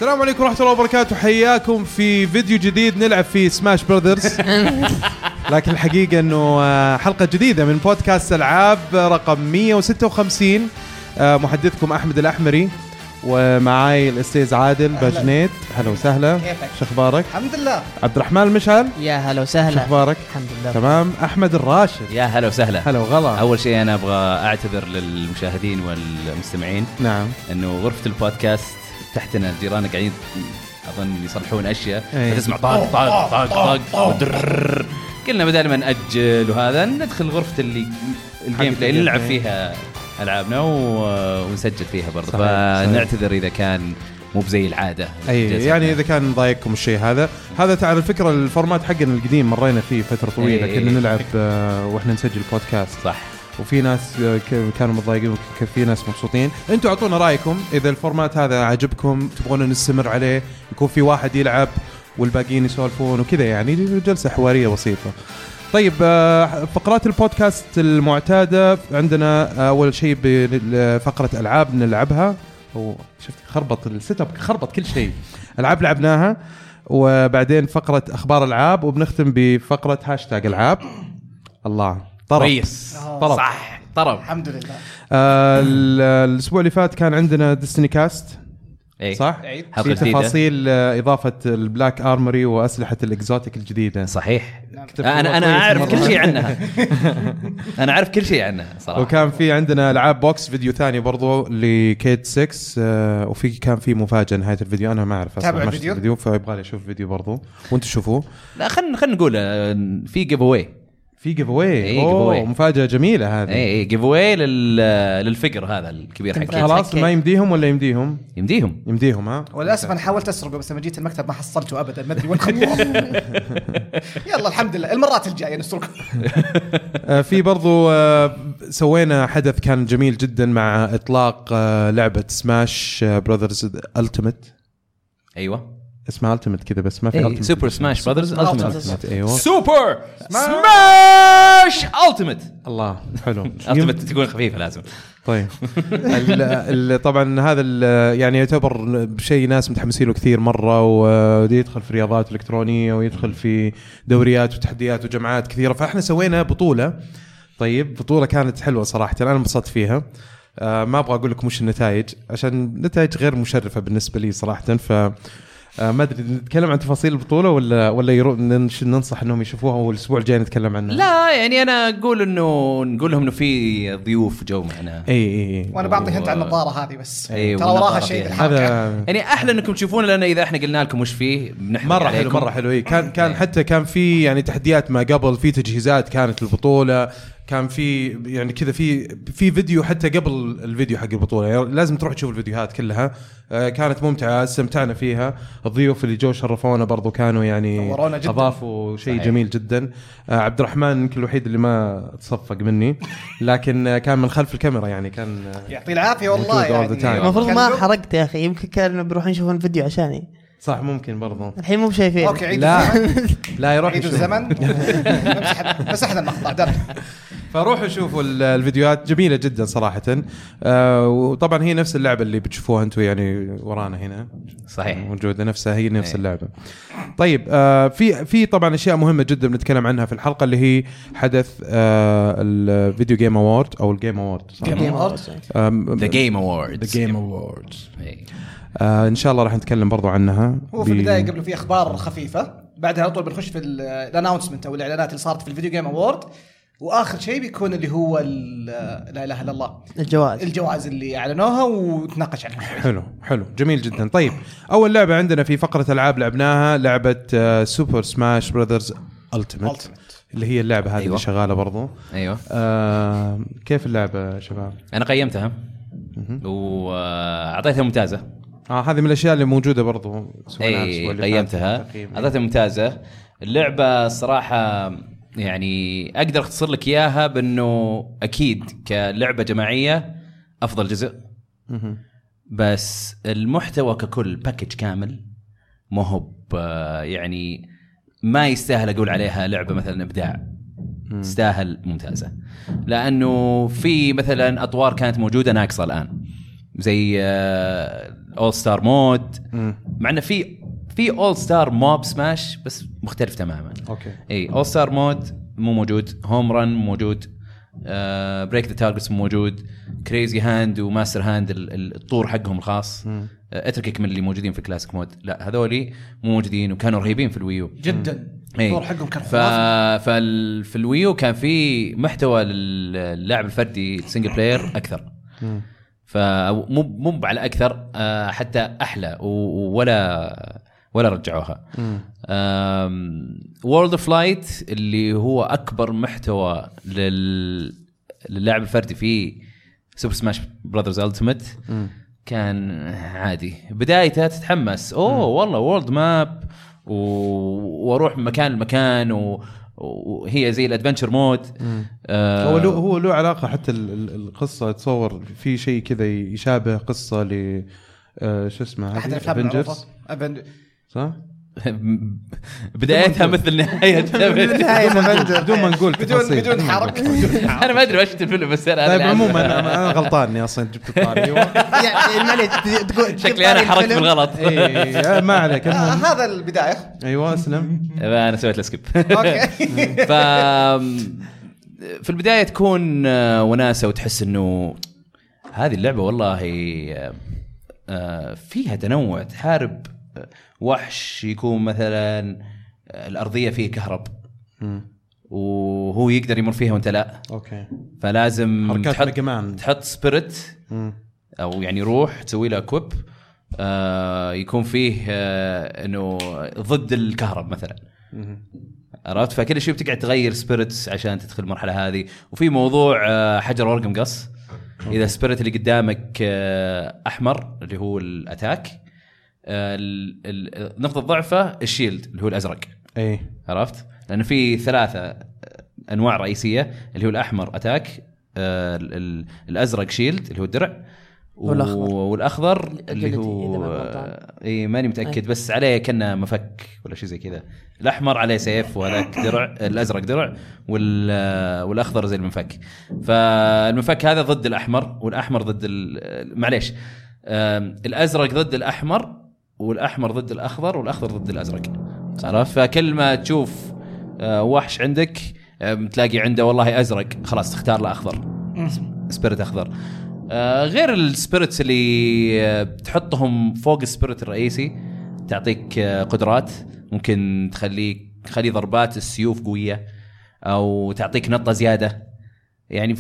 السلام عليكم ورحمة الله وبركاته. حياكم في فيديو جديد نلعب فيه سماش براذرز. لكن الحقيقة أنه حلقة جديدة من بودكاست ألعاب رقم 156. محدثكم أحمد الأحمري ومعاي الأستاذ عادل باجنيت. هلا وسهلا. شو أخبارك؟ الحمد لله. عبد الرحمن المشعل. يا هلا وسهلا. شو أخبارك؟ الحمد لله تمام. أحمد الراشد. يا هلا وسهلا. هلا وغلا. أول شيء أنا أبغى أعتذر للمشاهدين والمستمعين. نعم. إنه غرفة البودكاست تحتنا الجيران قاعدين أظن يصلحون أشياء فتسمع طاق طاق طاق طاق. قلنا بدل ما نأجل وهذا ندخل غرفة الجيم بلاي نلعب فيها ألعابنا ونسجل فيها برضه. فنعتذر إذا كان مو بزي العادة. يعني إذا كان ضايقكم الشيء هذا تعال الفكرة الفورمات حقنا القديم مرينا فيه فترة طويلة. كنا نلعب وإحنا نسجل بودكاست. صح. وفي ناس كانوا متضايقين وفي ناس مبسوطين. انتوا اعطونا رايكم اذا الفورمات هذا عجبكم تبغون نستمر عليه، يكون في واحد يلعب والباقيين يسولفون وكذا، يعني جلسه حواريه بسيطه. طيب فقرات البودكاست المعتاده عندنا اول شيء بفقره العاب نلعبها. شفت خربط السيت اب، خربط كل شيء. العاب لعبناها، وبعدين فقره اخبار العاب، وبنختم بفقره هاشتاج العاب. الله كويس. طرب. صح طرب. الحمد لله. الاسبوع اللي فات كان عندنا ديستني كاست. صح. في تفاصيل اضافه البلاك ارموري واسلحه الاكزوتيك الجديده. صحيح. انا اعرف كل شيء عنها. انا اعرف كل شيء عنها صراحه. وكان في عندنا العاب بوكس فيديو ثاني برضو لكيت 6. وفي كان في مفاجاه نهايه الفيديو. انا ما اعرف اصلا الفيديو فيبغى لي اشوف فيديو برضو وانتم تشوفوه. لا خلينا نقول في جيف اواي. في جيف اواي. مفاجاه جميله هذه. اي جيف اواي للفقر هذا الكبير حق خلاص. ما يمديهم ولا يمديهم ها. وللاسف انا حاولت اسرقه بس لما جيت المكتب ما حصلته ابدا، ما ادري وين خلوه. يلا الحمد لله المرات الجايه نسرقه. في برضو سوينا حدث كان جميل جدا مع اطلاق لعبه سماش براذرز التيمت. ايوه اسمها التيمت كذا بس ما في سوبر سماش براذرز التيمت. ايوه سوبر سماش التيمت. الله حلو. التيمت تكون خفيفه لازم. طيب طبعا هذا يعني يعتبر شيء ناس متحمسين له كثير مره، ويدخل في رياضات الكترونيه ويدخل في دوريات وتحديات وجمعات كثيره. فاحنا سوينا بطوله. طيب بطوله كانت حلوه صراحه، انا انبسطت فيها. ما ابغى اقول لكم وش النتائج عشان النتائج غير مشرفه بالنسبه لي صراحه. ف ما ادري نتكلم عن تفاصيل البطوله ولا ننصح انهم يشوفوها والاسبوع الجاي نتكلم عنها. لا يعني انا نقول لهم انه في ضيوف جو معنا. اي وانا بعطي هنت عن النظاره هذه بس. ترى وراها شيء هذا يعني احلى انكم تشوفون لنا اذا احنا قلنا لكم وش فيه بنحمد مره عليكم. حلو مره حلو. كان حتى كان في يعني تحديات ما قبل، في تجهيزات كانت البطوله، كان في يعني كذا في فيديو حتى قبل الفيديو حق البطوله. يعني لازم تروح تشوف الفيديوهات كلها. كانت ممتعه، استمتعنا فيها. الضيوف اللي جو شرفونا برضو كانوا يعني اضافوا شيء جميل جدا. عبد الرحمن يمكن الوحيد اللي ما تصفق مني، لكن كان من خلف الكاميرا يعني كان يعطيه العافيه والله. يعني المفروض ما حرقت يا اخي، يمكن كانوا بيروحون يشوفون الفيديو عشاني. صح ممكن برضو. الحين مو شايفين. اوكي لا يروح عيد الزمن. مسحنا المقطع ده. فروحوا شوفوا الفيديوهات جميلة جدا صراحة. وطبعا هي نفس اللعبة اللي بتشوفوها انتم يعني ورانا هنا. صحيح موجودة نفسها، هي نفس اللعبة. طيب في طبعا اشياء مهمة جدا بنتكلم عنها في الحلقة، اللي هي حدث الفيديو جيم اوورد او الجيم اوورد. ذا جيم اوورد. ان شاء الله راح نتكلم برضو عنها. هو في البداية قبل في اخبار خفيفة، بعدها على طول بنخش في الاناونسمنت او الاعلانات اللي صارت في الفيديو جيم اوورد، واخر شيء بيكون اللي هو لا اله الا الله الجوائز اللي اعلنوها ونتناقش عنها. حلو جميل جدا. طيب اول لعبه عندنا في فقره العاب لعبناها لعبه سوبر سماش براذرز التيمت، اللي هي اللعبه هذه. أيوة. اللي شغاله برضو. ايوه. كيف اللعبه شباب؟ انا قيمتها واعطيتها ممتازه. هذه من الاشياء اللي موجوده برضو. قيمتها اعطيتها ممتازه. اللعبه الصراحه يعني اقدر اختصر لك اياها بانه اكيد كلعبه جماعيه افضل جزء، بس المحتوى ككل باكج كامل ما هو يعني ما يستاهل اقول عليها لعبه مثلا ابداع. تستاهل ممتازه، لانه في مثلا اطوار كانت موجوده ناقصه الان زي اول ستار مود مع انه في اول ستار موب سماش بس مختلف تماما. اوكي اي اول ستار مود مو موجود، هوم ران موجود، بريك ذا تارجتس موجود، كريزي هاند وماستر هاند الطور حقهم الخاص، اتركك من اللي موجودين في الكلاسيك مود، لا هذولي مو موجودين وكانوا رهيبين في الويو جدا. الطور حقهم كان في الويو كان في محتوى للعب الفردي سنجل بلاير اكثر، فمو على اكثر، حتى احلى ولا رجعوها. وورلد اوف لايت اللي هو اكبر محتوى للعب الفردي في سوبر سماش براذرز التيمت كان عادي. بدايتها تتحمس والله وورلد ماب واروح من مكان لمكان وهي زي الادفنتشر مود. هو له علاقه حتى القصه تصور في شيء كذا يشابه قصه ل شو اسمه افنجرز صح. بدايتها مثل نهاية بدون ما نقول بدون حركة. أنا ما أدري وش الفيلم بس طيب عموما أنا غلطان أصلا جبت الطاري يعني تقول شكلي أنا حركت بالغلط. ما عليك. هذا البداية. أيوة أسلم. أنا سويت لسكيب. أوكي. في البداية تكون وناسة وتحس إنه هذه اللعبة والله فيها تنوع، تحارب وحش يكون مثلا الأرضية فيه كهرب وهو يقدر يمر فيها وانت لا. اوكي. فلازم تحط سبيريت او يعني روح تسوي له كويب يكون فيه انه ضد الكهرب مثلا. عرفت؟ فكل شيء بتقعد تغير سبيريتس عشان تدخل المرحلة هذه. وفي موضوع حجر ورق مقص، اذا السبيريت اللي قدامك احمر اللي هو الاتاك، نقطة ضعفه الشيلد اللي هو الأزرق. أي عرفت؟ لأنه في 3 أنواع رئيسية اللي هو الأحمر أتاك، الأزرق شيلد اللي هو الدرع، والأخضر اللي هو إيه ماني متأكد بس عليه كأنه مفك ولا شيء زي كذا. الأحمر عليه سيف وهذاك درع، الأزرق درع، والأخضر زي المفك. فالمفك هذا ضد الأحمر والأحمر ضد معليش الأزرق ضد الأحمر والأحمر ضد الأخضر والأخضر ضد الأزرق. عرفت؟ فكل ما تشوف وحش عندك تلاقي عنده والله أزرق، خلاص تختار له أخضر، سبيريت أخضر. غير السبيريتس اللي تحطهم فوق السبيريت الرئيسي تعطيك قدرات، ممكن تخلي ضربات السيوف قوية أو تعطيك نطة زيادة. يعني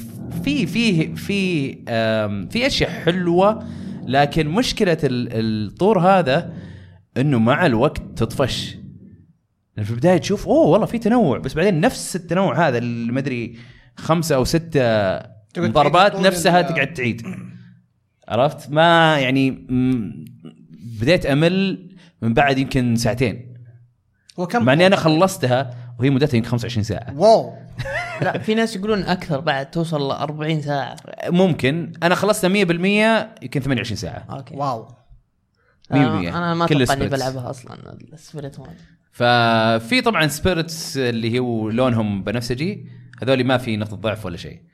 في أشياء حلوة، لكن مشكلة الطور هذا إنه مع الوقت تطفش. في البداية تشوف والله في تنوع، بس بعدين نفس التنوع هذا اللي ما أدري 5 أو 6 ضربات نفسها تقعد تعيد. عرفت؟ ما يعني بديت أمل من بعد يمكن 2 ساعتين، مع أني أنا خلصتها وهي مدتها يمكن 25 ساعة. واو. لا في ناس يقولون أكثر بعد توصل ل 40 ساعة. ممكن. أنا خلصتها 100% يمكن 28 ساعة. أوكي. واو. 100%. أنا ما أتوقع إني بلعبها أصلاً السبيريت مود. ففي طبعاً سبيريتس اللي هو لونهم بنفسجي، هذول ما في نقطة ضعف ولا شيء.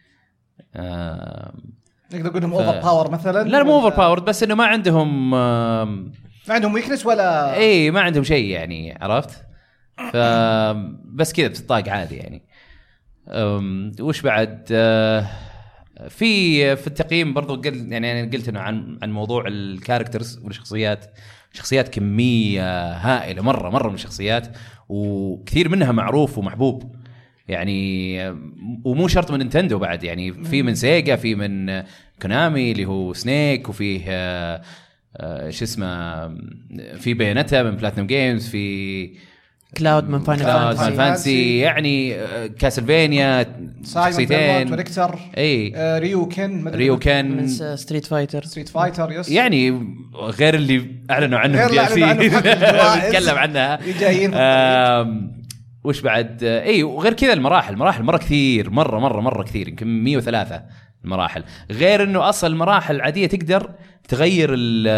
نقدر نقول إنهم أوفر باور مثلاً. لا مو أوفر باور، بس إنه ما عندهم ويكنس ولا. إيه ما عندهم شيء يعني. عرفت؟ فبس كذا بتطاق عادي يعني. وش بعد في التقييم برضو يعني أنا قلت إنه عن موضوع الكاركترز والشخصيات. شخصيات كمية هائلة مرة من الشخصيات، وكثير منها معروف ومحبوب يعني. ومو شرط من نينتندو بعد يعني، في من سيجا، في من كونامي اللي هو سنيك، وفيه شو اسمه، في بياناتا من بلاتنم جيمز، في كلاود من فاينل فانتسي يعني كاسلفينيا شخصيتين وريكتر. اي ريوكن من ستريت فايتر يس. يعني غير اللي اعلنوا عنهم نتكلم عنها جايين. وش بعد اي وغير كذا المراحل مره كثير، مره كثير، يمكن 103 المراحل. غير انه اصل المراحل العاديه تقدر تغير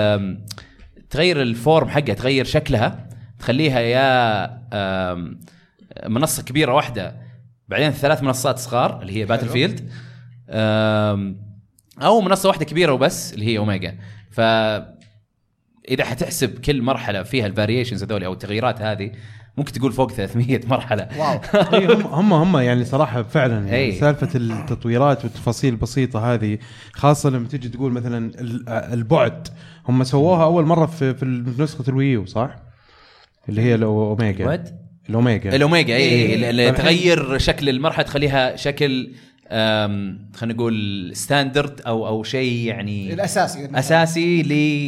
الفورم حقها، تغير شكلها، تخليها يا منصة كبيرة واحدة بعدين 3 منصات صغار اللي هي باتل فيلد، أو منصة واحدة كبيرة وبس اللي هي أوميجا. اذا حتحسب كل مرحله فيها الفاريشنز هذول او التغييرات هذه ممكن تقول فوق 300 مرحله. واو. هم يعني صراحه فعلا يعني سالفه التطويرات والتفاصيل البسيطه هذه، خاصه لما تيجي تقول مثلا البعد، هم سووها اول مره في نسخه الويو صح، اللي هي الاوميجا. الاوميجا اللي تغير شكل المرحله تخليها شكل خلينا نقول ستاندرد او شيء يعني اساسي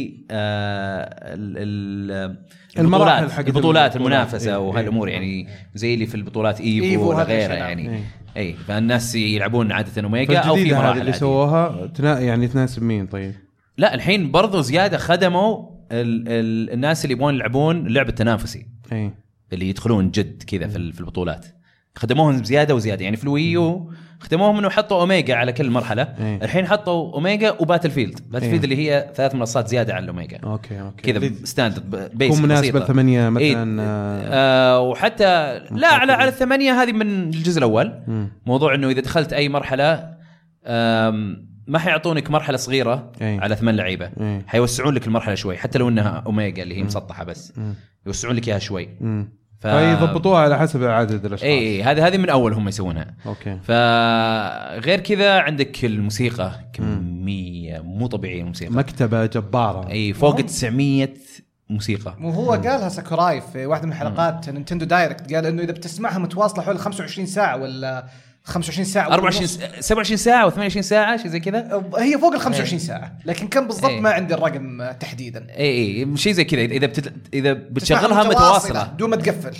البطولات المنافسه وهالامور يعني زي اللي في البطولات ايفو وغيرها يعني. اي فالناس يلعبون عاده اوميجا او في مراحل اللي سووها يعني تناسب مين؟ طيب لا الحين برضو زياده خدموا الناس اللي يبغون يلعبون اللعبه التنافسي اللي يدخلون جد كذا في البطولات، خدموهم زياده وزياده. يعني في الويو خدموهم انه حطوا اوميجا على كل مرحله. الحين حطوا اوميجا وباتل فيلد اللي هي 3 منصات زياده على الاوميجا. اوكي كذا ستاندرد بيس مناسبه ل8 مثلا. وحتى لا على ال8 هذه من الجزء الاول. موضوع انه اذا دخلت اي مرحله ما حيعطونك مرحله صغيره على 8 لعيبه، حيوسعون لك المرحله شوي حتى لو انها اوميجا اللي هي مسطحه بس يوسعون لك اياها شوي. فيضبطوها على حسب عدد الاشخاص. هذه من اول هم يسوونها. اوكي. فغير كذا عندك الموسيقى كميه مو طبيعيه، الموسيقى مكتبه جباره. فوق 900 موسيقى. وهو قالها ساكوراي في واحده من حلقات نينتندو دايركت، قال انه اذا بتسمعها متواصله حول 25 ساعه ولا 25 ساعه 24 27 ساعه و28 ساعه شيء زي كذا، هي فوق ال 25 ساعة، لكن كم بالضبط ما عندي الرقم تحديدا. شيء زي كذا اذا بتشغلها متواصله دون ما تقفل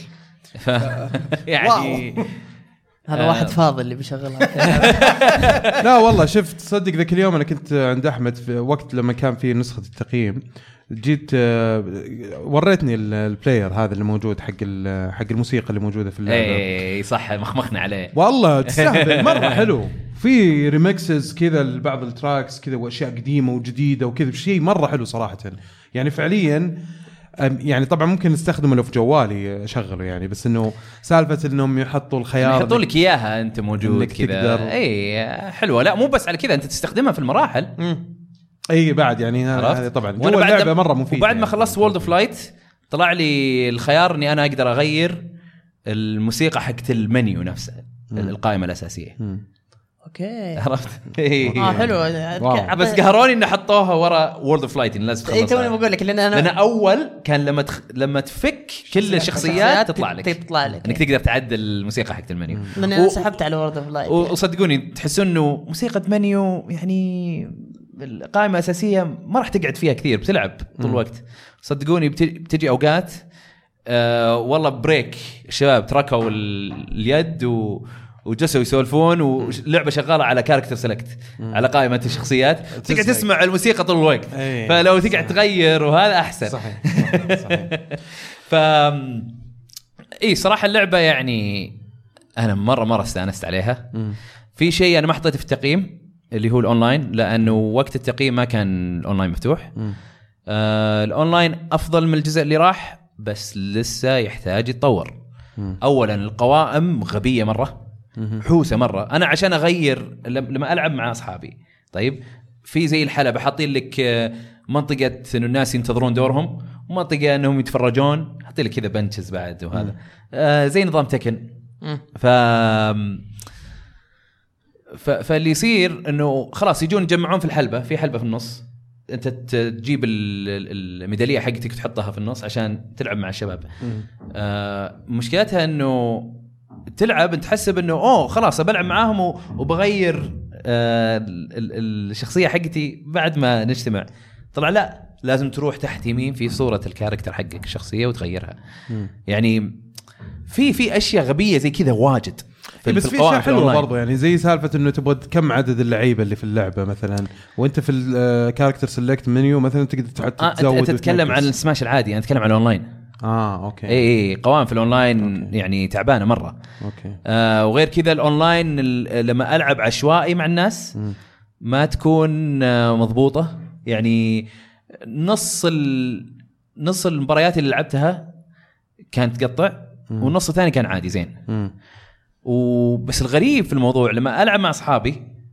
يعني هذا واحد فاضل اللي بيشغلها. لا والله شفت صدق ذاك اليوم انا كنت عند احمد في وقت لما كان في نسخه التقييم، جيت وريتني البلاير هذا اللي موجود حق الموسيقى اللي موجوده في اللعبه. صح مخمخنا عليه والله، تستهبل مره حلو. في ريمكسز كذا لبعض التراكس كذا واشياء قديمه وجديده وكذا، شيء مره حلو صراحه يعني فعليا. يعني طبعا ممكن نستخدمه لو في جوالي اشغله يعني، بس انه سالفه انهم يحطوا الخيار يحطوا لك اياها انت موجود كذا حلوه. لا مو بس على كذا، انت تستخدمها في المراحل. بعد يعني هذا طبعا جوا اللعبه مره مفيد. وبعد ما خلصت وورلد اوف لايت طلع لي الخيار اني انا اقدر اغير الموسيقى حقت المنيو نفسه، القائمه الاساسيه. اوكي عرفت. حلو. بس قهروني ان حطوها ورا وورلد اوف لايت، لازم تخلصها. توني بقول لك لان اول كان لما تفك كل الشخصيات تطلع لك انك تقدر تعدل الموسيقى حقت المنيو. انا سحبت على وورلد اوف لايت، وصدقوني تحسون انه موسيقى منيو يعني القائمه الاساسيه ما راح تقعد فيها كثير، بتلعب طول الوقت. صدقوني بتجي اوقات والله بريك الشباب تركوا اليد وجلسوا يسولفون ولعبه شغاله على كاركتر سيلكت على قائمه الشخصيات، تقعد تسمع الموسيقى طول الوقت. فلو تقعد تغير وهذا احسن. صحيح. ف صراحه اللعبه يعني انا مره استانست عليها. في شيء انا ما حطيته في التقييم اللي هو الاونلاين، لانه وقت التقييم ما كان الاونلاين مفتوح. الاونلاين افضل من الجزء اللي راح، بس لسه يحتاج يتطور. اولا القوائم غبيه مره، حوسه مره. انا عشان اغير لما العب مع اصحابي، طيب في زي الحلبة حاطين لك منطقه انه الناس ينتظرون دورهم ومنطقه انهم يتفرجون، حاطين لك كذا بنشز بعد وهذا زي نظام تكن. فاللي يصير انه خلاص يجون يجمعون في الحلبة، في حلبة في النص، انت تجيب الميداليه حقتك تحطها في النص عشان تلعب مع الشباب. مشكلتها انه تلعب انت تحسب انه خلاص بلعب معاهم وبغير الشخصيه حقتي بعد ما نجتمع. طلع لا، لازم تروح تحت يمين في صوره الكاركتر حقك الشخصيه وتغيرها. يعني في اشياء غبيه زي كذا واجد. بس في شيء حلو برضو، يعني زي سالفة انه تبغى كم عدد اللعيبة اللي في اللعبة مثلا، وانت في الكاركتر سيلكت منيو مثلا تقدر تحط تزود. انت تتكلم عن السماش العادي، انا اتكلم عن الاونلاين. اوكي. قوائم في الاونلاين يعني تعبانة مرة. اوكي. وغير كذا الاونلاين لما العب عشوائي مع الناس ما تكون مضبوطة. يعني نص المباريات اللي لعبتها كانت تقطع والنص الثاني كان عادي زين. وبس الغريب في الموضوع لما ألعب مع أصحابي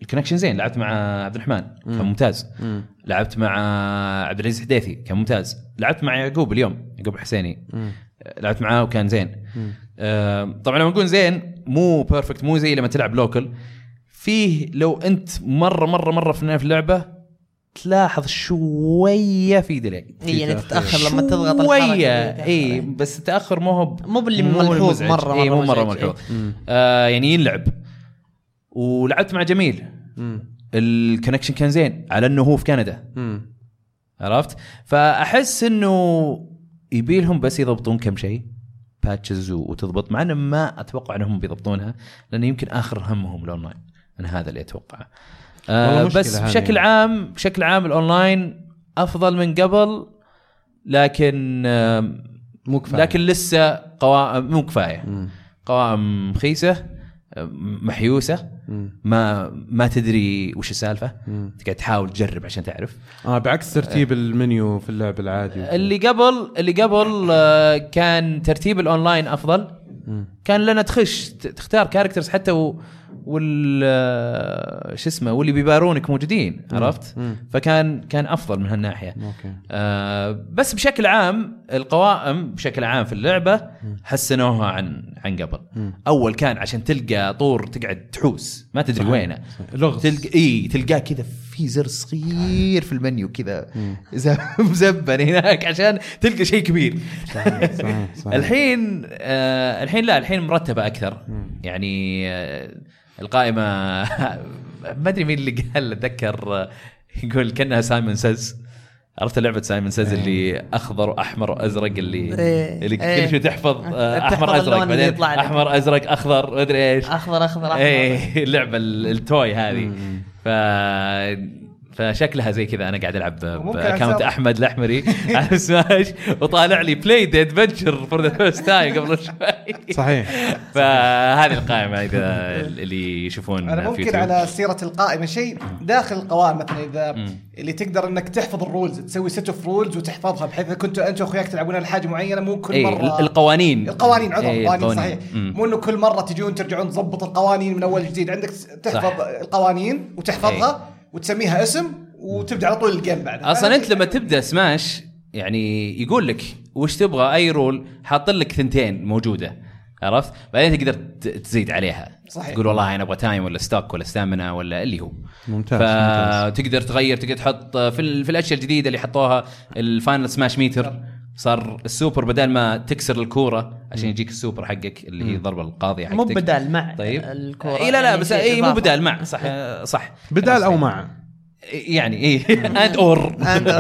الكونكشن زين. لعبت مع عبد الرحمن كان ممتاز. لعبت مع عبد العزيز حديثي كان ممتاز. لعبت مع يعقوب اليوم، يعقوب الحسيني لعبت معاه وكان زين. طبعا لما نقول زين مو بيرفكت، مو زي لما تلعب لوكل. فيه لو انت مره في اللعبه تلاحظ شويه في ديلي، يعني تتاخر لما تضغط الحركه. اي بس التاخر مو باللي ملحوظ مره مو مره ملحوظ. يعني ينلعب. ولعبت مع جميل. الكونكشن كان زين على انه هو في كندا. عرفت؟ فاحس انه يبيلهم بس يضبطون كم شيء باتشز وتضبط، مع انه ما اتوقع انهم بيضبطونها لانه يمكن اخر همهم الاونلاين. انا هذا اللي اتوقع. بس بشكل عام الاونلاين افضل من قبل، لكن مو كفايه. لكن لسه قوائم مو كفايه. قوائم خيسه محيوسه، ما تدري وش السالفه. تقعد تحاول تجرب عشان تعرف. بعكس ترتيب المنيو في اللعب العادي. اللي قبل كان ترتيب الاونلاين افضل. كان لنا تختار كاركترز حتى شو اسمه واللي بيبارونك موجودين. عرفت؟ فكان افضل من هالناحيه. بس بشكل عام القوائم بشكل عام في اللعبه حسنوها عن قبل. اول كان عشان تلقى طور تقعد تحوس ما تدري وينه. تلقاه كذا في زر صغير في المنيو كذا مزبن هناك عشان تلقى شيء كبير. صحيح. الحين مرتبه اكثر. يعني القائمة ما أدري مين اللي قال، أتذكر يقول كأنها سايمون سيز. عرفت لعبة سايمون سيز اللي أخضر وأحمر وأزرق اللي كل شيء تحفظ أحمر أزرق بعدين أحمر أزرق أخضر ما أدري إيش أخضر أحمر. اللعبة التوي هذه. فشكلها زي كذا. انا قاعد العب باكونت احمد الاحمري على سماش وطالع لي بلاي ذا ادفنتشر فور ذا فيرست تايم قبل شوي. صحيح. فهذه القائمه اذا اللي يشوفون. انا ممكن على سيره القائمه شيء داخل القوائم مثلا اذا اللي تقدر انك تحفظ الرولز، تسوي سيت اوف رولز وتحفظها بحيث كنت انت واخوياك تلعبون على حاجه معينه. مو كل مره القوانين القوانين صحيح. مو انه كل مره تجون ترجعون تضبط القوانين من اول جديد. عندك تحفظ القوانين وتحفظها وتسميها اسم وتبدا على طول الجيم بعد. اصلا انت لما تبدا سماش يعني يقول لك وش تبغى، اي رول حاط لك 2 موجوده. عرفت؟ بعدين تقدر تزيد عليها. صحيح. تقول والله انا ابغى تايم ولا ستوك ولا ستامنا ولا اللي هو. ممتاز. فتقدر تغير، تقدر تحط في الاشياء الجديده اللي حطوها. الفاينل سماش ميتر صار السوبر بدل ما تكسر الكوره عشان يجيك السوبر حقك اللي هي ضربه القاضيه حقتك. مو بدال مع طيب الكوره. لا بس مو بدال مع. صح بدال او مع يعني اند اور.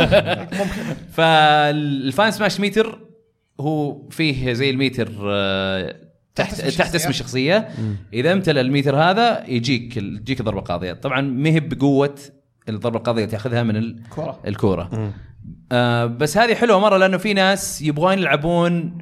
فالفاين سماش ميتر هو فيه زي الميتر تحت اسم الشخصيه. اذا امتلأ الميتر هذا يجيك ضربه قاضيه. طبعا ما هي بقوه الضربه القاضيه تاخذها من الكوره. بس هذه حلوه مره لانه في ناس يبغون يلعبون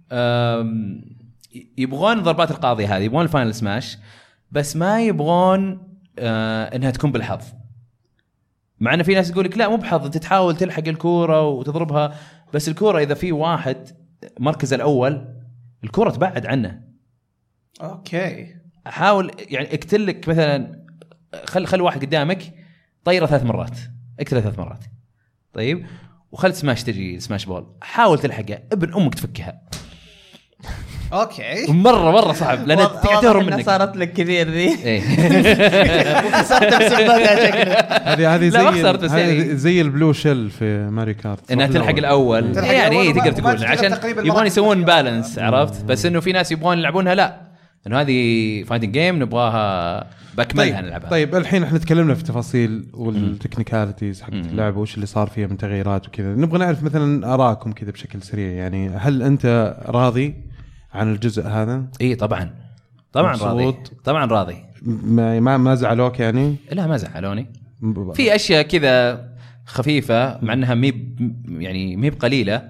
يبغون ضربات القاضيه هذه، يبغون الفاينل سماش بس ما يبغون انها تكون بالحظ. مع ان في ناس يقول لك لا مو بحظ، انت تحاول تلحق الكوره وتضربها، بس الكوره اذا في واحد مركز الاول الكوره تبعد عنه. اوكي حاول يعني اقتل لك مثلا، خل واحد قدامك طيره 3 مرات، اقتله 3 مرات طيب، وخل سماش تجي سماش بول، حاول تلحقها ابن امك تفكها. اوكي مره صعب لان تقعد تهرب منك. صارت لك كثير ذي. وخسرت بسببها شكلها. هذه زي البلو شيل في ماري كارت، انها تلحق الاول يعني تقدر تقول عشان يبغون يسوون بالانس. عرفت؟ بس انه في ناس يبغون يلعبونها لا، انه هذه فايتنج جيم نبغاها بكملها نلعبها. طيب الحين احنا تكلمنا في التفاصيل والتكنيكاليتيز حق اللعبه وش اللي صار فيها من تغييرات وكذا، نبغى نعرف مثلا اراءكم كذا بشكل سريع. يعني هل انت راضي عن الجزء هذا؟ اي طبعا راضي، طبعا راضي. ما زعلوك يعني؟ لا ما زعلوني. في اشياء كذا خفيفه مع انها مي بقليله،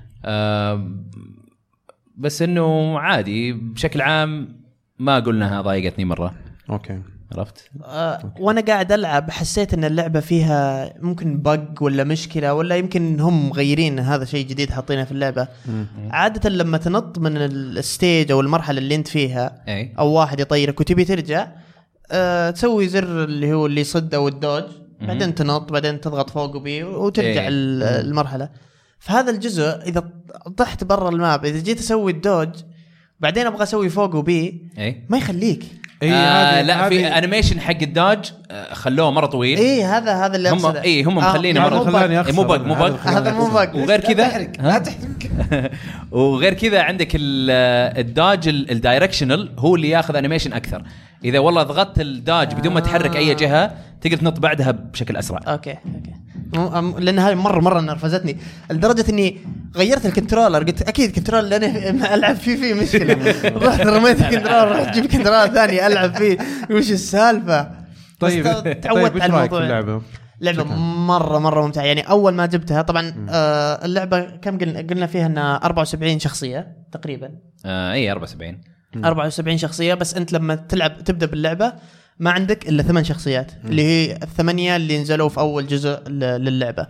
بس انه عادي بشكل عام. ما قلناها ضايقتني مره. اوكي عرفت. وانا قاعد العب حسيت ان اللعبه فيها ممكن بق ولا مشكله، ولا يمكن هم مغيرين هذا شيء جديد حاطينه في اللعبه. عاده لما تنط من الستيج او المرحله اللي انت فيها او واحد يطيرك وتبي ترجع، تسوي زر اللي هو اللي يصد او الدوج، بعدين تنط، بعدين تضغط فوق وبي وترجع المرحله. فهذا الجزء اذا طحت برا الماب، اذا جيت اسوي الدوج بعدين ابغى اسوي فوق وبي ما يخليك. لا في انيميشن حق الدوج خلوه مره طويل. هذا اللي هم هم مخلينه مره مو بق هذا مو بق. وغير كذا وغير كذا عندك الدوج الدايركشنال هو اللي ياخذ انيميشن اكثر. اذا والله ضغطت الدوج بدون ما تحرك اي جهه تقدر تنط بعدها بشكل اسرع. اوكي لان هاي مره نرفزتني لدرجه اني غيرت الكنترولر. قلت اكيد كنترول لاني العب فيه مشكله. رحت رميت الكنترولر، رحت جبت كنترول ثاني العب فيه. وش السالفه؟ طيب تعودت على الموضوع. لعبه مره ممتعه. يعني اول ما جبتها طبعا اللعبه كم قلنا فيها انها 74 شخصيه تقريبا. اي 74 شخصيه. بس انت لما تبدا باللعبه ما عندك الا 8 شخصيات اللي هي الثمانية اللي نزلوا في اول جزء للعبه.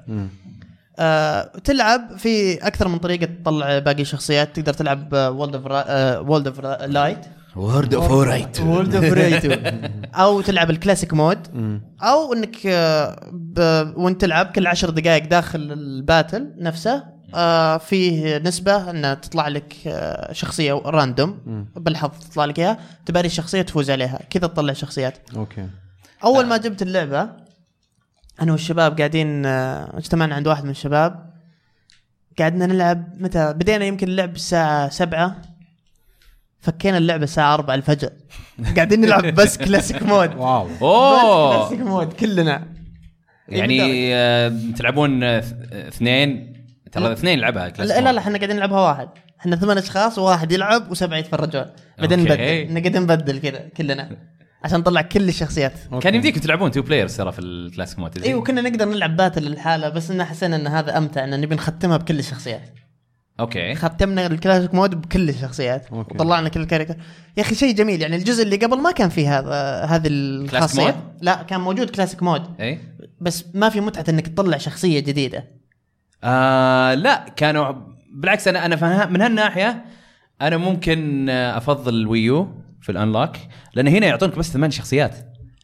تلعب في اكثر من طريقه تطلع باقي الشخصيات. تقدر تلعب وورلد اوف لايت، وورلد اوف رايت او تلعب الكلاسيك مود، او انك وانت تلعب كل 10 دقائق داخل الباتل نفسه فيه نسبة أن تطلع لك شخصية راندوم بالحظ تطلع لك إياها، تباري الشخصية تفوز عليها كذا تطلع شخصيات. أوكي. أول ما جبت اللعبة أنا والشباب قاعدين اجتمعنا عند واحد من الشباب، قاعدنا نلعب. متى بدينا؟ يمكن اللعب الساعة 7، فكينا اللعبة الساعة 4 الفجر. قاعدين نلعب بس كلاسيك مود. واو. بس كلاسيك مود كلنا. يعني تلعبون 2 ترى 2 يلعبها كلاسيك. لا احنا قاعدين نلعبها واحد. احنا 8 اشخاص وواحد يلعب و7 يتفرجون. بعدين نبدل كذا كلنا عشان نطلع كل الشخصيات. كان يمديكم تلعبون 2 بلايرز ترى في الكلاسيك مود. ايوه كنا نقدر نلعب باتل للحالة، بس إن حسينا ان هذا امتع، ان نبي نختمها بكل الشخصيات. اوكي ختمنا الكلاسيك مود بكل الشخصيات وطلعنا كل كاركتر. يا اخي شيء جميل. يعني الجزء اللي قبل ما كان فيه هذه الخاصية. لا كان موجود كلاسيك مود بس ما في متعة انك تطلع شخصية جديدة. لا كانوا بالعكس. انا من هالناحيه انا ممكن افضل الويو في الانلوك، لان هنا يعطونك بس 8 شخصيات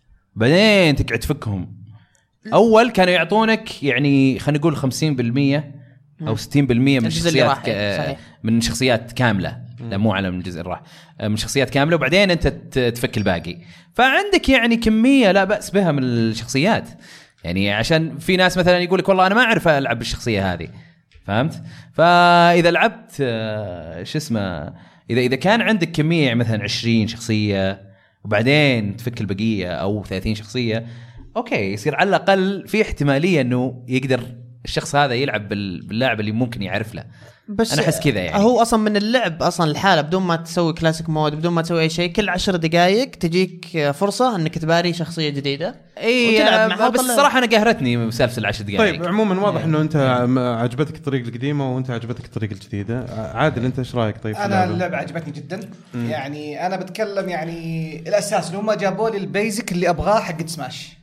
بعدين تقعد تفكهم. اول كانوا يعطونك يعني خلينا نقول 50% او 60% من الشخصيات من شخصيات كامله. لا مو على من الجزء الراح، من شخصيات كامله، وبعدين انت تفك الباقي. فعندك يعني كميه لا باس بها من الشخصيات. يعني عشان في ناس مثلا يقول لك والله انا ما اعرف العب بالشخصيه هذه، فهمت؟ فاذا لعبت شو اسمه، اذا كان عندك كميه مثلا 20 شخصيه وبعدين تفك البقيه او 30 شخصيه، اوكي يصير على الاقل في احتماليه انه يقدر الشخص هذا يلعب باللاعب اللي ممكن يعرف له. بس انا احس كذا يعني هو اصلا من اللعب اصلا الحاله بدون ما تسوي كلاسيك مود، بدون ما تسوي اي شيء، كل 10 دقائق تجيك فرصه انك تباري شخصيه جديده. بس الصراحه انا قهرتني مسلسل 10 دقائق. طيب عموما واضح انه انت عجبتك الطريقه القديمه وانت عجبتك الطريقه الجديده. عادل انت ايش رايك؟ طيب انا اللعبه عجبتني جدا. يعني انا بتكلم يعني الاساس اللي هم جابوا لي البيزك اللي ابغاه حق سماش.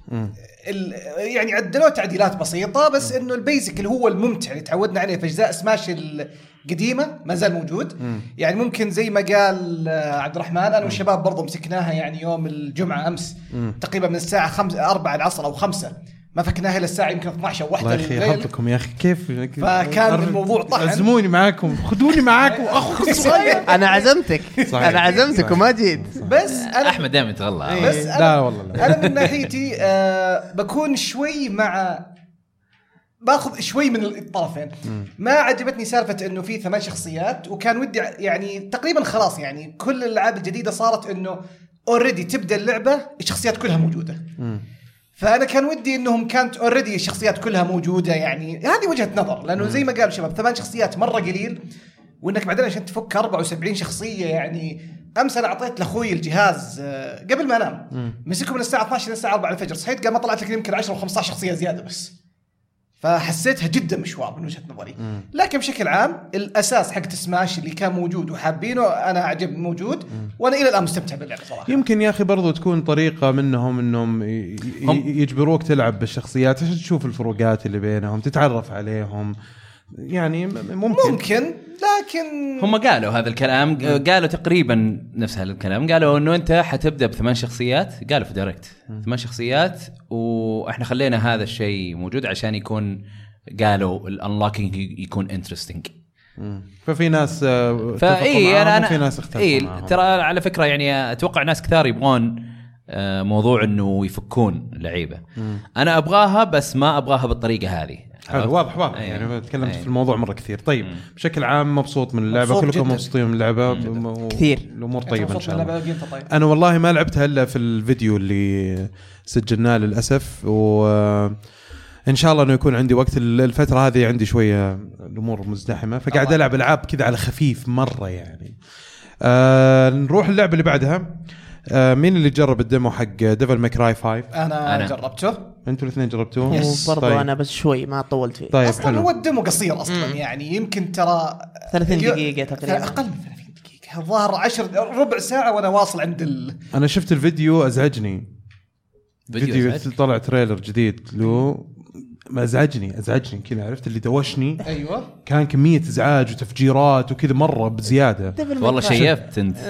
يعني عدلوا تعديلات بسيطه، بس انه البيزك اللي هو الممتع اللي تعودنا عليه في اجزاء سماش القديمه ما زال موجود. يعني ممكن زي ما قال عبد الرحمن، انا والشباب برضو مسكناها يعني يوم الجمعه امس تقريبا من الساعه 4 العصر او 5، ما فكناها الى الساعه يمكن 12 او 1 الليل. الله يحفظكم يا اخي. كيف فكان الموضوع طحن. عزموني معاكم، خدوني معاكم اخو صغير. انا عزمتك انا عزمتك وما جيت. بس انا احمد دائما يتغلى. بس لا والله لا. انا من ناحيتي بكون شوي مع باخذ شوي من الطرفين. ما عجبتني سالفه انه في 8 شخصيات، وكان ودي يعني تقريبا خلاص يعني كل الالعاب الجديده صارت انه اوريدي تبدا اللعبه الشخصيات كلها موجوده. فانا كان ودي انهم كانت اوريدي الشخصيات كلها موجوده. يعني هذه وجهه نظر، لانه زي ما قالوا شباب 8 شخصيات مره قليل، وانك بعدين عشان تفك 74 شخصيه. يعني امس انا اعطيت لاخوي الجهاز قبل ما انام، مسكه من الساعه 12 للساعه 4 الفجر، صحيت قام طلعت لك يمكن 10 و15 شخصيه زياده بس. فحسيتها جدا مشوار من وجهة نظري. لكن بشكل عام الأساس حق سماش اللي كان موجود وحابينه أنا عجب موجود، وأنا إلى الآن مستمتع باللعبة صراحة. يمكن يا أخي برضو تكون طريقة منهم إنهم يجبروك تلعب بالشخصيات عشان تشوف الفروقات اللي بينهم، تتعرف عليهم. يعني ممكن لكن هم قالوا هذا الكلام، قالوا تقريبا نفس هذا الكلام. قالوا انه انت حتبدا ب8 شخصيات، قالوا في دايركت 8 شخصيات، واحنا خلينا هذا الشيء موجود عشان يكون، قالوا الانلوكينج يكون انترستينج. ففي ناس فاي انا في ناس اختلفوا ترى على فكره يعني اتوقع ناس كثار يبغون موضوع انه يفكون لعيبه. انا ابغاها بس ما ابغاها بالطريقه هذه. واضح يعني تكلمت في الموضوع مره كثير. طيب بشكل عام مبسوط من اللعبه؟ كلكم مبسوطين من اللعبه؟ كثير الامور طيبه ان شاء الله. انا والله ما لعبتها الا في الفيديو اللي سجلناه للاسف، وان شاء الله انه يكون عندي وقت. الفتره هذه عندي شويه الامور مزدحمه، فقاعد العب العاب كذا على خفيف مره يعني. نروح اللعبه اللي بعدها. مين اللي جرب الديمو حق ديفل ماي كراي 5؟ انا جربته. انتوا الاثنين جربتوه؟ برضو طيب. انا بس شوي ما طولت فيه. طيب اصلا حلو. هو الديمو قصير اصلا يعني يمكن ترى 30 دقيقه تقريبا، اقل من 30 دقيقه، الظاهر 10 ربع ساعه وانا واصل عند انا شفت الفيديو ازعجني. فيديو طلع تريلر جديد له، ما ازعجني كذا، عرفت اللي دوشني. ايوه كان كميه ازعاج وتفجيرات وكذا مره بزياده. والله شيفت انت.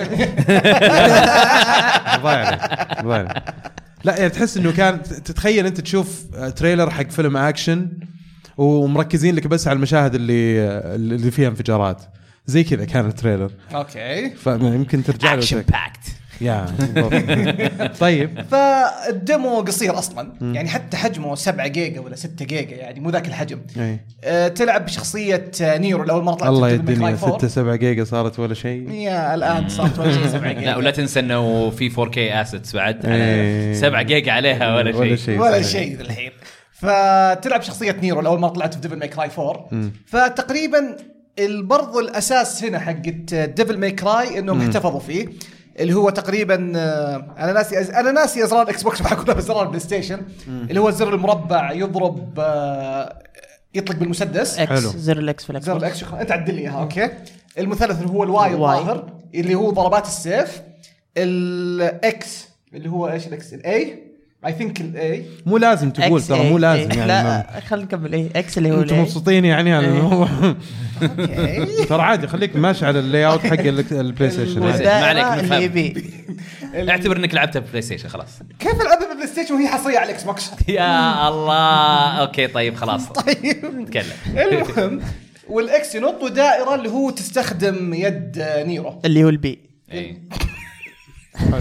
ضايع. لا يعني تحس انه كان تتخيل انت تشوف تريلر حق فيلم اكشن ومركزين لك بس على المشاهد اللي فيها انفجارات، زي كذا كان التريلر. اوكي فيمكن ترجع له اكشن باكت يا طيب. فالديمو قصير اصلا يعني، حتى حجمه 7 جيجا ولا 6 جيجا يعني، مو ذاك الحجم. تلعب بشخصيه نيرو لو ما طلعت. الله يدنيا 6-7 جيجا صارت ولا شيء. يا الان صارت ولا شيء 7 جيجا. لا ولا تنسى انه في 4K اسيتس بعد على 7 جيجا عليها ولا شيء الحين. فتلعب شخصيه نيرو لو ما طلعت في ديفل ماي كراي 4. فتقريبا برضو الاساس هنا حق ديفل ماي كراي انهم احتفظوا فيه، اللي هو تقريبا انا ناسي ازرار الاكس بوكس وحكولها بزرار البلاي ستيشن، اللي هو الزر المربع يضرب يطلق بالمسدس. زر الاكس في زر الاكس انت عدل لي اياها. اوكي المثلث اللي هو الواي الظاهر اللي هو ضربات السيف. الاكس اللي هو ايش الاكس؟ الاي اي ثينك الاي مو لازم تقول ترى مو لازم يعني. لا خلينا نكمل. ايه اكس اللي هو انتم مبسوطين يعني على الموضوع. اوكي ترى عادي خليك ماشي على اللاي اوت حق البلاي ستيشن. ما عليك نفهم. اعتبر انك لعبتها بلاي ستيشن خلاص. كيف العبها بلاي ستيشن وهي حصريه على الاكس بوكس؟ يا الله. اوكي طيب خلاص. طيب نتكلم. المهم والاكس ينط دائره اللي هو تستخدم يد نيرو اللي هو البي. حلو.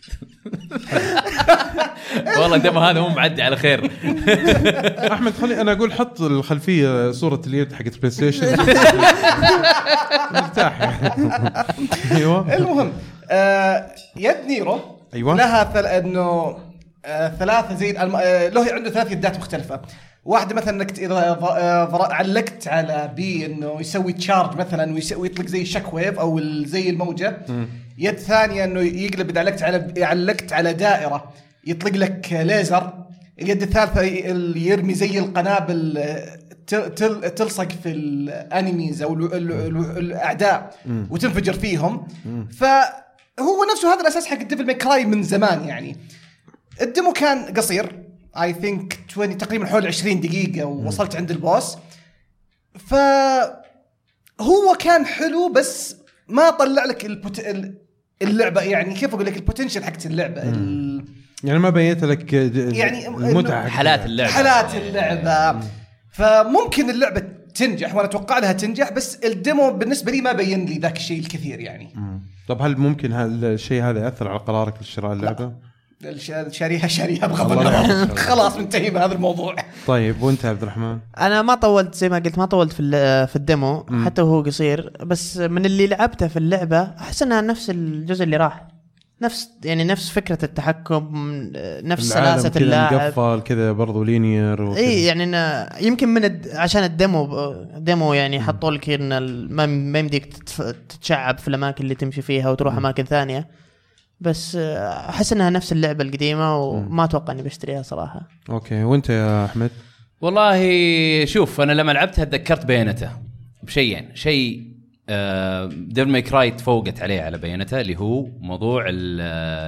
والله الدم هذا مو معدي على خير. احمد خلي انا اقول حط الخلفيه صوره اليد حقت بلاي ستيشن مرتاح. ايوه المهم يد نيرو أيوة. لها انه ثلاثه زي له عنده 3 يدات مختلفه. واحده مثلا انك اذا علقت على بي انه يسوي تشارج مثلا ويطلق زي الشك ويف او زي الموجه. يد ثانيه انه يقلب اذا علقت على دائره يطلق لك ليزر. اليد الثالثه يرمي زي القنابل تلصق في الانيميز او الاعداء وتنفجر فيهم. فهو نفسه هذا الاساس حق ديفل ماي كراي من زمان يعني. الديمو كان قصير I think 20 تقريبا حول 20 دقيقة ووصلت عند البوس. فهو كان حلو بس ما طلع لك اللعبة يعني كيف أقول لك البوتنشل حقت اللعبة يعني ما بينت لك يعني المتعة حالات اللعبة. فممكن اللعبة تنجح وأنا أتوقع لها تنجح بس الديمو بالنسبة لي ما بين لي ذاك الشيء الكثير يعني. طب هل ممكن هالشيء هذا يأثر على قرارك لشراء اللعبة؟ شاريها بغض النظر. خلاص منتهي بهذا الموضوع. طيب وانت عبد الرحمن؟ انا ما طولت زي ما قلت، ما طولت في الديمو حتى وهو قصير، بس من اللي لعبته في اللعبة احس انها نفس الجزء اللي راح، نفس فكرة التحكم، نفس سلاسة اللعب، مقفل كذا برضو لينير اي يعني يمكن عشان الديمو يعني حطوا لك ان ما يمديك تتشعب في الاماكن اللي تمشي فيها وتروح اماكن ثانية، بس احس انها نفس اللعبه القديمه وما اتوقع اني بشتريها صراحه. اوكي وانت يا احمد؟ والله شوف انا لما لعبتها تذكرت بيانته بشيئين. شيء ديفل ماي كراي تفوقت عليه على بيانته اللي هو موضوع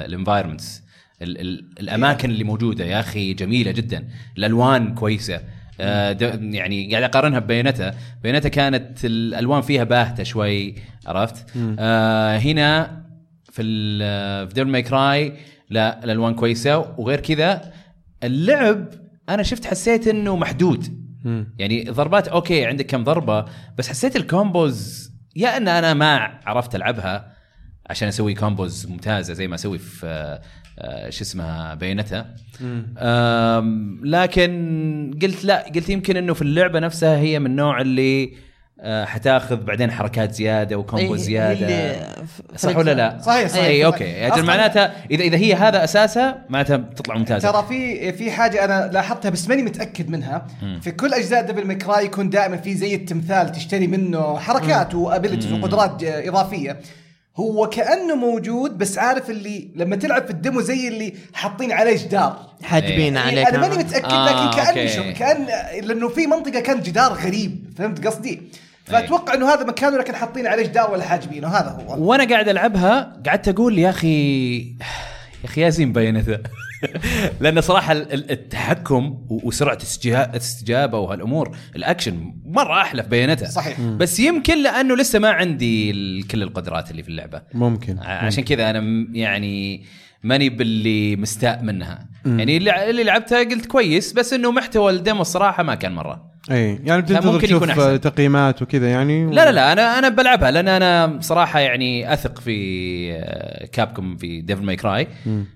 الانفايرمنتس، الاماكن اللي موجوده يا اخي جميله جدا، الالوان كويسه، يعني قاعد اقارنها ببيانتها. بيانتها كانت الالوان فيها باهته شوي، عرفت؟ هنا في ديفل ماي كراي لا الالوان كويسه. وغير كذا اللعب انا شفت حسيت انه محدود. يعني ضربات اوكي عندك كم ضربه، بس حسيت الكومبوز يا ان انا ما عرفت العبها عشان اسوي كومبوز ممتازه زي ما اسوي في شو اسمها بينتها. لكن قلت يمكن انه في اللعبه نفسها هي من النوع اللي حتاخذ بعدين حركات زياده وكومبو زياده، صح ولا لا؟ صحيح. اي اوكي يعني معناتها اذا هي هذا اساسها معناتها بتطلع ممتازه. ترى في حاجه انا لاحظتها بس ماني متاكد منها. في كل اجزاء ديفل ماي كراي يكون دائما في زي التمثال تشتري منه حركات وابيلتيز وقدرات اضافيه. هو كأنه موجود بس عارف اللي لما تلعب في الديمو زي اللي حاطين عليه جدار حاجبين عليك. انا ماني متاكد لكن كأن لانه في منطقه كان جدار غريب، فهمت قصدي؟ فاتوقع انه هذا مكانه لكن حاطين عليه جدار ولا حاجبينه. هذا هو. وانا قاعد العبها قعدت اقول يا اخي يا زين بينتها لان صراحه التحكم وسرعه الاستجابه وهالامور الاكشن مره احلى في بينتها. صحيح. بس يمكن لانه لسه ما عندي كل القدرات اللي في اللعبه، ممكن عشان كذا انا يعني ماني باللي مستاء منها. يعني اللي لعبتها قلت كويس، بس انه محتوى الديمو الصراحه ما كان مره. اي يعني بتنتظر تشوف تقييمات وكذا يعني لا انا بلعبها لان انا صراحه يعني اثق في كابكوم في ديفل ماي كراي،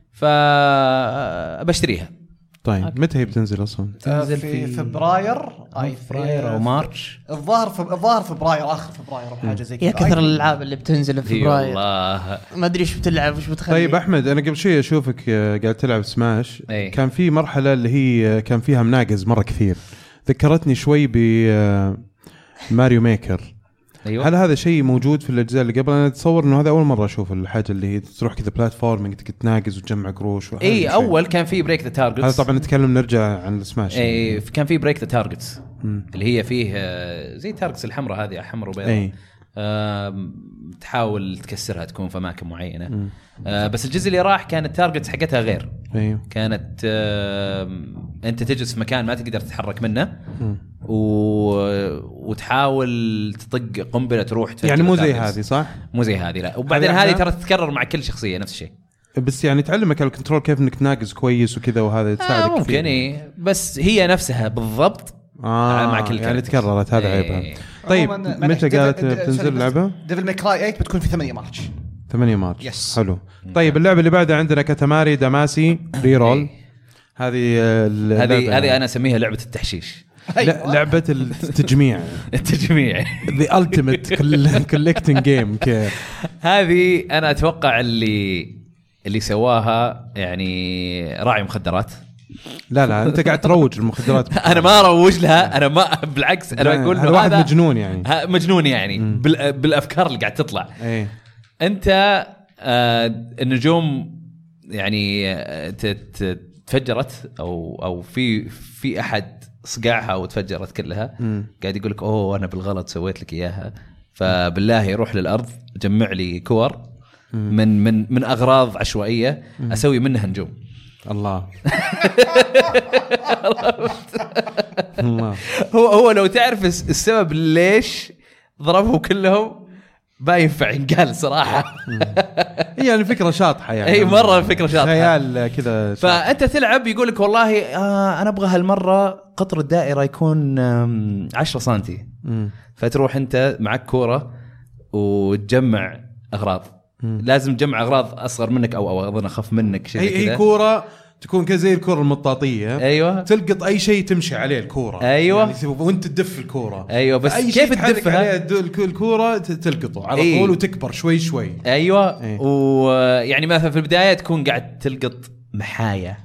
فبشتريها. طيب متى هي بتنزل اصلا؟ تنزل في فبراير او مارش الظاهر فبراير، اخر فبراير او حاجه زي كذا. يا كثر الالعاب اللي بتنزل في فبراير والله ما ادري ايش بتلعب وش بتخلي. طيب احمد انا قبل شوي اشوفك قاعد تلعب سماش. كان في مرحله اللي هي كان فيها مناقز مره كثير، ذكرتني شوي بماريو ميكر. أيوة. هل هذا شيء موجود في الأجزاء اللي قبل؟ أنا أتصور إنه هذا أول مرة أشوف الحاجة اللي هي تروح كذا بلاتفورمينج تناقز وتجمع قروش. إيه أول كان في بريك ذا تارجتس. هذا طبعا نتكلم نرجع عن السماش. إيه كان في بريك ذا تارجتس اللي هي فيه زي تارجتس الحمراء هذه حمر وبيضاء. أي. تحاول تكسرها تكون في أماكن معينة. بس الجزء اللي راح كانت التارجتس حقتها غير. أيوه. كانت أنت تجلس في مكان ما تقدر تتحرك منه وتحاول تطق قنبلة تروح يعني مو زي هذه صح؟ مو زي هذه لا. وبعدين هذه ترى تتكرر مع كل شخصية نفس الشيء. بس يعني تعلمك الكنترول كيف انك تناقز كويس وكذا وهذا تساعدك ممكن كثير. إيه بس هي نفسها بالضبط مع كل يعني تكررت هذا عيبها. طيب متى قالت بتنزل اللعبة؟ ديفل ماي كراي 8 بتكون في 8 مارس. 8 مارس. يس. حلو. طيب اللعبة اللي بعدها عندنا كاتاماري داماسي ريرول. هذه انا اسميها لعبة التحشيش. لا لعبة التجميع. التجميع the ultimate collecting game. هذه أنا أتوقع اللي سواها يعني راعي مخدرات. لا أنت قاعد تروج المخدرات. أنا ما أروج لها، أنا ما بالعكس أنا أقول هذا واحد مجنون يعني. مجنون يعني بالأفكار اللي قاعد تطلع. أي. أنت النجوم يعني تفجرت أو في أحد صقعها وتفجرت كلها. قاعد يقول لك اوه انا بالغلط سويت لك اياها، فبالله يروح للارض جمع لي كور من اغراض عشوائيه اسوي منها نجوم. الله هو لو تعرف السبب ليش ضربهم كلهم باين ينفع ينقال صراحه. يعني فكره شاطحه يعني. اي مره فكره شاطحه خيال كذا. فانت تلعب يقول لك والله انا ابغى هالمره قطر الدائره يكون 10 سنتي. فتروح انت معك كوره وتجمع اغراض. لازم تجمع اغراض اصغر منك او اظن اخف منك شيء كذا. هي كوره تكون كزي الكرة المطاطية. أيوة. تلقط أي شيء تمشي عليه الكورة. أيوة. يعني وأنت تدف الكورة. أيوة بس كيف تدفها؟ الكورة تلقطه على طول وتكبر شوي شوي. أيوة. ويعني مثلا في البداية تكون قاعد تلقط محايا.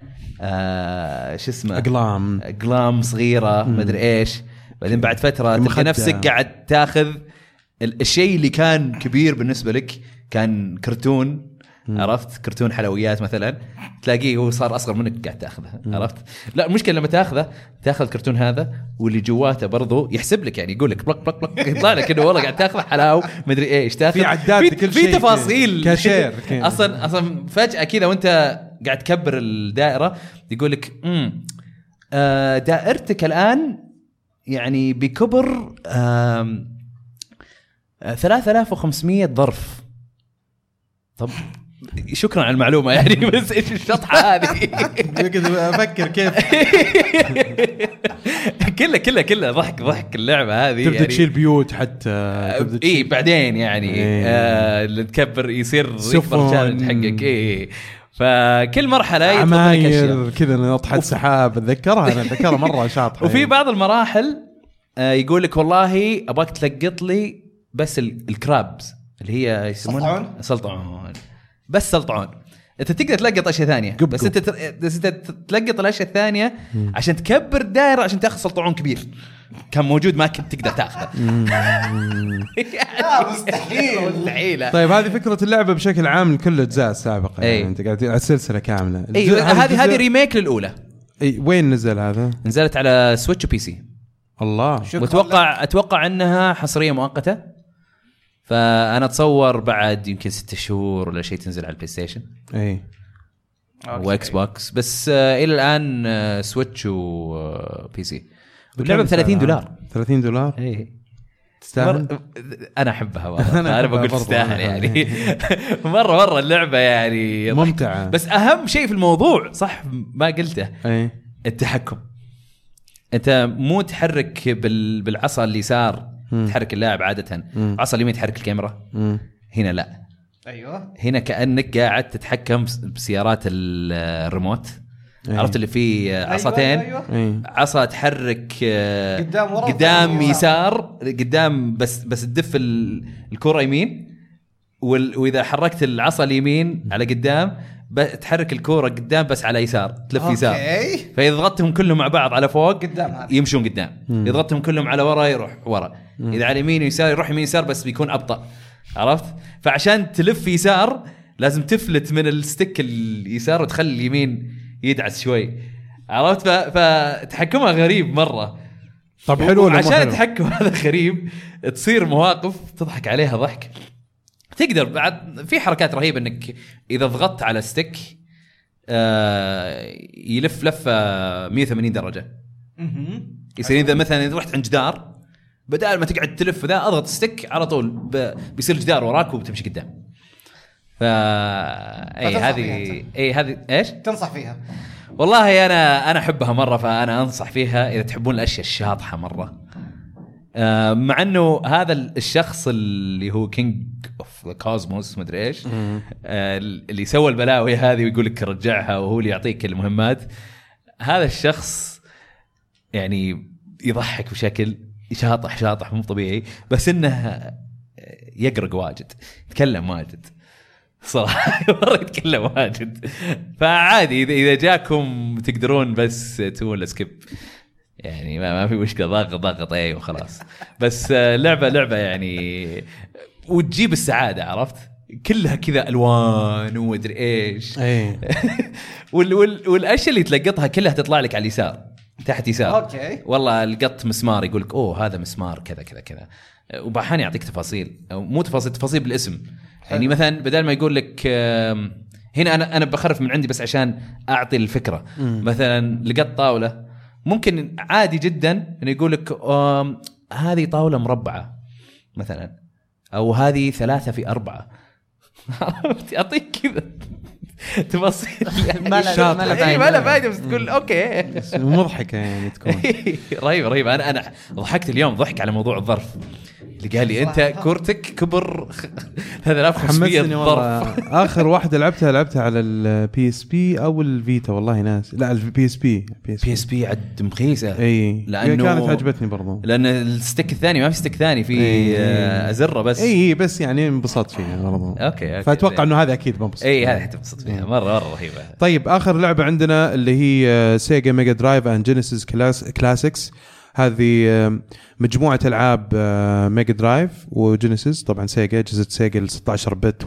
شو اسمه؟ أقلام صغيرة ما أدري إيش. بعدين بعد فترة تلقى نفسك قاعد تاخذ الشيء اللي كان كبير بالنسبة لك كان كرتون. عرفت كرتون حلويات مثلا تلاقيه هو صار اصغر منك قاعد تاخذه. عرفت لا المشكله لما تاخذ الكرتون هذا واللي جواته برضو يحسب لك يعني يقول لك بلق بلق بلق يطلع لك انه والله قاعد تاخذ حلاوه ما ادري ايش تاخذ في عداد كل شيء في تفاصيل كاشير. اصلا فجاه كذا وانت قاعد تكبر الدائره يقول لك دائرتك الآن يعني بكبر 3500 ظرف. طب شكرا على المعلومة يعني، بس إيش الشطحة هذه؟ أفكر كيف كله ضحك اللعبة هذه. تبدأ يعني تشيل بيوت حتى إيه بعدين يعني اللي تكبر يصير يكبر شارج حقك. إيه فكل مرحلة عماير كذا نطحة سحاب أتذكرها مرة شاطحة. وفي بعض المراحل يقول لك والله أبغاك تلقط لي بس الكرابز اللي هي يسمونها سلطعون، بس سلطعون. انت تقدر تلقط اشياء ثانيه بس انت تلقط الاشياء الثانيه عشان تكبر الدائره عشان تاخذ سلطعون كبير كان موجود ما كنت تقدر تاخذه. مستحيل. طيب هذه فكره اللعبه بشكل عام لكل الاجزاء السابقه يعني انت قاعد على السلسله كامله. هذه ريميك للاولى. وين نزل هذا؟ نزلت على سويتش وبي سي. الله. اتوقع انها حصريه مؤقته، فانا اتصور بعد يمكن 6 شهور ولا شيء تنزل على البلاي ستيشن واكس بوكس، بس الى الان سويتش وبي سي. اللعبه $30. $30 اي تستاهل. انا احبها انا بقول تستاهل يعني. مره اللعبه يعني ممتعه، بس اهم شيء في الموضوع صح ما قلته التحكم. انت مو تحرك بالعصا اليسار تحرك اللاعب عادة، عصا اليمين تحرك الكاميرا. هنا لا. ايوه هنا كأنك قاعد تتحكم بسيارات الريموت. عرفت اللي فيه عصتين. أيوة. عصا تحرك قدام يسار قدام بس تدف الكرة يمين، واذا حركت العصا اليمين على قدام تحرك الكرة قدام بس على يسار تلف يسار. فإذا ضغطتهم كلهم مع بعض على فوق يمشون قدام، إذا ضغطتهم كلهم على ورا يروح ورا، إذا على يمين ويسار يروح يمين يسار بس بيكون أبطأ. عرفت؟ فعشان تلف يسار لازم تفلت من الستيك اليسار وتخلي اليمين يدعس شوي. عرفت؟ فتحكمها غريب مرة. طب حلو. عشان التحكم هذا غريب تصير مواقف تضحك عليها ضحك. تقدر بعد في حركات رهيبة انك اذا ضغطت على ستيك يلف لفة 180 درجة. يصير اذا مثلا اذا رحت عند جدار بدال ما تقعد تلف ذا اضغط ستيك على طول بيصير جدار وراك وبتمشي قدام. هذه ايش تنصح فيها؟ والله انا احبها مرة، فانا انصح فيها اذا تحبون الاشياء الشاطحة مرة. مع انه هذا الشخص اللي هو كينج اوف ذا كوزموس ما ادري ايش اللي سوى البلاوي هذه ويقول لك رجعها وهو اللي يعطيك المهمات، هذا الشخص يعني يضحك بشكل شاطح مو طبيعي، بس انه يقرق واجد، يتكلم واجد صراحه مره يتكلم واجد. فعادي اذا جاكم تقدرون بس تقول سكيب يعني ما في مشكله، ضغط ايه وخلاص. بس لعبه يعني وتجيب السعاده. عرفت؟ كلها كذا الوان ومدري ايش. والاشياء اللي تلقطها كلها تطلع لك على اليسار تحت يسار. والله لقط مسمار يقول لك اوه هذا مسمار كذا كذا كذا، وبحاني يعطيك تفاصيل او مو تفاصيل بالاسم. يعني مثلا بدل ما يقول لك هنا انا بخرف من عندي بس عشان اعطي الفكره. مثلا لقط طاوله ممكن عادي جدا انه يقول لك هذه طاوله مربعه مثلا، او هذه 3 في 4. يعطيك كذا تفاصيل ما لا فايده بس تقول اوكي مضحكه يعني تكون رهيب. انا ضحكت اليوم ضحك على موضوع الظرف اللي قال لي انت كورتك كبر 3500 ظرف. اخر واحده لعبتها على البي اس بي او الفيتا والله ناس. لا البي اس بي عد مخيسه. اي لانه كانت عجبتني برضو لان الستيك الثاني ما في ستيك ثاني في ازره بس. اي بس يعني انبسطت فيها برضو. اوكي فاتوقع انه هذا اكيد بنبسط. اي هذا حتنبسط فيها مره رهيبه. طيب اخر لعبه عندنا اللي هي سيجا ميجا درايف اند جينيسيس كلاسيكس. هذه مجموعة ألعاب ميجا درايف وجينيسيس. طبعا سيجا أجهزة سيجا 16 بت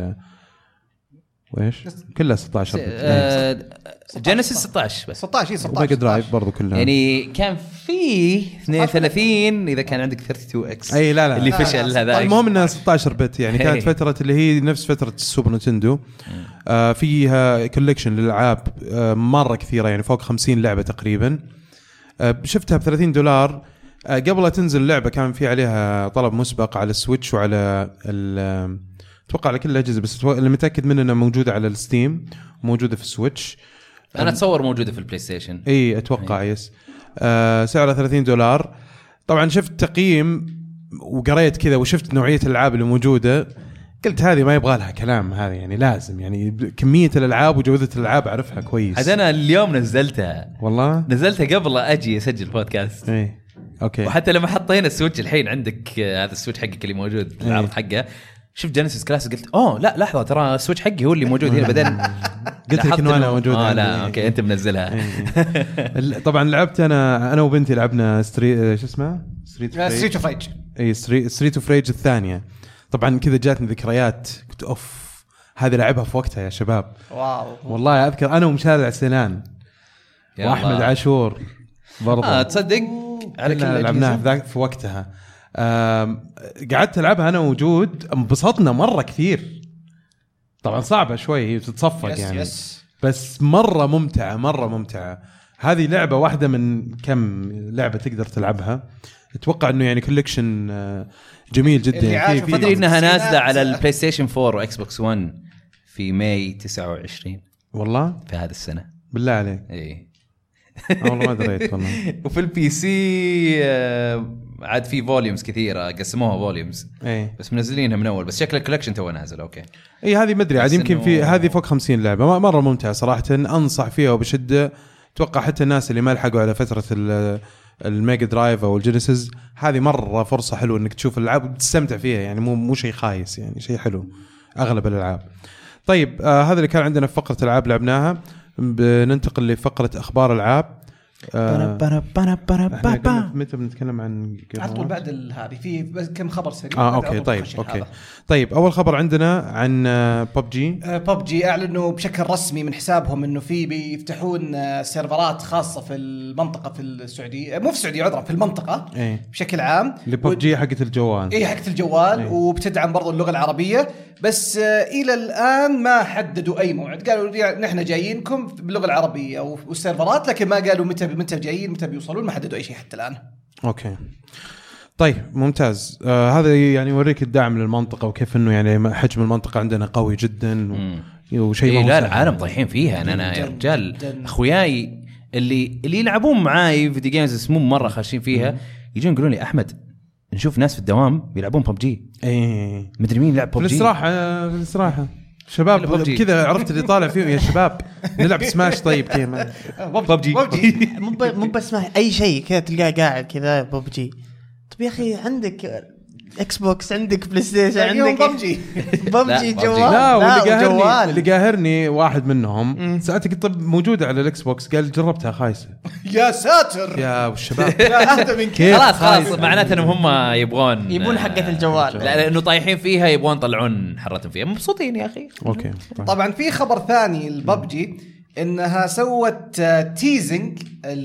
وإيش كلها 16 بت. جينيسيس 16 بس 16 ميجا درايف برضو كلها. يعني كان في 32 إذا كان عندك 32X. أي لا اللي فشل هذا. المهم إنها 16 بت يعني كانت فترة اللي هي نفس فترة السوبر نينتندو. فيها كولكشن للألعاب مرة كثيرة، يعني فوق 50 لعبة تقريبا. شفتها $30. قبل لا تنزل اللعبة كان في عليها طلب مسبق على السويتش وعلى اتوقع على كل الأجهزة، بس اللي متأكد منه انها موجودة على الستيم وموجودة في السويتش. انا اتصور موجودة في البلاي ستيشن. اي اتوقع يس. سعرها $30. طبعا شفت تقييم وقريت كذا وشفت نوعية الألعاب اللي موجودة، قلت هذه ما يبغى لها كلام، هذه يعني لازم، يعني كمية الألعاب وجودة الألعاب أعرفها كويس. هذا أنا اليوم نزلتها والله، نزلتها قبل أجي أسجل بودكاست. إيه أوكي. وحتى لما حطينا السويتش الحين عندك هذا السويتش حقك اللي موجود العرض حقه، شفت جينيسيس كلاس قلت لا لحظة ترى السويتش حقي هو اللي موجود هنا، بعدين قلت لك إنه أنا موجود. لا أوكي أنت منزلها. طبعا لعبت أنا وبنتي لعبنا شو اسمه ستريت اوف ريج. إيه ستريت اوف ريج الثانية. طبعا كذا جاتني ذكريات، قلت اوف هذه لعبها في وقتها يا شباب. واو والله اذكر انا ومشارع سنان واحمد عاشور برضه تصدق على كل لعبناها في وقتها. قعدت العبها انا وجود، انبسطنا مره كثير. طبعا صعبه شوي هي تتصفق يعني بس مره ممتعه. هذه لعبه واحده من كم لعبه تقدر تلعبها. اتوقع انه يعني كولكشن جميل جدا. تدري انها نازله على البلاي ستيشن 4 واكس بوكس 1 في ماي 29 والله في هذه السنه. بالله عليك. اي والله ما دريت والله. وفي البي سي عاد في فوليومز كثيره قسموها فوليومز بس منزلينها من اول، بس شكل الكولكشن تو نازل. اوكي اي هذه ما ادري عاد يمكن في هذه فوق 50 لعبه، مره ممتعه صراحه، انصح فيها وبشده. اتوقع حتى الناس اللي ما لحقوا على فتره الميجا درايف او الجينيسيس، هذه مره فرصه حلوه انك تشوف الالعاب وتستمتع فيها، يعني مو شيء خايس، يعني شيء حلو اغلب الالعاب. طيب هذا اللي كان عندنا في فقره العاب لعبناها. بننتقل لفقره اخبار العاب. متى بنتكلم عن عطوا بعد هذه في كم خبر سريع. اوكي طيب اول خبر عندنا عن ببجي اعلنوا بشكل رسمي من حسابهم انه في بيفتحون سيرفرات خاصه في المنطقه في السعوديه، مو في السعوديه عذرا، في المنطقه بشكل عام لببجي حقت الجوال. حقت الجوال وبتدعم برضو اللغه العربيه، بس الى الان ما حددوا اي موعد. قالوا نحن جايينكم باللغه العربيه والسيرفرات، لكن ما قالوا متى جايين متى بيوصلون، ما حددوا اي شيء حتى الان. اوكي طيب ممتاز. هذا يعني يوريك الدعم للمنطقه وكيف انه يعني حجم المنطقه عندنا قوي جدا وشيء لا العالم طايحين فيها. انا يا رجال اخوياي اللي يلعبون معاي فيديو جيمز اسمه مره خاشين فيها يجون يقولون لي احمد نشوف ناس في الدوام بيلعبون ببجي. مدري مين يلعب ببجي. الصراحه شباب كذا عرفت اللي طالع فيهم يا شباب نلعب سماش. طيب كذا ببجي مو بس ما اي شيء كذا تلقاه قاعد كذا ببجي. طب يا اخي عندك اكس بوكس، عندك بلاي ستيشن، عندك ببجي جوال. لا واللي قاهرني واحد منهم سألتك طب موجودة على الاكس بوكس، قال جربتها خايسة. يا ساتر يا والشباب خلاص معناته انهم هم يبغون حقة الجوال، لانه طايحين فيها يبغون يطلعون حرتهم فيها، مبسوطين يا اخي. اوكي طبعا في خبر ثاني الببجي انها سوت تيزنج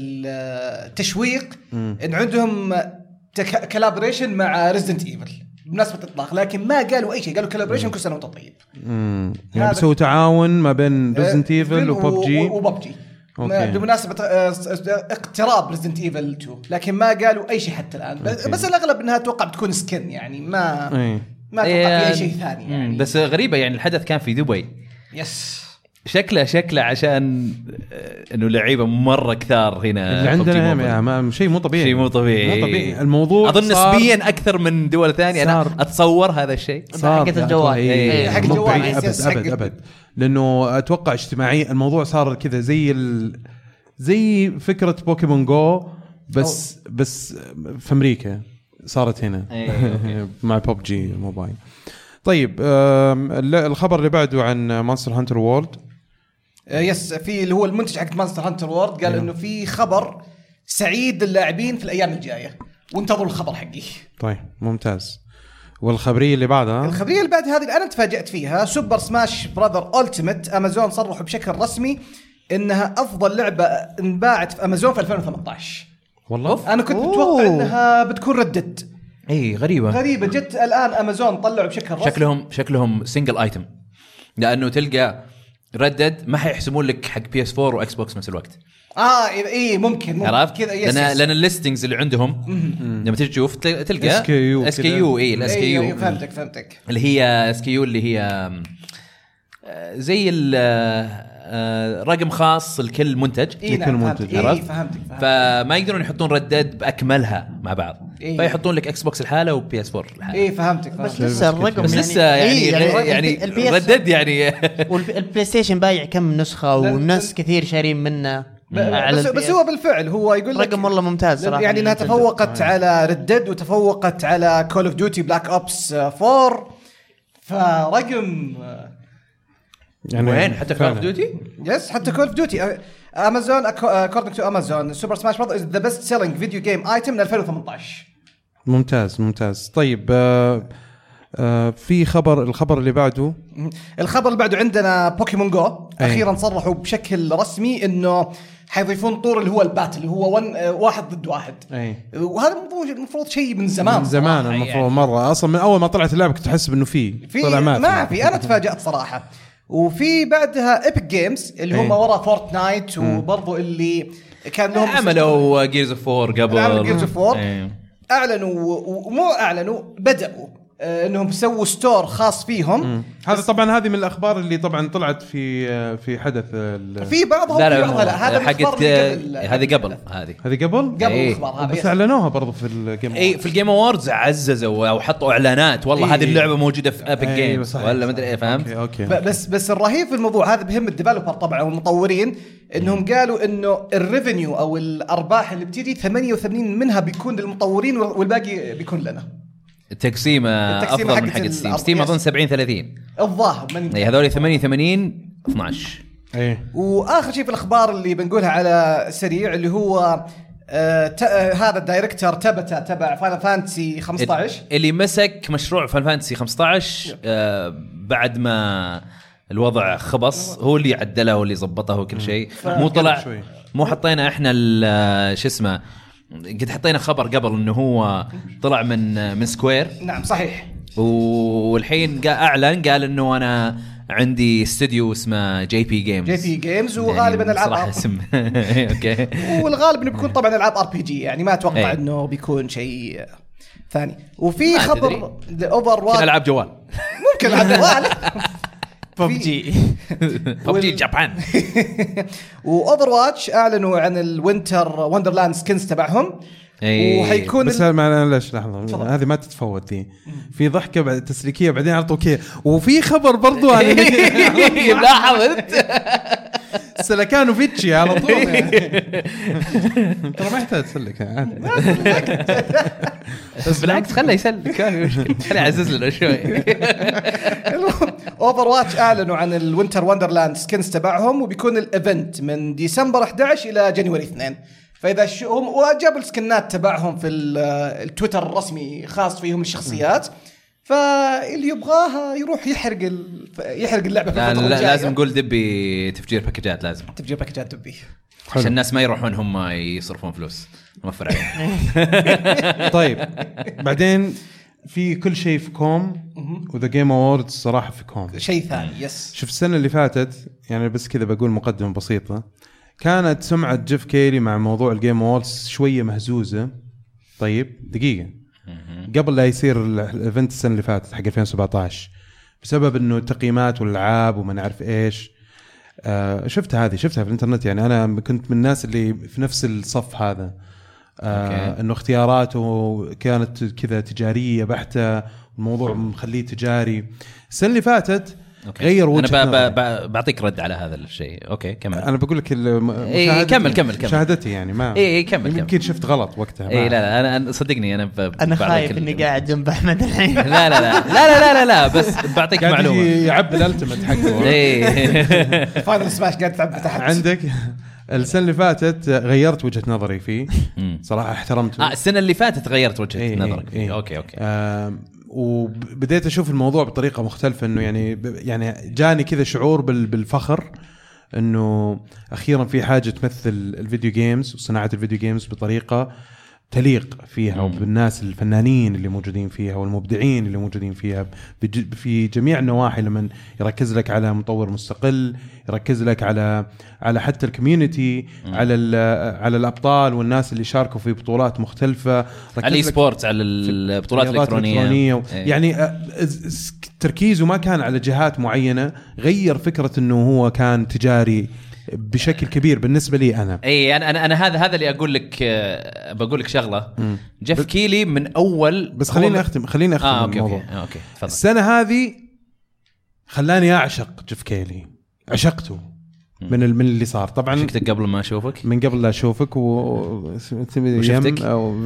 التشويق ان عندهم كولابوريشن مع ريزيدنت ايفل بمناسبه الاطلاق، لكن ما قالوا اي شيء. قالوا كولابوريشن كل سنه وانت طيب. يعني بيسووا تعاون ما بين ريزيدنت ايفل وببجي بمناسبه اقتراب ريزيدنت ايفل 2، لكن ما قالوا اي شيء حتى الان. بس الاغلب انها اتوقع بتكون سكن، يعني ما اتوقع في اي شيء ثاني يعني. بس غريبه يعني الحدث كان في دبي. يس شكله عشان انه لعيبه مره كثار هنا اللي عندنا شيء مو طبيعي. الموضوع اظن نسبيا اكثر من دول ثانيه. انا اتصور هذا الشيء حق الجوال حق الجوال ابد لانه اتوقع اجتماعي الموضوع صار كذا زي فكره بوكيمون جو بس في امريكا صارت هنا مع ببجي موبايل. طيب الخبر اللي بعده عن مونستر هانتر وورلد. يس في اللي هو المنتج حق مونستر هانتر وورلد قال انه في خبر سعيد للاعبين في الايام الجايه، وانتظروا الخبر حقي. طيب ممتاز. والخبريه اللي بعدها الخبريه اللي بعد هذه اللي انا تفاجأت فيها، سوبر سماش براذر ألتيميت. امازون صرحوا بشكل رسمي انها افضل لعبه انباعت في امازون في 2018. والله انا كنت متوقع انها بتكون ردت. غريبه جت الان امازون طلعوا بشكل رسمي. شكلهم سنجل ايتم، لانه تلقى ردد ما حيحسمون لك حق PS4 واكس بوكس نفس الوقت. ايه ممكن كذا لان الليستنجز اللي عندهم لما تيجي تشوف تلقى اس كي يو الاس كي يو فهمتك اللي هي اس كي يو اللي هي زي رقم خاص لكل منتج. لكل منتج. فهمتك. فما يقدرون يحطون ردد باكملها مع بعض. فيحطون لك اكس بوكس الحاله وبي اس 4 فهمتك. بس لسه الرقم بس لسه يعني ردد يعني والبلاي ستيشن بايع كم نسخه والناس كثير شارين منه. بس هو بالفعل هو يقول لك رقم والله ممتاز صراحه. يعني انها تفوقت على ردد وتفوقت على كول اوف ديوتي بلاك اوبس 4 فرقم يعني وين حتى كول اوف ديوتي حتى كول اوف ديوتي امازون according to امازون سوبر سماش براذرز ذا بيست سيلينج فيديو جيم ايتم من 2018. ممتاز. طيب في الخبر اللي بعده. عندنا بوكيمون جو اخيرا صرحوا بشكل رسمي انه حيضيفون طور اللي هو الباتل اللي هو واحد ضد واحد. وهذا المفروض شيء من زمان المفروض يعني. مره اصلا من اول ما طلعت اللعبه كنت احس انه طلع ما في انا تفاجأت صراحه. وفي بعدها ايبك جيمز اللي هم ورا فورتنايت وبرضو اللي كان لهم عملوا جيرز اوف 4 قبل اعلنوا ومو اعلنوا بدأوا انهم سووا ستور خاص فيهم. هذا طبعا هذه من الاخبار اللي طبعا طلعت في حدث في بعضها لا هذا حقت هذه قبل الاخبار بس اعلنوها برضو في الجيم في الجيم اووردز عززوا او حطوا اعلانات والله هذه اللعبه موجوده في ابيك جيمز ولا ما ادري فهمت. أوكي. بس الرهيب في الموضوع هذا بهم الديفلوبر طبعا والمطورين انهم قالوا انه الريفينيو او الارباح اللي بتيجي 88 منها بيكون للمطورين والباقي بيكون لنا. التقسيم افضل من حق ستيم اظن 70-30 الظاهر من هذول 88-12. واخر شيء في الاخبار اللي بنقولها على سريع اللي هو هذا الدايركتور تبع فاينل فانتسي 15 اللي مسك مشروع فاينل فانتسي 15 بعد ما الوضع خبص هو اللي عدله واللي ضبطه وكل شيء. مو طلع مو حطينا احنا شو اسمه قد حطينا خبر قبل انه هو طلع من سكوير. نعم صحيح. والحين اعلن قال انه انا عندي استوديو اسمه جي بي جيمز وغالبا العاب اسم اوكي والغالب انه بيكون طبعا العاب ار بي جي يعني ما اتوقع انه بيكون شيء ثاني. وفي خبر اوفر واتش العاب جوال ممكن العاب جوال ببجي جابان. واوفر واتش اعلنوا عن الوينتر وندرلاند سكنز تبعهم وحيكون بس ليش لحظه هذه ما تتفوت دي في ضحكه بعد تسليكيه بعدين على طول كذا. وفي خبر برضو عن لاحظت سلكان وفيتشي على طول ترى ما يحتاج تسلك عادي بس بالعكس خليه يسلك خليه يعزز لنا شوي. اوفر واتش اعلنوا عن الوينتر وندرلاند سكنز تبعهم وبيكون الايفنت من ديسمبر 11 الى جانوري 2. فاذا هم وجابوا السكنات تبعهم في التويتر الرسمي خاص فيهم الشخصيات فاللي يبغاها يروح يحرق اللعبه في الفتره الجايه. لازم نقول دبي تفجير باكجات لازم تفجير باكجات دبي عشان الناس ما يروحون هم يصرفون فلوس موفر عليهم. طيب بعدين في كل شيء في كوم وذا جيم اووردز صراحه في كوم شيء ثاني. شوف السنه اللي فاتت يعني بس كذا بقول مقدمه بسيطه كانت سمعة جيف كيلي مع موضوع الجيم أووردز شوية مهزوزة. طيب دقيقة قبل لا يصير الايفنت السنة اللي فاتت حق 2017 بسبب انه التقييمات والالعاب وما نعرف ايش شفتها في الانترنت. يعني انا كنت من الناس اللي في نفس الصف هذا انه اختياراته كانت كذا تجارية بحتة الموضوع مخليه تجاري. السنة اللي فاتت غير وجهة انا بعطيك رد على هذا الشيء. اوكي كمل. انا بقول لك كمل مشاهدتي يعني ما كمل يمكن شفت غلط وقتها. لا انا صدقني انا خايف اني قاعد جنب احمد الحين. لا بس بعطيك معلومه يعبي الالتيميت حقه فاينل سماش قاعد تعبي تحت عندك. السنة اللي فاتت غيرت وجهة نظري فيه صراحة احترمته. السنة اللي فاتت غيرت وجهة نظرك فيه. اوكي وبديت اشوف الموضوع بطريقه مختلفه انه يعني جاني كذا شعور بالفخر انه اخيرا في حاجه تمثل الفيديو جيمز وصناعه الفيديو جيمز بطريقه تليق فيها وبالناس الفنانين اللي موجودين فيها والمبدعين اللي موجودين فيها في جميع النواحي. لما يركز لك على مطور مستقل، يركز لك على حتى الكوميونتي، على الابطال والناس اللي شاركوا في بطولات مختلفه، على الاي سبورتس، على البطولات الالكترونيه. يعني تركيزه ما كان على جهات معينه، غير فكره انه هو كان تجاري بشكل كبير بالنسبه لي انا. اي انا هذا اللي اقول لك، بقول لك شغله. جيف كيلي من اول، بس خليني اختم الموضوع. اوكي تفضل. السنه هذه خلاني اعشق جيف كيلي، عشقته من اللي صار. طبعا شفتك قبل ما اشوفك، من قبل لا اشوفك وشفتك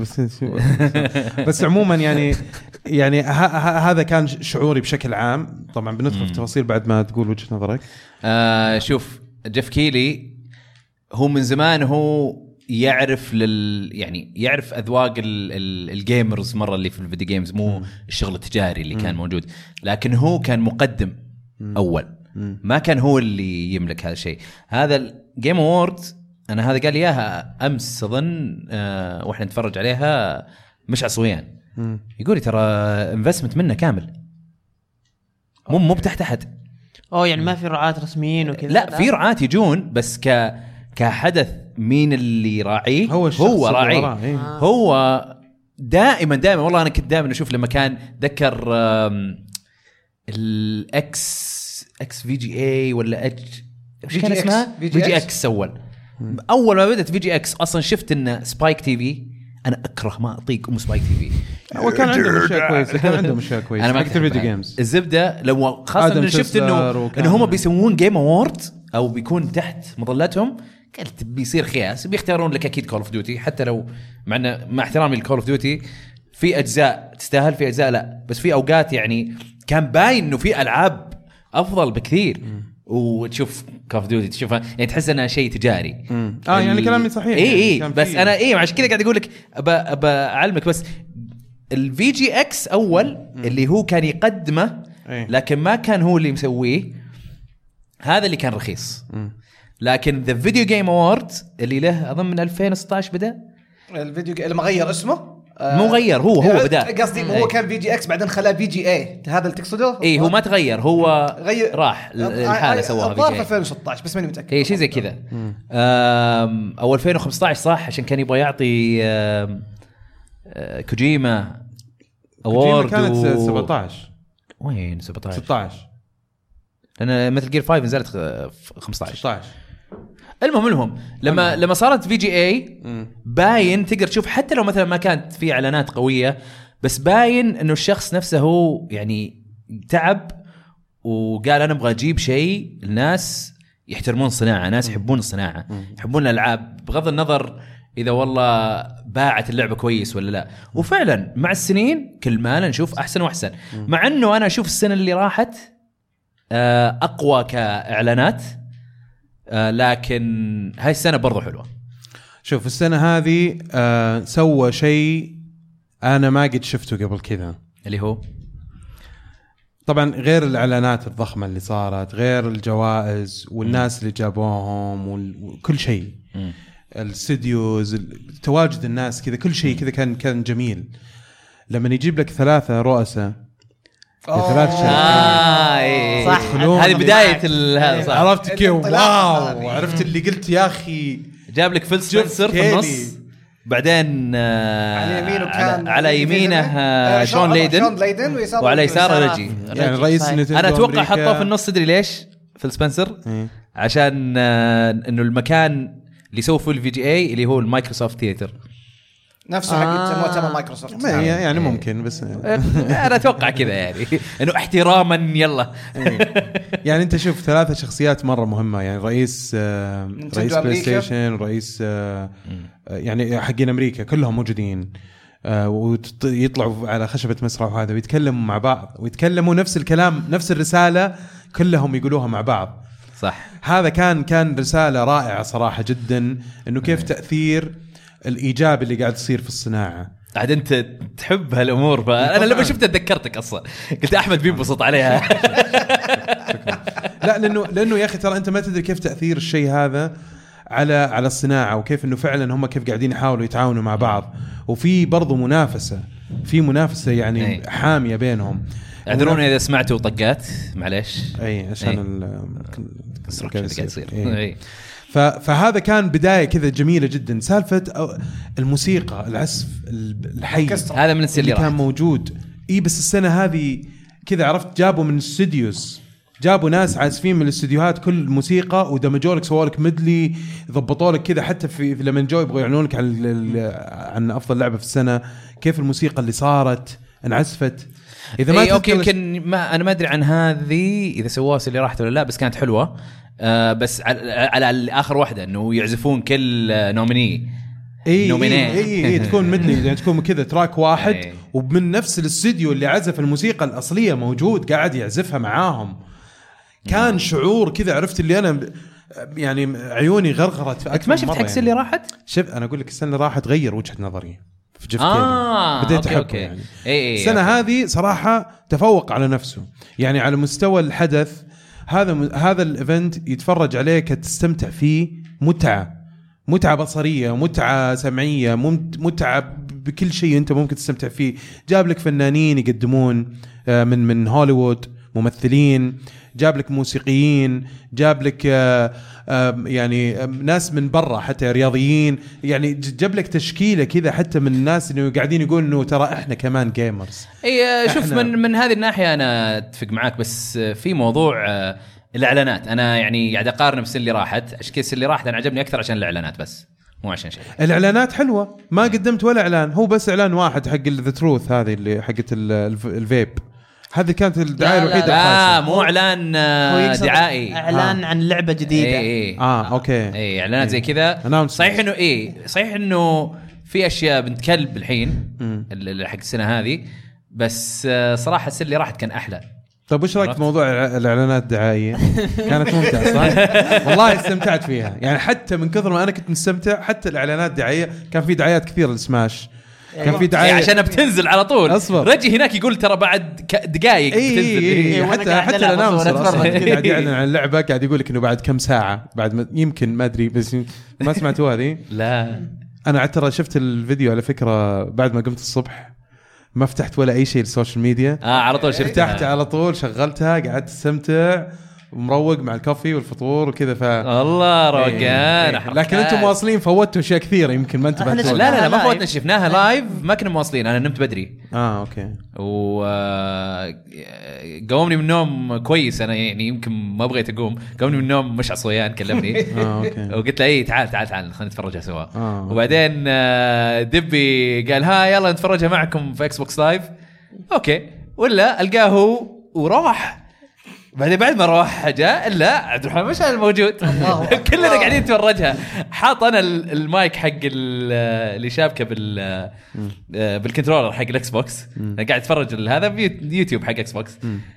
بس عموما يعني هذا كان شعوري بشكل عام. طبعا بندخل في تفاصيل بعد ما تقول وجهة نظرك. شوف جيف كيلي هو من زمان هو يعرف يعني يعرف اذواق الجيمرز مره اللي في الفيديو جيمز، مو الشغل التجاري اللي كان موجود، لكن هو كان مقدم اول، ما كان هو اللي يملك هذا الشيء. هذا الجيم أووردز انا هذا قال لي اياها امس اظن واحنا نتفرج عليها مش عصويان، يقول لي ترى انفستمنت منه كامل، مو تحت احد. يعني ما في رعاة رسميين وكذا؟ لا في رعاة يجون، بس كحدث مين اللي يراعيه؟ هو راعيه. هو دائما والله انا كنت دائما اشوف لما كان ذكر الاكس في جي اي ولا ايش كان اسمها في جي اكس. اول ما بدت في جي اكس اصلا شفت ان سبايك تي في، انا اكره ما اطيق سبايك تي في. هو كان عنده اشياء كويسه، كان عنده اشياء كويسه. انا ما كنت فيديو جيمز الزبده لو خاصه انه شفت انه هم بيسوون جيم اوورد او بيكون تحت مظلتهم، قلت بيصير خياس، بيختارون لك اكيد كول اوف ديوتي، حتى لو مع احترامي لكول اوف ديوتي في اجزاء تستاهل، في اجزاء لا، بس في اوقات يعني كان باين انه في العاب افضل بكثير. وتشوف كول اوف ديوتي تشوفها يعني تحس انها شيء تجاري. يعني كلامي صحيح. اي بس انا عشان كذا قاعد اقول لك اعلمك. بس الفي جي اكس اول اللي هو كان يقدمه لكن ما كان هو اللي مسويه، هذا اللي كان رخيص. لكن ذا فيديو جيم اوورد اللي له اظن من 2016 بدا الفيديو لما غير اسمه، مو غير هو بدا، قصدي هو كان في جي اكس بعدين خلاه في جي اي، هذا اللي تقصده؟ هو ما تغير، هو راح الحاله سواها في 2016 بس ماني متاكد. شيء زي كذا او 2015 صح، عشان كان يبغى يعطي كوجيما اوورد. كانت 17 وين 16 لان مثل جير 5 نزلت 15. المهم لما صارت في جي اي باين تقدر تشوف، حتى لو مثلا ما كانت في اعلانات قويه، بس باين انه الشخص نفسه هو يعني تعب وقال انا ابغى اجيب شيء الناس يحترمون الصناعه، ناس يحبون الصناعه، يحبون الالعاب بغض النظر اذا والله باعت اللعبه كويس ولا لا. وفعلا مع السنين كل ما نشوف احسن واحسن، مع انه انا اشوف السنه اللي راحت اقوى كاعلانات، لكن هاي السنة برضو حلوة. شوف السنة هذه سوى شيء أنا ما قد شفته قبل كذا، اللي هو طبعا غير الإعلانات الضخمة اللي صارت، غير الجوائز والناس اللي جابوهم وكل شيء، الاستديوز، تواجد الناس كذا، كل شيء كذا كان جميل. لما يجيب لك 3 رؤساء ثلاث شركات صح، هذه بداية هذا صح، عرفت كيف؟ واو، عرفت اللي قلت يا أخي، جاب لك فيل سبنسر في النص، بعدين على يمينه شون ليدن وعلى يساره ريجي، يعني رئيس نينتندو. انا اتوقع حطوه في النص، تدري ليش فيل سبنسر؟ عشان انه المكان اللي يسوي في الفي جي اي اللي هو المايكروسوفت ثياتر نفسه حق مؤتمر مايكروسوفت، يعني ممكن، بس انا اتوقع كذا يعني انه احتراما يلا. يعني انت شوف 3 شخصيات مره مهمه، يعني رئيس بلاي ستيشن، رئيس يعني حقين امريكا كلهم موجودين، ويطلعوا على خشبه مسرح وهذا ويتكلموا مع بعض ويتكلموا نفس الكلام، نفس الرساله كلهم يقولوها مع بعض. صح، هذا كان رساله رائعه صراحه جدا، انه كيف تاثير الايجابي اللي قاعد يصير في الصناعه. عاد انت تحب هالامور، انا لما شفتها تذكرتك اصلا، قلت احمد بينبسط عليها. لا لانه يا اخي ترى انت ما تدري كيف تاثير الشيء هذا على الصناعه، وكيف انه فعلا هم كيف قاعدين يحاولوا يتعاونوا مع بعض، وفي برضو منافسه يعني حاميه بينهم. اعذروني اذا سمعتوا طقات، معليش عشان الصراحه قاعد يصير. فهذا كان بدايه كذا جميله جدا. سالفه الموسيقى، العزف الحي هذا من السنة اللي كان موجود. بس السنه هذه كذا عرفت جابوا من الاستوديوز، جابوا ناس عازفين من الاستديوهات كل الموسيقى ودمجوا لك، سووا لك ميدلي، ضبطوا لك كذا. حتى في لما جو يبغوا يعلنونك عن افضل لعبه في السنه، كيف الموسيقى اللي صارت انعزفت. اذا ما اوكي يمكن انا ما ادري عن هذه اذا سووها اللي راحت ولا لا، بس كانت حلوه. بس على اخر واحده انه يعزفون كل نوميني تكون مدلي يعني، تكون كذا تراك واحد ومن نفس الاستديو اللي عزف الموسيقى الأصلية موجود قاعد يعزفها معاهم. كان شعور كذا، عرفت اللي أنا يعني عيوني غرغرت في أكثر ما شفت حق يعني. اللي راحت أنا أقول لك السنة اللي راحت غير وجهة نظري في جيف كيلي. بديت أحبه يعني. السنة هذه صراحة تفوق على نفسه يعني على مستوى الحدث. هذا الإيفنت يتفرج عليه كتستمتع فيه، متعة بصرية، متعة سمعية، متعة بكل شيء أنت ممكن تستمتع فيه. جاب لك فنانين يقدمون من هوليوود، ممثلين، جاب لك موسيقيين، جاب لك يعني ناس من برا حتى رياضيين، يعني جاب لك تشكيلة كذا حتى من الناس إنه قاعدين يقولوا إنه ترى إحنا كمان جيمرز. شوف من هذه الناحية أنا أتفق معك، بس في موضوع الإعلانات. أنا يعني قاعد أقارن بالسنة اللي راحت، عشان كذا السنة اللي راحت أنا عجبني أكثر عشان الإعلانات بس، مو عشان شيء. الإعلانات حلوة، ما قدمت ولا إعلان، هو بس إعلان واحد حق ذا تروث هذه اللي حقت الفيب. هذه كانت الدعاية الوحيدة. لا مو إعلان دعائي، إعلان عن لعبة جديدة. أوكي. إعلانات زي كذا. صحيح إنه في أشياء بنت كلب الحين اللي حق السنة هذه، بس صراحة السنة اللي راحت كان أحلى. طيب وش رايك في موضوع الاعلانات الدعائيه؟ كانت ممتعه صح؟ والله استمتعت فيها يعني، حتى من كثر ما انا كنت مستمتع. حتى الاعلانات الدعائيه كان في دعايات كثير للسماش، كان في دعايه عشان بتنزل على طول. رجي هناك يقول ترى بعد دقائق بتنزل. حتى الاناونسر قاعد يعلن عن اللعبه، قاعد يقول لك انه بعد كم ساعه، بعد يمكن ما ادري، بس ما سمعتوا هذه؟ لا انا ترى شفت الفيديو على فكره بعد ما قمت الصبح، ما فتحت ولا اي شيء للسوشيال ميديا. على طول فتحت على طول، شغلتها، قعدت استمتع ومروق مع الكافي والفطور وكذا. الله روقان. لكن انتم مواصلين فوتوا اشياء كثيره يمكن ما انتبهتوا. لا ما فوتنا، شفناها لايف، ما كنا مواصلين، انا نمت بدري. اوكي. قومني من النوم كويس، انا يعني يمكن ما بغيت اقوم، قومني من النوم مش عصويان كلمني. اوكي. وقلت له تعال خلينا نتفرجها سوا. وبعدين دبي قال يلا نتفرجها معكم في اكس بوكس لايف. اوكي، ولا القاه هو وروح. بعد ما روح جاء لا عبد الرحمن مش الموجود. كلنا قاعدين نتفرجها، حاط انا المايك حق اللي شابكه بالكنترولر حق الاكس بوكس، قاعد اتفرج هذا بيوتيوب حق اكس بوكس،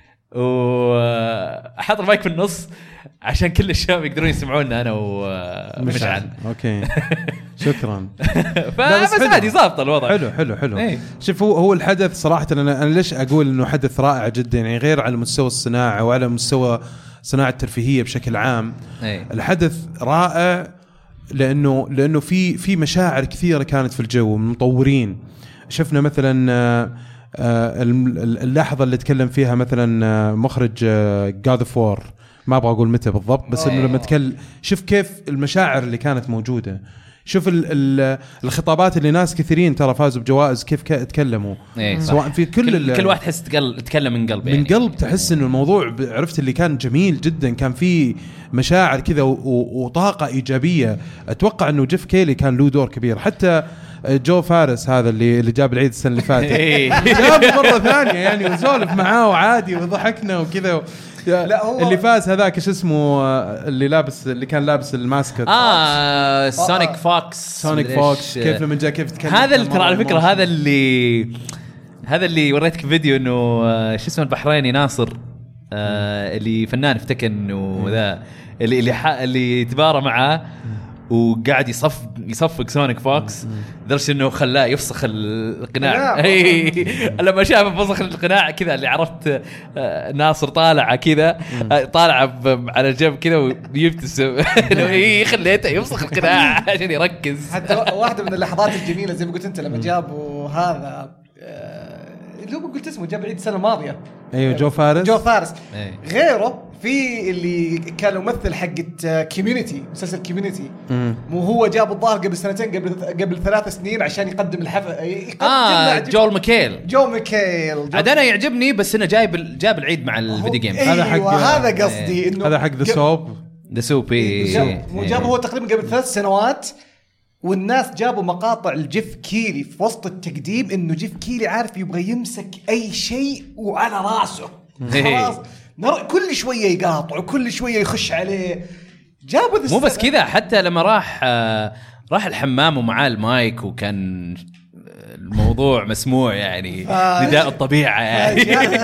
وحط المايك في النص عشان كل الشباب يقدرون يسمعونا انا ومشعل. اوكي شكرا. بس عادي ضابط الوضع. حلو. شوف هو الحدث صراحه، انا ليش اقول انه حدث رائع جدا يعني، غير على مستوى الصناعه وعلى مستوى صناعه الترفيهيه بشكل عام. الحدث رائع لانه في مشاعر كثيره كانت في الجو من مطورين. شفنا مثلا اللحظه اللي تكلم فيها مثلا مخرج God of War، ما ابغى اقول متى بالضبط، بس انه لما تكلم شوف كيف المشاعر اللي كانت موجوده، شوف الخطابات اللي ناس كثيرين ترى فازوا بجوائز كيف تكلموا. سواء في كل واحد تحس تكلم من قلب يعني. من قلب تحس انه الموضوع عرفت اللي كان جميل جدا، كان فيه مشاعر كذا وطاقه ايجابيه. اتوقع انه جيف كيلي كان له دور كبير. حتى جو فارس هذا اللي جاب العيد السنه اللي فاتت جابه مره ثانيه يعني، وسولف معاه وعادي وضحكنا وكذا. لا هو اللي فاز هذاك ايش اسمه، اللي كان لابس الماسكت، سونيك فوكس. كيف لما جاء كيف تكلم هذا ترى على فكره هذا اللي وريتك فيديو انه شو اسمه البحريني ناصر، اللي فنان في تكن وذا اللي تبارى معه وقاعد يصفق سونيك فوكس درش انه خلاه يفسخ القناع. لما شاف فسخ القناع كذا اللي عرفت ناصر طالع كذا طالع على الجنب كذا ويبتسم خليته يفسخ القناع عشان يركز. حتى واحده من اللحظات الجميله زي ما قلت انت لما جابوا هذا اللي هو قلت اسمه جاب عيد السنه الماضيه. ايوه جو فارس. غيره في اللي كان ممثل حقة كوميونيتي مسلسل كوميونيتي مو هو جاب الظاهر قبل سنتين قبل 3 سنين عشان يقدم الحفل. جول ميكيل عاد انا يعجبني بس انه جاب العيد مع الفيديو جيم. هذا حق هذا قصدي انه هذا حق ذا سوب جاب هو تقريبا قبل 3 سنوات والناس جابوا مقاطع الجيف كيلي في وسط التقديم انه جيف كيلي عارف يبغى يمسك اي شيء وعلى راسه خلاص كل شويه يقاطع وكل شويه يخش عليه. جابوا مو بس كذا حتى لما راح الحمام ومعاه المايك وكان الموضوع مسموع يعني نداء الطبيعه يعني.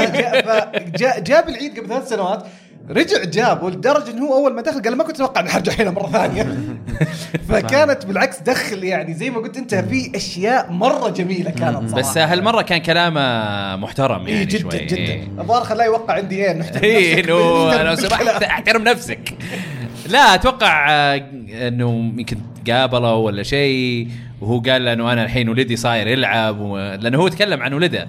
جاب العيد قبل 3 سنوات رجع جابه لدرجة انه هو اول ما دخل قال ما كنت اتوقع اني حرجع هنا مرة ثانية. فكانت بالعكس دخل يعني زي ما قلت انت في اشياء مرة جميلة كانت صراحة. بس هالمرة كان كلامه محترم يعني جدا شوي. جدا الظاهر خلاه يوقع عندي انه لو سمحت احترم نفسك. لا اتوقع انه يمكن قابله ولا شيء وهو قال انه انا الحين ولدي صاير يلعب لانه هو تكلم عن ولده.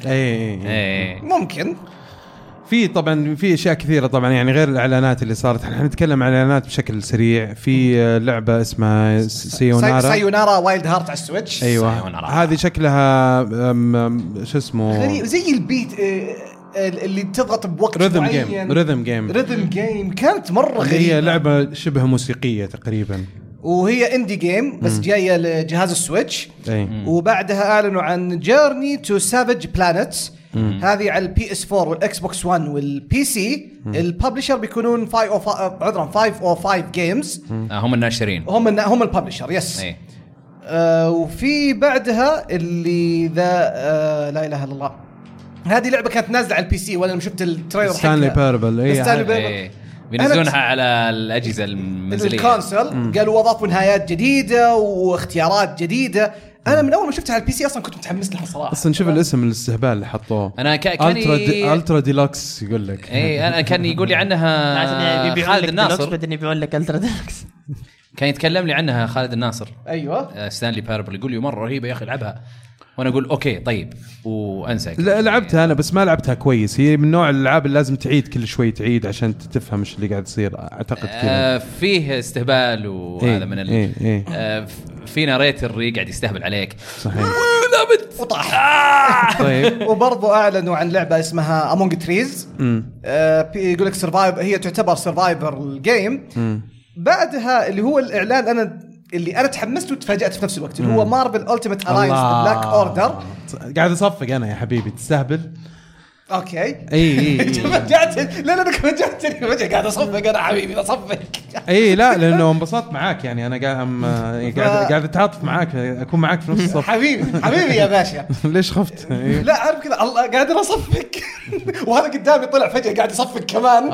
ممكن في طبعا في اشياء كثيره طبعا يعني غير الاعلانات اللي صارت. احنا نتكلم عن اعلانات بشكل سريع. في لعبه اسمها سايونارا وايلد هارت على السويتش. ايوه هذه شكلها شو اسمه غريب زي البيت اللي تضغط بوقت معين. ريذم جيم كانت مره غريبه. هي لعبه شبه موسيقيه تقريبا وهي اندي جيم بس جايه لجهاز السويتش. وبعدها اعلنوا عن جيرني تو سافيج بلانيتس. هذه على البي اس 4 والاكس بوكس 1 والبي سي. الببلشر بيكونون 5 او 5 جيمز. هم الناشرين هم الببلشر يس. وفي بعدها اللي ذا لا اله الا الله هذه لعبه كانت نازله على البي سي وانا لما شفت التريلر ستانلي بيربل بينزلونها على الاجهزه المنزليه الكونسول. قالوا وضافوا نهايات جديده واختيارات جديده. انا من اول ما شفتها على البي سي اصلا كنت متحمس لها صراحه. اصلا شوف الاسم الاستهبال اللي حطوه انا الترا ديلوكس يقول لك. انا كان يقول لي عنها خالد الناصر بعدين يبيعون لك الترا ديلوكس. كان يتكلم لي عنها خالد الناصر. ايوه ستانلي بيربل يقول لي مره رهيبه يا اخي العبها وانا اقول اوكي طيب وانسى. لعبتها انا بس ما لعبتها كويس. هي من نوع الالعاب اللي لازم تعيد كل شوي تعيد عشان تفهم ايش اللي قاعد يصير. اعتقد كذا فيه استهبال وهذا من في ناريتر قاعد يستهبل عليك صحيح لابد وطاح. طيب وبرضه اعلنوا عن لعبه اسمها امونج تريز. يقول لك سرفايف هي تعتبر سرفايفر الجيم. بعدها اللي هو الاعلان انا تحمست وتفاجأت في نفس الوقت اللي هو مارفل ألتيميت ألاينس بلاك أوردر. قاعد أصفق أنا يا حبيبي تستهبل. اوكي اي رجعت لا انا رجعتني فجأة قاعد اصفق انا حبيبي اصفق. اي لا لانه انبسطت معاك يعني انا قاعد اتعاطف معاك اكون معاك في نفس الصف. حبيبي يا باشا. ليش خفت؟ لا عارف كذا الله قاعد اصفق وهذا قدامي طلع فجأة قاعد يصفق كمان.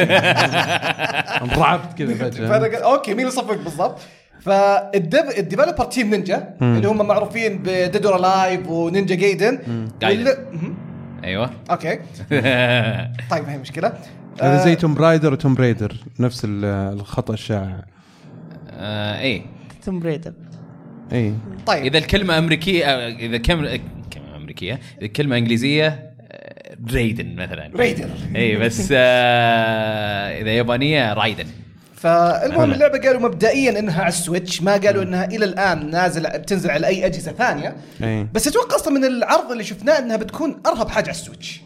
انرعبت كذا فجأة. فانا اوكي مين يصفق بالضبط؟ فالديفلوبر تيم نينجا اللي هم معروفين بديد اور الايف ونينجا جايدن. ايوه اوكي. طيب هي مشكله هذا زي توم برايدر وتوم بريدر نفس الخطا الشائع. اي توم بريدر اي. طيب اذا الكلمه امريكيه اذا كلمه امريكيه اذا كلمه انجليزيه ريدن مثلا ريدر. اي بس اذا يابانيه رايدن. فالمهم اللعبه قالوا مبدئيا انها على السويتش ما قالوا انها الى الان بتنزل على اي اجهزه ثانيه. بس اتوقع اصلا من العرض اللي شفناه انها بتكون ارهب حاجه على السويتش.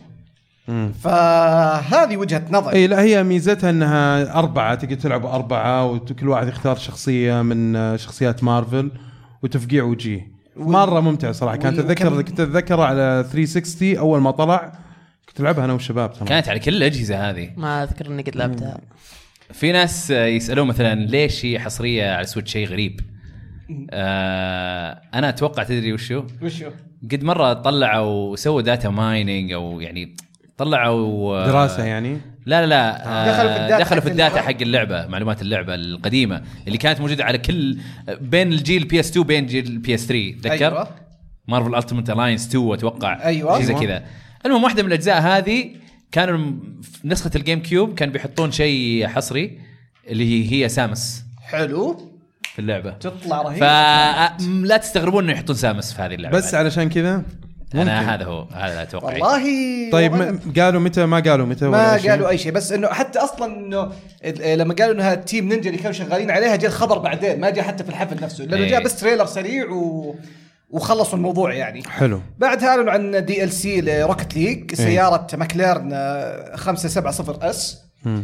فهذه وجهه نظر. اي لا هي ميزتها انها 4 تقدر تلعب 4 وكل واحد يختار شخصيه من شخصيات مارفل وتفقيع وجيه. مره ممتع صراحه. كنت اتذكر على 360 اول ما طلع كنت العبها انا والشباب. كانت على كل الاجهزه هذه. ما اذكر اني قد لعبتها. في ناس يسألون مثلا ليش هي حصرية على سويتش شيء غريب. أنا أتوقع تدري وشو؟ وشو؟ قد مرة طلعوا وسووا داتا مايننج أو يعني طلعوا دراسه يعني. لا دخلوا في الداتا حق اللعبه، معلومات اللعبه القديمه اللي كانت موجوده على كل بين الجيل PS2 بين جيل PS3. تذكر مارفل التيمت الاينس 2 اتوقع شيء زي كذا. المهم واحده من الاجزاء هذه كانوا في نسخه الجيم كيوب كان بيحطون شيء حصري اللي هي سامس. حلو في اللعبه تطلع رهيب. فلا تستغربون انه يحطون سامس في هذه اللعبه بس علشان كذا انا هذا اتوقع. والله طيب قالوا متى؟ ما قالوا اي شيء، بس انه حتى اصلا انه لما قالوا انها تيم نينجا اللي كانوا شغالين عليها جاء الخبر بعدين، ما جاء حتى في الحفل نفسه لانه جاء بس تريلر سريع وخلصوا الموضوع يعني. حلو. بعدها اعلنوا عن DLC لروكت ليج، سياره ماكلارن 570 اس.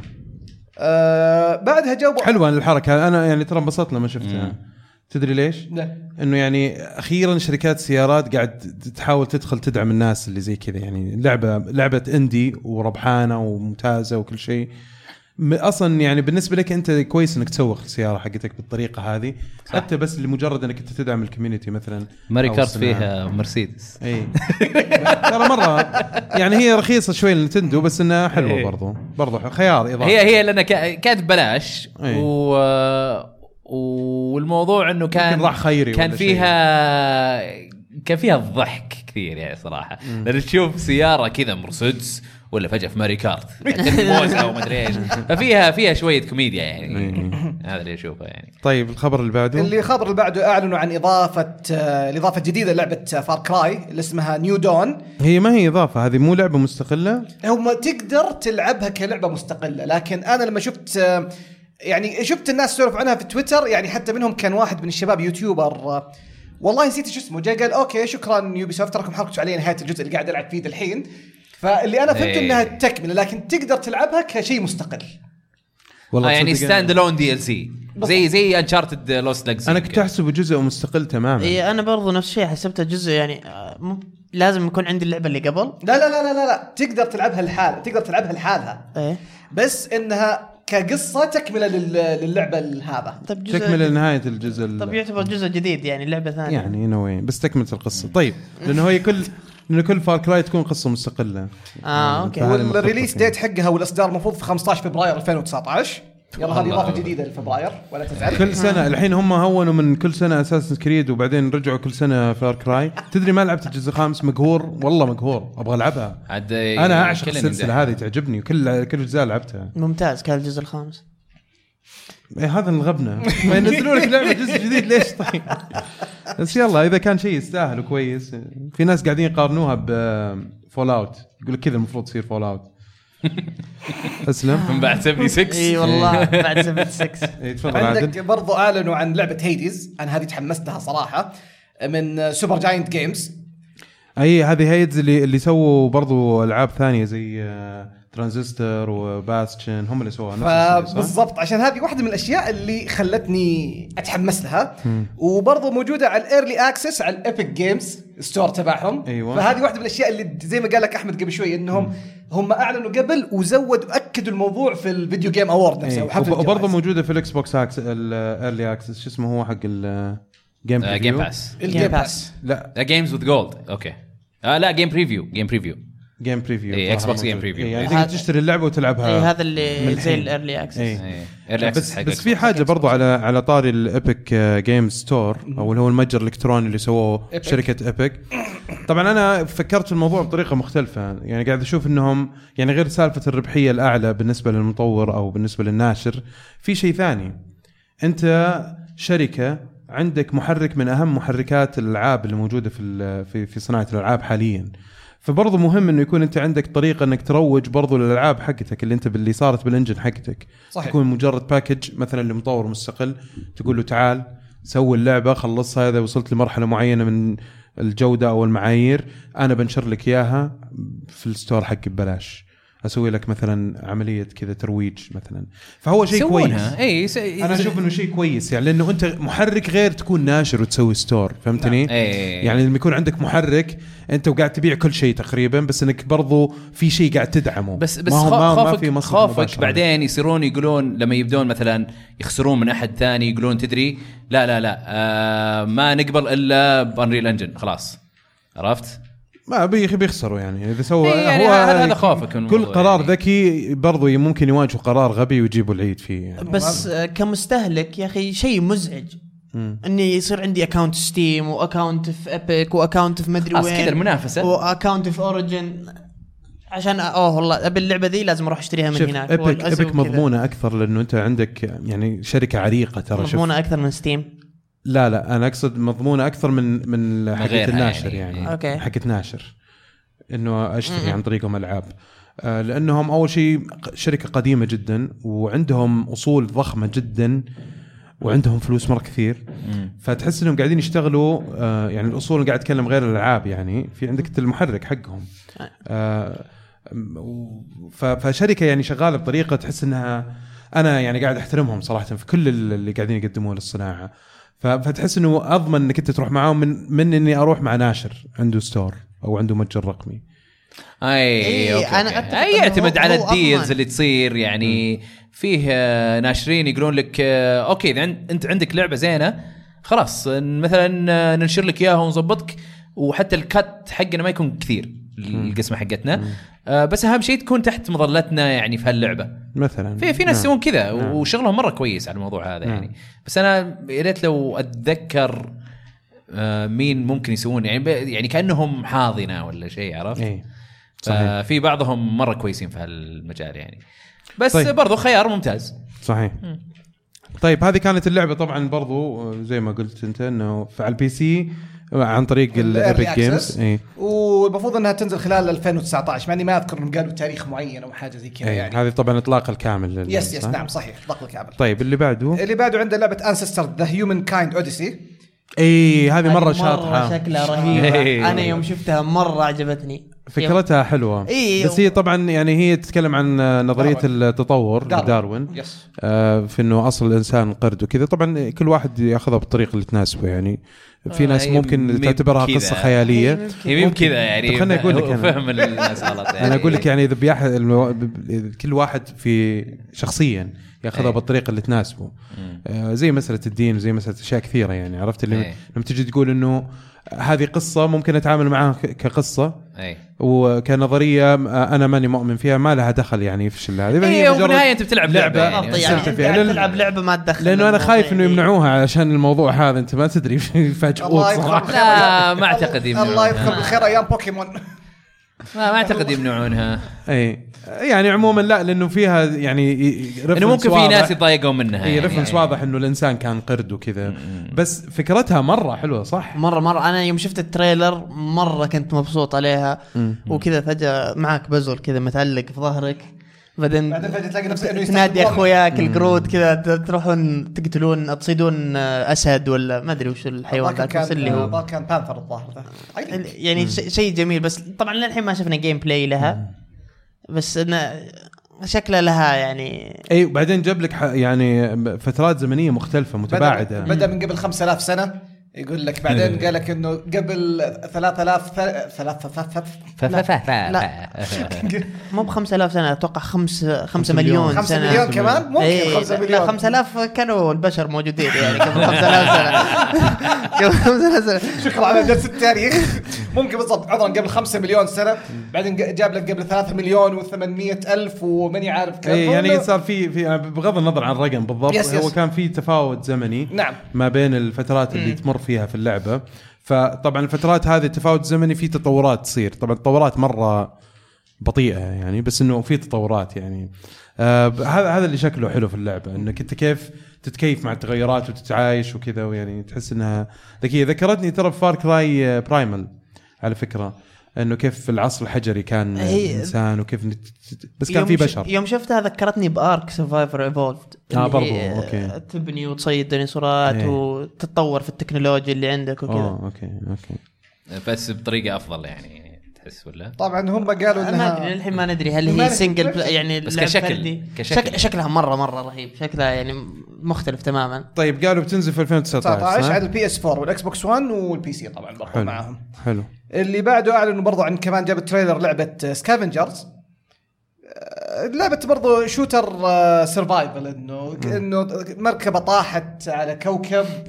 بعدها جابوا حلوه الحركه. انا يعني ترى انبسطت لما شفتها. تدري ليش؟ لا. انه يعني اخيرا شركات السيارات قاعد تحاول تدخل تدعم الناس اللي زي كذا. يعني لعبه اندي وربحانه وممتازه وكل شيء اصلا. يعني بالنسبه لك انت كويس انك تسوق السياره حقتك بالطريقه هذه، حتى بس لمجرد انك انت تدعم الكوميونتي. مثلا ماري كارت فيها مرسيدس اي ترى مره يعني هي رخيصه شوي للنتندو، بس انها حلوه برضو خيار اضافي. هي لان كانت ببلاش والموضوع انه كان راح خيري، كان فيها الضحك كثير يعني صراحه. لأن تشوف سياره كذا مرسيدس ولا فجاه في ماري كارت موزه وما ادري ايش، فيها شويه كوميديا يعني. هذا اللي اشوفه يعني. طيب الخبر اللي بعده اعلنوا عن اضافه جديده لعبه فار كراي اللي اسمها نيو دون. هي ما هي اضافه، هذه مو لعبه مستقله، هم تقدر تلعبها كلعبه مستقله. لكن انا لما شفت الناس سولف عنها في تويتر، يعني حتى منهم كان واحد من الشباب يوتيوبر والله نسيت شو اسمه، جاء قال اوكي شكرا يوبيسوفت راكم حركتوا علي نهايه الجزء اللي قاعد العب فيه الحين. فاللي انا فهمت انها تكمله، لكن تقدر تلعبها كشيء مستقل. والله يعني ستاند الون DLC زي انشارتد لوست ليجاسي. انا كنت احسبه جزء مستقل تماما. اي انا برضو نفس الشيء حسبته جزء يعني. لازم يكون عندي اللعبه اللي قبل. لا تقدر تلعبها لحالها. ايه بس انها كقصه تكمله للعبه هذا. طيب تكمله لنهايه الجزء. طب يعتبر جزء جديد يعني لعبه ثانيه يعني نوين بس تكمله القصه. طيب لانه هي كل فار كراي تكون قصه مستقله. اوكي. والريليس ديت حقها والاصدار المفروض في 15 فبراير 2019. يلا هذه اضافه جديده لفبراير ولا تزعل. كل سنه الحين هم هونوا من كل سنه اساسن كريد وبعدين رجعوا كل سنه فار كراي. تدري ما لعبت الجزء الخامس؟ مقهور والله مقهور، ابغى العبها. انا اعشق السلسله هذه، تعجبني كل اجزاء لعبتها. ممتاز. كان الجزء الخامس هذا الغبنة ما ينزلوا لك لعبة جزء جديد ليش؟ طيب بس يلا إذا كان شيء يستاهل وكويس. في ناس قاعدين يقارنوها بفول اوت، يقول لك كذا المفروض تصير فول اوت. اسلم من بعد 76. اي والله بعد 76. تفضل. عندك برضو اعلنوا عن لعبة هيديز، انا هذه تحمست لها صراحة، من سوبر جاينت جيمز. اي هذه هيدز اللي سووا برضو العاب ثانية زي ترانزستور وباستشن، هم اللي سووها بالضبط. عشان هذه واحدة من الاشياء اللي خلتني اتحمس لها. وبرضو موجودة على الايرلي اكسس على الابيك جيمز ستور تبعهم. أيوة. فهذه واحدة من الاشياء اللي زي ما قال لك احمد قبل شوي انهم هم اعلنوا قبل وزودوا اكدوا الموضوع في الفيديو جيم اوورد نفسه. وبرضو موجودة في الاكس بوكس الايرلي اكسس. شو اسمه هو حق الجيم باس. الجيم باس لا جيمز وذ جولد. اوكي لا جيم بريفيو اي اكس بوكس جيم بريفيو. يعني تقدر تشتري اللعبه وتلعبها. هذا اللي زي الايرلي اكسس. بس في حاجه برضو على طاري الابيك جيم ستور او اللي هو المتجر الالكتروني اللي سووه شركه ابيك. طبعا انا فكرت في الموضوع بطريقه مختلفه، يعني قاعد اشوف انهم يعني غير سالفه الربحيه الاعلى بالنسبه للمطور او بالنسبه للناشر، في شيء ثاني. انت شركه عندك محرك من اهم محركات الالعاب اللي موجوده في صناعه الالعاب حاليا، فبرضه مهم انه يكون انت عندك طريقه انك تروج برضه للالعاب حقتك اللي صارت بالانجن حقتك. صحيح. تكون مجرد باكج مثلا لمطور مستقل، تقول له تعال سوي اللعبه خلصها، اذا وصلت لمرحله معينه من الجوده او المعايير انا بنشر لك اياها في الستور حقي ببلاش، اسوي لك مثلا عمليه كذا ترويج مثلا. فهو شيء كويس. انا اشوف انه شيء كويس يعني، لانه انت محرك غير تكون ناشر وتسوي ستور، فهمتني؟ يعني لما يكون عندك محرك انت وقاعد تبيع كل شيء تقريبا، بس انك برضو في شيء قاعد تدعمه. بس خوفك بعدين يصيرون يقولون لما يبدون مثلا يخسرون من احد ثاني يقولون تدري لا ما نقبل الا بانريل انجن خلاص، عرفت؟ ما بيخسروا يعني اذا سوى يعني هو هذا خوفك كل قرار يعني. ذكي برضو ممكن يواجه قرار غبي ويجيبوا العيد فيه يعني. بس كمستهلك يا اخي شيء مزعج اني يصير عندي اكاونت ستيم واكاونت في ابيك واكاونت في مدري وين كذا المنافسه واكاونت في اوريجن عشان والله ابي اللعبه ذي لازم اروح اشتريها من هناك. ابيك مضمونه اكثر لانه انت عندك يعني شركه عريقه ترى. مضمونه اكثر من ستيم؟ لا انا اقصد مضمونه اكثر من حقه الناشر يعني أوكي. حقه ناشر انه اشتري عن طريقهم العاب لانهم اول شيء شركه قديمه جدا وعندهم اصول ضخمه جدا وعندهم فلوس مره كثير. فتحس انهم قاعدين يشتغلوا يعني الاصول قاعد اتكلم غير الالعاب يعني في عندك المحرك حقهم فشركه يعني شغاله بطريقه تحس انها انا يعني قاعد احترمهم صراحه في كل اللي قاعدين يقدموه للصناعه. فتحس انه اضمن انك انت تروح معاهم من اني اروح مع ناشر عنده ستور او عنده متجر رقمي. أوكي. انا يعتمد على الديلز اللي تصير يعني فيه ناشرين يقولون لك اوكي اذا انت عندك لعبه زينه خلاص مثلا ننشر لك اياها ونظبطك وحتى الكات حقنا ما يكون كثير القسمه حقتنا بس اهم شيء تكون تحت مظلتنا يعني في هاللعبه مثلا. في ناس يسوون كذا وشغلهم مره كويس على الموضوع هذا يعني. بس انا يا ريت لو اتذكر مين ممكن يسوون يعني كانهم حاضنه ولا شيء عرفت. في بعضهم مره كويسين في هالمجال يعني. بس طيب. برضو خيار ممتاز صحيح. طيب هذه كانت اللعبه طبعا برضو زي ما قلت انت انه على البي سي عن طريق الابيك جيمز والمفروض انها تنزل خلال 2019 مع اني ما اذكر انهم قالوا تاريخ معين او حاجه زي كذا يعني. هذه طبعا اطلاق الكامل يس نعم صحيح اطلاق الكامل. طيب اللي بعده عندنا لعبه انسستر ذا هيومن كايند اوديسي. هذه مره شاطحه شكلها رهيب. انا يوم شفتها مره عجبتني فكرتها حلوة. بس هي طبعا يعني هي تتكلم عن نظرية التطور داروين في انه اصل الانسان قرد وكذا. طبعا كل واحد ياخذها بالطريقه اللي تناسبه يعني. في ناس ممكن تعتبرها قصة خيالية ممكن كذا يعني. خليني اقول لك فهم الناس غلط يعني. انا اقول لك يعني اذا كل واحد في شخصيا ياخذها بالطريقه اللي تناسبه زي مسألة الدين وزي مسألة اشياء كثيرة يعني. عرفت اللي لما تجي تقول انه هذه قصة ممكن أتعامل معها كقصة وكنظرية أنا ماني مؤمن فيها ما لها دخل يعني في الشيء هذا. هي في النهاية أنت بتلعب لعبة يعني تلعب لعبة ما تدخل. لأنه أنا خايف إنه يمنعوها علشان الموضوع هذا أنت ما تدري فجأة صراحة. لا ما أعتقد يمنعونها. الله يذكر بالخير أيام بوكيمون. ما أعتقد يمنعونها. يعني عموما لا لأنه فيها يعني إنه ممكن في ناس يتضايقون منها. ريفرنس واضح إنه الإنسان كان قرد وكذا. بس فكرتها مرة حلوة صح. مرة أنا يوم شفت التريلر مرة كنت مبسوط عليها وكذا فجأة معك بزر كذا متعلق في ظهرك بعدين فجأة تلاقي نفسك إنه تنادي أخوياك القرود كذا تروحون تقتلون تصيدون أسد ولا ما أدري وش الحيوان ذاك اللي هو كان بانثر الظاهر يعني شيء جميل. بس طبعا للحين ما شفنا جيم بلاي لها بس إنه شكلها لها يعني. وبعدين جاب لك يعني فترات زمنية مختلفة متباعدة. بدأ من قبل 5000 سنة يقول لك بعدين قال لك انه قبل 3000 مو ب 5000 سنه اتوقع 5 مليون سنه. 5 مليون كمان ممكن 5 مليون. 5000 كانوا البشر موجودين يعني قبل 5000 سنه. قبل 5000 سنه. شكرا على درس التاريخ. ممكن بالضبط عذرا قبل 5 مليون سنه بعدين جاب لك قبل 3 مليون و800 ألف وماني عارف كم. يعني صار في بغض النظر عن الرقم بالضبط هو كان في تفاوت زمني نعم. ما بين الفترات اللي تمر فيها في اللعبة. فطبعا الفترات هذه التفاوت الزمني في تطورات تصير. طبعا التطورات مرة بطيئة يعني بس انه في تطورات يعني. هذا اللي شكله حلو في اللعبة انك انت كيف تتكيف مع التغيرات وتتعايش وكذا ويعني تحس انها ذكية. ذكرتني ترى فار كراي برايمال على فكرة انه كيف في العصر الحجري كان انسان وكيف بس كان في بشر. يوم شفتها ذكرتني بارك سرفايفر ايفولفد برضو اوكي تبني وتصيد ديناصورات وتتطور في التكنولوجيا اللي عندك وكذا. اوكي بس بطريقه افضل يعني تحس ولا. طبعا هم قالوا انها الحين ما ندري هل هي سنجل يعني بس كشكل شكلها مره رهيب. شكلها يعني مختلف تماما. طيب قالوا بتنزل في 2019 على البي اس 4 والاكس بوكس 1 والبي سي طبعا برضو معاهم. حلو. اللي بعده اعلنوا برضو عن كمان جاب تريلر لعبه سكافنجرز. لعبه برضو شوتر سرفايفل انه مركبه طاحت على كوكب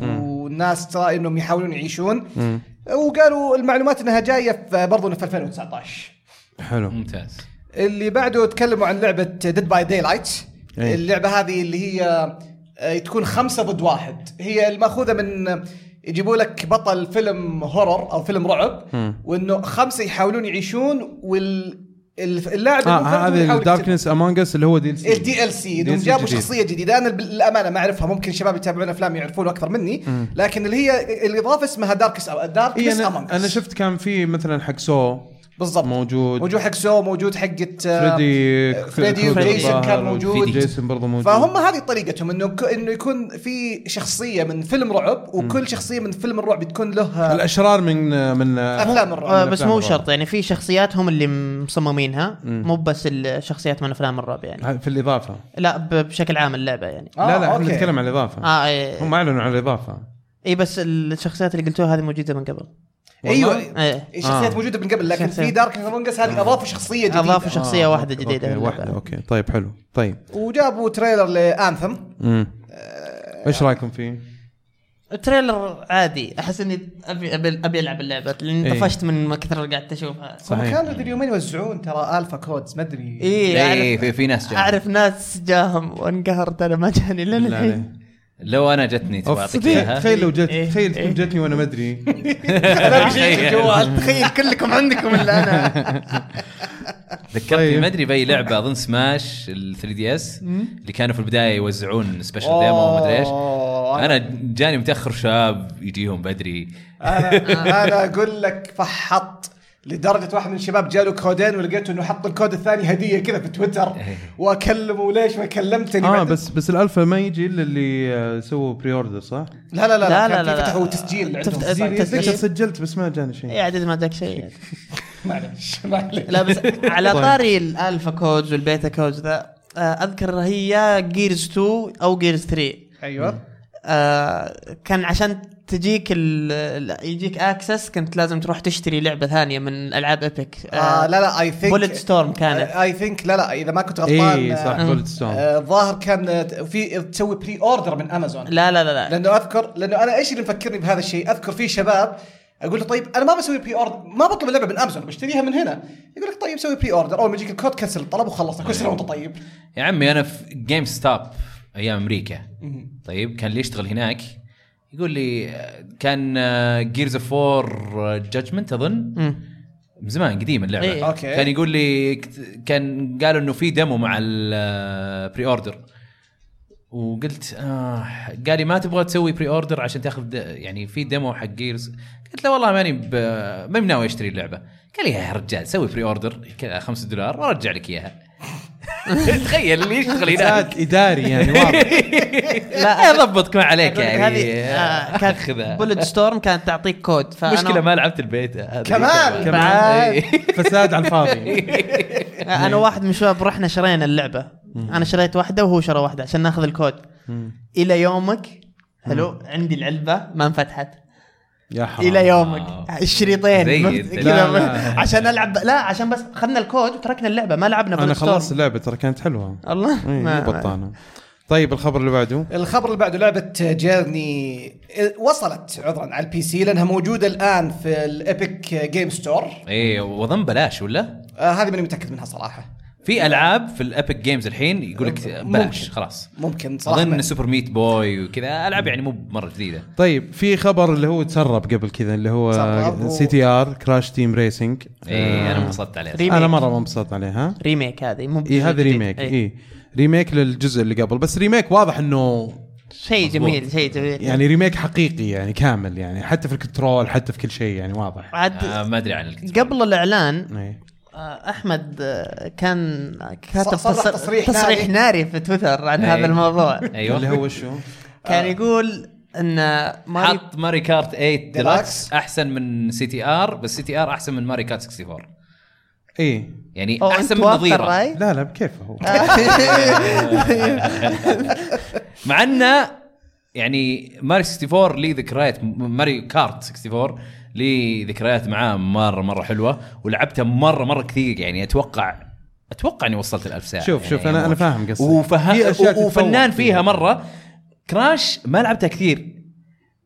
والناس ترى انهم يحاولون يعيشون. وقالوا المعلومات انها جايه برضو في 2019. حلو ممتاز. اللي بعده تكلموا عن لعبه ديد باي دايلايت. اللعبه هذه اللي هي تكون 5 ضد 1. هي المأخوذه من يجيبوا لك بطل فيلم هورر او فيلم رعب وانه 5 يحاولون يعيشون واللاعب هذا الداركنس امونج اس اللي هو الدي ال سي انهم جابوا شخصيه جديده. انا بالامانه ما اعرفها، ممكن شباب يتابعون افلام يعرفون اكثر مني. لكن اللي هي الاضافه اسمها داركنس امونج اس. انا شفت كان في مثلا حق سو بالضبط موجود حق سو، موجود حقه فريدي وجيسون كان موجود، جيسون برضه موجود. فهم هذه طريقتهم انه يكون في شخصيه من فيلم رعب، وكل شخصيه من فيلم الرعب تكون له الاشرار من افلام الرعب. بس مو شرط يعني، في شخصيات هم اللي مصممينها، مو بس الشخصيات من افلام الرعب يعني. في الاضافه لا بشكل عام اللعبه يعني. لا احنا نتكلم عن الاضافه. هم اعلنوا عن الاضافه. اي بس الشخصيات اللي قلتوها هذه موجوده من قبل. ايوه الشخصيات موجوده من قبل، لكن في دارك امونج اس هذه اضافوا شخصيه جديده. اضافوا شخصيه واحده جديده. اوكي طيب حلو. طيب وجابوا تريلر لانثم. ايش رايكم فيه؟ التريلر عادي، احس اني ابي العب اللعبه لاني طفشت من كثر اللي قاعد اشوفها. كانوا اليومين يوزعون ترى الفا كودز ما ادري. في ناس جاهم. اعرف ناس جاهم وانقهرت انا، ما جاني لين الحين. لو انا جتني تبعطيك اياها. تخيل لو تخيل تكون جتني وانا ما ادري. انا بشيك الجوال. تخيل كلكم عندكم الا انا. ذكرتني ما ادري باي لعبه، اظن سماش ال 3 دي اس اللي كانوا في البدايه يوزعون سبيشال ديمو ما ادري ايش. انا جاني متاخر، شاب يجيهم بدري. انا اقول لك فحط لدرجه واحد من الشباب جاله كودين ولقيته انه حط الكود الثاني هديه كذا في تويتر، واكلمه ليش ما كلمتني. بس الالفا ما يجي الا اللي سووا بري اوردر صح؟ لا فتحوا تسجيل عندهم. تسجيل سجلت بس ما جاني شيء. اي عدد ما جاك شيء. معلش لا بس على طاري الالفا كودز والبيتا كودز ذا، اذكر هي جيرز 2 او جيرز 3. ايوه كان عشان تجيك يجيك اكسس كنت لازم تروح تشتري لعبه ثانيه من العاب ايبك. لا اي ثينك بوليت ستورم كانت. اي ثينك لا اذا ما كنت غلطان صح بوليت ستورم. الظاهر كان في تسوي بري اوردر من امازون. لا لانه انا ايش اللي مفكرني بهذا الشيء، اذكر في شباب اقول له طيب انا ما بسوي بري اوردر، ما بطلب اللعبه من امازون، بشتريها من هنا. يقول لك طيب سوي بري اوردر، اول ما يجيك الكود كنسل الطلب وخلصنا كل سنه وانت طيب. يا عمي انا في جيم ستوب ايام امريكا، طيب كان لي يشتغل هناك، يقول لي كان جيرز اوف 4 جادجمنت اظن من زمان قديم اللعبه. كان يقول لي كان قالوا انه في ديمو مع البري اوردر، وقلت قال لي ما تبغى تسوي بري اوردر عشان تاخذ يعني في ديمو حق جيرز. قلت له والله ما ناوي اشتري اللعبه. قال لي يا رجال سوي بري اوردر كذا $5 وارجع لك اياها. تخيل اللي يشتغل هناك اداري يعني واضح. لا يضبطك ما عليك يعني. هذه كانت بوليت ستورم كانت تعطيك كود. مشكله ما لعبت البيت كمان فساد على الفاضي. انا واحد من شباب رحنا شرينا اللعبه. انا شريت واحده وهو شرى واحده عشان ناخذ الكود. الى يومك حلو عندي العلبه ما انفتحت الى يومك. الشريطين كذا عشان العب. لا عشان بس اخذنا الكود وتركنا اللعبه ما لعبنا. انا خلصت اللعبه ترى كانت حلوه الله ما بطانه. طيب الخبر اللي بعده لعبه جيرني وصلت عذرا على البي سي لانها موجوده الان في الابيك جيم ستور. وظن بلاش ولا هذه ماني متاكد منها صراحه. في العاب في الابيك جيمز الحين يقول لك بلاش خلاص ممكن صراحه. اظن سوبر ميت بوي وكذا العاب يعني مو مره جديده. طيب في خبر اللي هو تسرب قبل كذا اللي هو سي تي ار كراش تيم ريسنج. انا انبسطت عليه. انا مره ما انبسطت عليها. ريميك هذه مو هذا ريميك. ريميك للجزء اللي قبل، بس ريميك واضح انه شيء جميل يعني ريميك حقيقي يعني كامل يعني حتى في الكنترول حتى في كل شيء يعني واضح. ما ادري عن الكنترول. قبل الاعلان احمد كان كاتب تصريح ناري في تويتر عن هذا الموضوع. ايوه اللي هو شو كان يقول ان حط ماري كارت 8 ديلكس احسن من سي تي ار، بس سي تي ار احسن من ماري كارت 64. يعني احسن من نظيره. لا بكيف هو مع انه يعني ماري 64 لي ذكريات، ماري كارت 64 لي ذكريات معاه مره حلوه ولعبتها مره كثير يعني. اتوقع اني وصلت ال1000 ساعه. شوف يعني انا فاهم قصدك وفنان فيها مره. كراش ما لعبتها كثير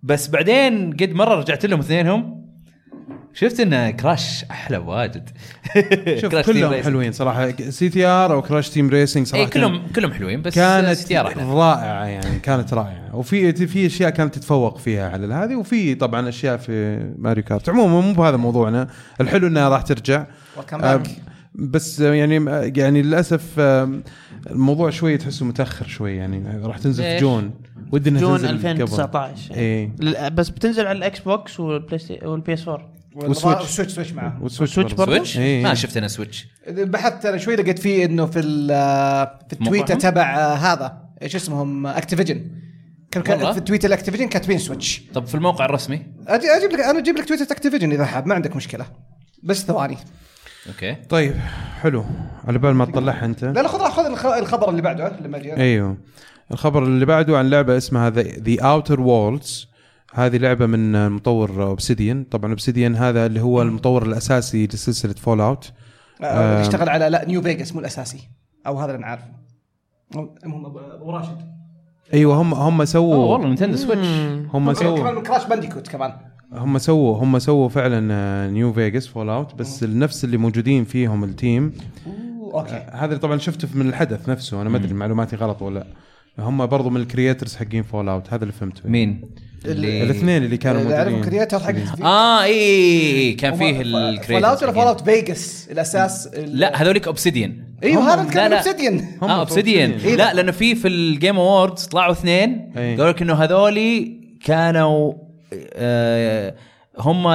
بس بعدين قد مره رجعت لهم اثنينهم شفت ان كراش احلى واجد. شوف كلهم حلوين صراحه، سي تي ار او كراش تيم ريسنج صراحه كلهم حلوين، بس كانت سي تي ار احلى رائعه يعني، كانت رائعه. وفي اشياء كانت تتفوق فيها على هذه، وفي طبعا اشياء في ماريو كارت. عموما مو بهذا موضوعنا، الحلو انها راح ترجع بس يعني للاسف الموضوع شوي تحسه متاخر شوي، يعني راح تنزل في جون، ودنا جون 2019 ايه. بس بتنزل على الاكس بوكس والبي اس 4 والسويتش معه. والسويتش برضه إيه. ما شفت انا سويتش، بحثت انا شوي لقيت فيه انه في التويتر تبع هذا ايش اسمهم اكتيفيجن، كان في تويتر الاكتيفيجن كاتبين سويتش. طب في الموقع الرسمي اجيب لك تويتر اكتيفيجن اذا حاب، ما عندك مشكله، بس ثواني. اوكي طيب حلو، على بال ما تطلعها انت. لا خذ الخبر اللي بعده لما اجي. ايوه الخبر اللي بعده عن لعبه اسمها The Outer Worlds. هذه لعبه من مطور اوبسيديان. طبعا اوبسيديان هذا اللي هو المطور الاساسي لسلسله فول اوت، اشتغل على نيو فيغاس مو الاساسي، او هذا اللي انا عارفه. هم ابو راشد. ايوه هم سووا والله نينتندو سويتش، هم سووا كمان كراش بانديكوت كمان. هم سووا فعلا نيو فيغاس فول اوت، بس نفس اللي موجودين فيهم التيم. اوكي هذا طبعا شفته من الحدث نفسه، انا ما ادري معلوماتي غلط ولا هم برضو من الكرياترز حقين فول اوت. هذا اللي فهمته. مين الاثنين اللي كانوا موجودين؟ الكرياتر حق اي كان فيه الكرياتر فول اوت ولا فول اوت فيغاس الاساس. لا هذولك اوبسيديان. ايوه هذا كان اوبسيديان. اوبسيديان لا لانه في الجيم اووردز طلعوا اثنين قالوا لك انه هذولي كانوا هم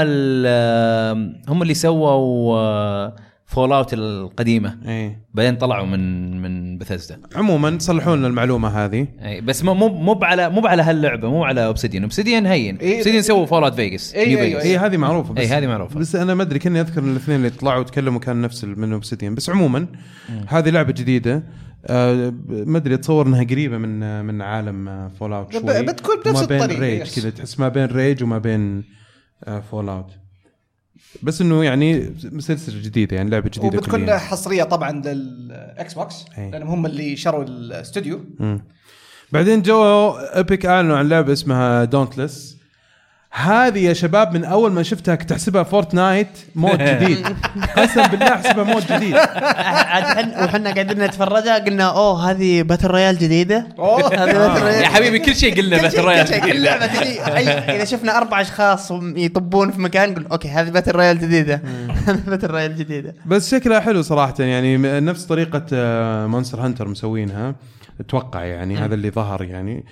اللي سووا فول اوت القديمه. بعدين طلعوا من بثيسدا. عموما صلحوا لنا المعلومه هذه. بس مو على هاللعبه، مو على اوبسيديان هين. اوبسيديان سووا فول اوت فيغاس. هذه معروفه، بس هذه معروفه. بس انا ما ادري، كني اذكر الاثنين اللي طلعوا وتكلموا كان نفس من اوبسيديان. بس عموما هذه لعبه جديده، ما ادري اتصور انها قريبه من عالم فول اوت شوي، بتكون بنفس الطريقه كذا، تحس ما بين ريج وما بين فول اوت، بس انه يعني سلسله جديده، يعني لعبه جديده وبتكون كليا. حصريه طبعا للاكس بوكس لانهم هم اللي شروا الاستوديو. بعدين جو ايبك اعلنوا عن لعبه اسمها دونتلس. هذه يا شباب من اول ما شفتها كنت احسبها فورتنايت مود جديد. قسم بالله احسبها مود جديد. وحنا قاعدين نتفرجها قلنا اوه هذه باتل رويال جديده. يا حبيبي كل شيء قلنا باتل رويال. كل لعبه تجي اذا شفنا 4 اشخاص يطبون في مكان نقول اوكي هذه باتل رويال جديده. باتل رويال جديده بس شكلها حلو صراحه، يعني نفس طريقه مونستر هانتر مسوينها اتوقع، يعني هذا اللي ظهر يعني.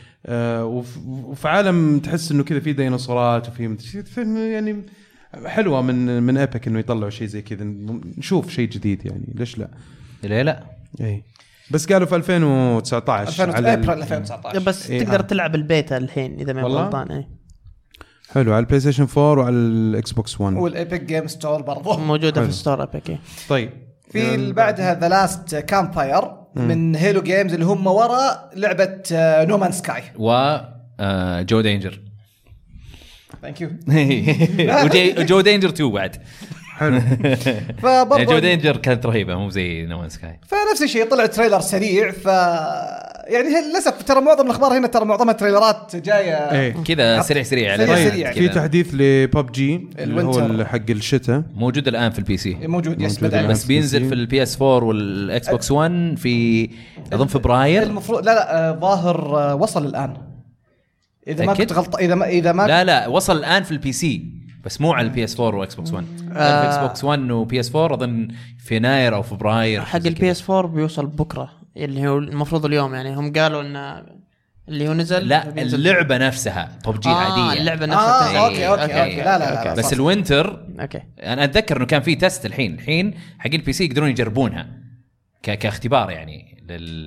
وفي عالم تحس انه كذا في ديناصورات وفي يعني حلوه من ايبك انه يطلعوا شيء زي كذا، نشوف شيء جديد يعني. ليش لا اي بس قالوا في 2019 على ابريل 2019 بس تقدر تلعب البيتا الحين اذا ما غلطان. حلو على البلاي ستيشن 4 وعلى الاكس بوكس 1 والايبك جيم ستور برضه موجوده في الستور ايبك. طيب في اللي بعدها ذا لاست كامباير من هيلو جيمز اللي هم ورا لعبه نومان سكاي جو دينجر. ثانك يو. جو دينجر 2 بعد حلو. فبرضه جو دينجر كانت رهيبه مو زي نومان سكاي. فنفس الشيء طلع تريلر سريع. يعني للاسف ترى معظم الاخبار هنا ترى معظمها تريلرات جايه كذا سريع طيب في تحديث لبب جي اللي هو حق الشتاء موجود الان في البي سي. موجود بس بينزل في البي اس 4 والاكس بوكس 1 في اظن فبراير المفروض. لا ظاهر وصل الان اذا ما كنت غلط. اذا ما لا وصل الان في البي سي بس مو على البي اس 4 واكس بوكس 1. اكس بوكس 1 وبي اس 4 اظن في يناير او فبراير. حق البي اس 4 بيوصل بكره اللي هو المفروض اليوم، يعني هم قالوا ان اللي هو نزل. لا اللعبه نفسها ببجي عاديه. اللعبه نفسها أوكي. لا بس الوينتر اوكي. انا اتذكر انه كان في تيست الحين حق البي سي يقدرون يجربونها كاختبار يعني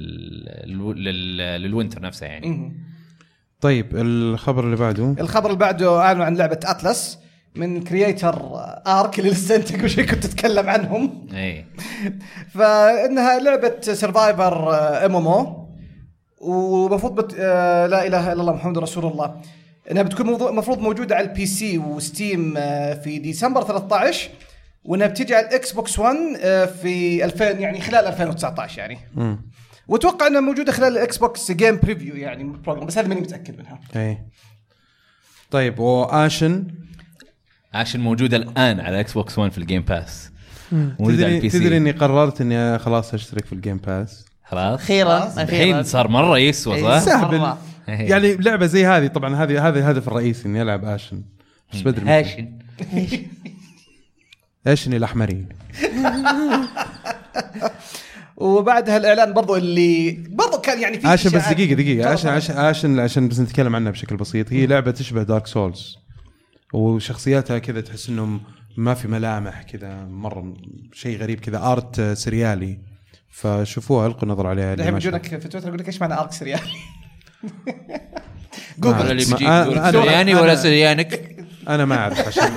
للوينتر نفسه يعني. طيب الخبر اللي بعده اعلنوا عن لعبه اتلس من كرييتر ارك اللي لسه انت قبل شوي كنت تتكلم عنهم. فانها لعبه سرفايفر ام ام او، ومفروض لا اله الا الله محمد رسول الله، انها بتكون مفروض موجوده على البي سي وستيم في ديسمبر 13، وانها بتيجي على الاكس بوكس 1 في 2000 يعني خلال 2019 يعني. واتوقع انها موجوده خلال الاكس بوكس جيم بريفيو يعني بروجرام، بس هذا ماني متاكد منها. طيب واشن موجوده الان على اكس بوكس 1 في الجيم باس. موجوده على البي سي. تدري اني قررت اني خلاص اشترك في الجيم باس خلاص اخيرا الحين صار مره يسوى صح. سهل يعني لعبه زي هذه. طبعا هذه الهدف الرئيسي اني العب اشن بس بدري اشن الاحمري. وبعدها الاعلان برضو اللي برضو كان يعني في اشن بس دقيقه اشن عشان بس نتكلم عنها بشكل بسيط. هي لعبه تشبه دارك سولز وشخصياتها كذا تحس انهم ما في ملامح كذا مره شيء غريب كذا ارت سريالي. فشوفوها القوا نظر عليها. الحين بيجونك في تويتر يقول لك ايش معنى ارك سريالي. جوجل اللي بيجيك سرياني ولا سريانك انا ما اعرف عشان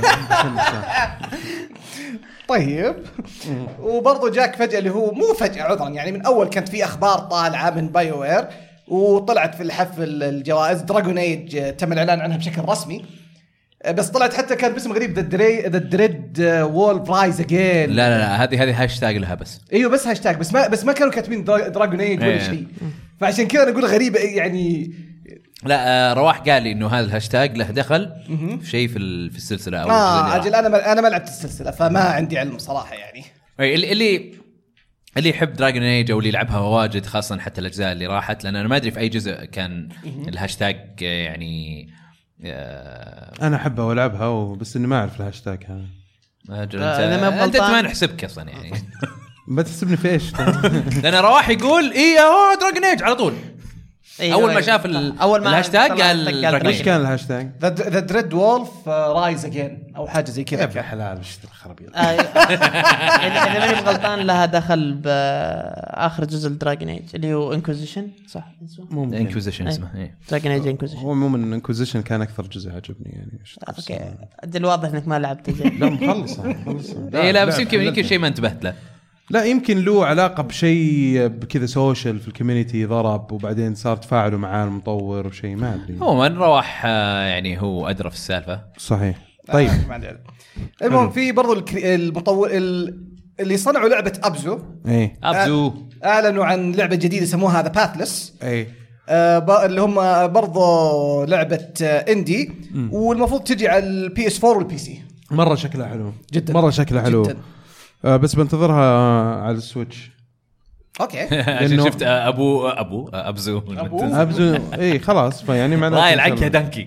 طيب. وبرضه جاك فجأة اللي هو مو فجأة عذرا يعني من أول كانت في أخبار طالعة من بايو وير وطلعت في الحفل الجوائز دراجون ايج تم الإعلان عنها بشكل رسمي. بس طلعت حتى كان باسم غريب ذا دريد وول برايز اجين. لا هذه هاشتاج لها بس. ايوه بس هاشتاج بس ما كانوا كاتبين دراجون ايج ولا شيء. فعشان كذا نقول غريبة يعني. لا رواح قال لي انه هذا الهاشتاج له دخل في شيء في السلسله او اجل انا ما لعبت السلسله فما عندي علم صراحه يعني. اللي يحب دراجون ايج او اللي يلعبها واجد خاصه حتى الاجزاء اللي راحت لان انا ما ادري في اي جزء كان الهاشتاج يعني انا احبها والعبها بس اني ما اعرف الهاشتاج هذا. انت ما نحسبك اصلا يعني. ما تحسبني في ايش؟ لان رواح يقول دراجون ايج على طول. اول ما شاف الهاشتاج قال ايش كان الهاشتاج؟ ذا دريد وولف رايز اجين او حاجه زي كذا. يا حلال وش الخرابيط. اذا ماني غلطان لها دخل باخر جزء الدراجون ايج اللي هو انكوزيشن صح اسمه؟ انكوزيشن اسمه دراجون ايج انكوزيشن. هو عموما انكوزيشن كان اكثر جزء عجبني يعني. اوكي ادل واضح انك ما لعبت زين. لا مخلصه. لا بس يمكن شيء ما انتبهت له. لا يمكن له علاقة بشيء بكذا سوشيال في الكوميونتي ضرب وبعدين صار تفاعلوا مع المطور وشيء ما أدري. هو من رواح يعني هو أدرى في السالفة. صحيح. طيب. المهم في برضو المطور اللي صنعوا لعبة أبزو. إيه. أبزو. أعلنوا عن لعبة جديدة سموها The Pathless. إيه. اللي هم برضو لعبة إندي والمفروض تجي على البي اس 4 والبي سي. مرة شكلها حلو. جدا. مرة شكلها حلو. جدا. بس بنتظرها على السويتش. اوكي. عشان شفت ابزو اي خلاص فيعني معناته راي العك يا دانكي.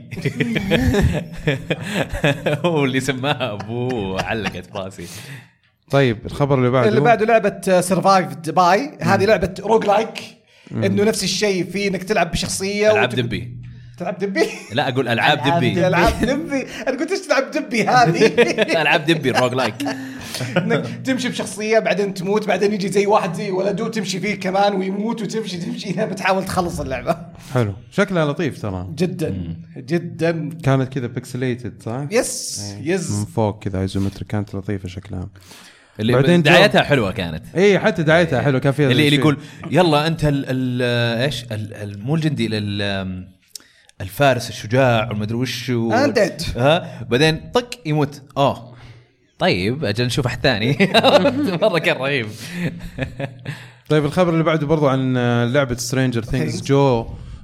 هو اللي سماها ابو علقت براسي. طيب الخبر اللي بعده لعبه سرفايف باي. هذه لعبه روج لايك انه نفس الشيء في انك تلعب بشخصيه العاب دبي. تلعب دبي؟ لا اقول العاب دبي. العاب دبي. انا قلت ايش تلعب دبي هذه؟ العاب دبي الروج لايك. انك تمشي بشخصيه بعدين تموت بعدين يجي زي واحد زي ولده تمشي فيه كمان ويموت وتمشي هنا بتحاول تخلص اللعبه. حلو شكلها لطيف ترى جدا كانت كذا بيكسليتد صح؟ يس من فوق كذا ايزومتريك كانت لطيفه شكلها. اللي بعدين دعايتها حلوه كانت. اي حتى دعايتها حلوه كان فيها اللي يقول يلا انت ايش مو الجندي الفارس الشجاع والمدري وش بعدين طق يموت. طيب اجل نشوف واحد ثاني. مره كان رهيب. طيب الخبر اللي بعده برضو عن لعبه سترينجر ثينجز. جو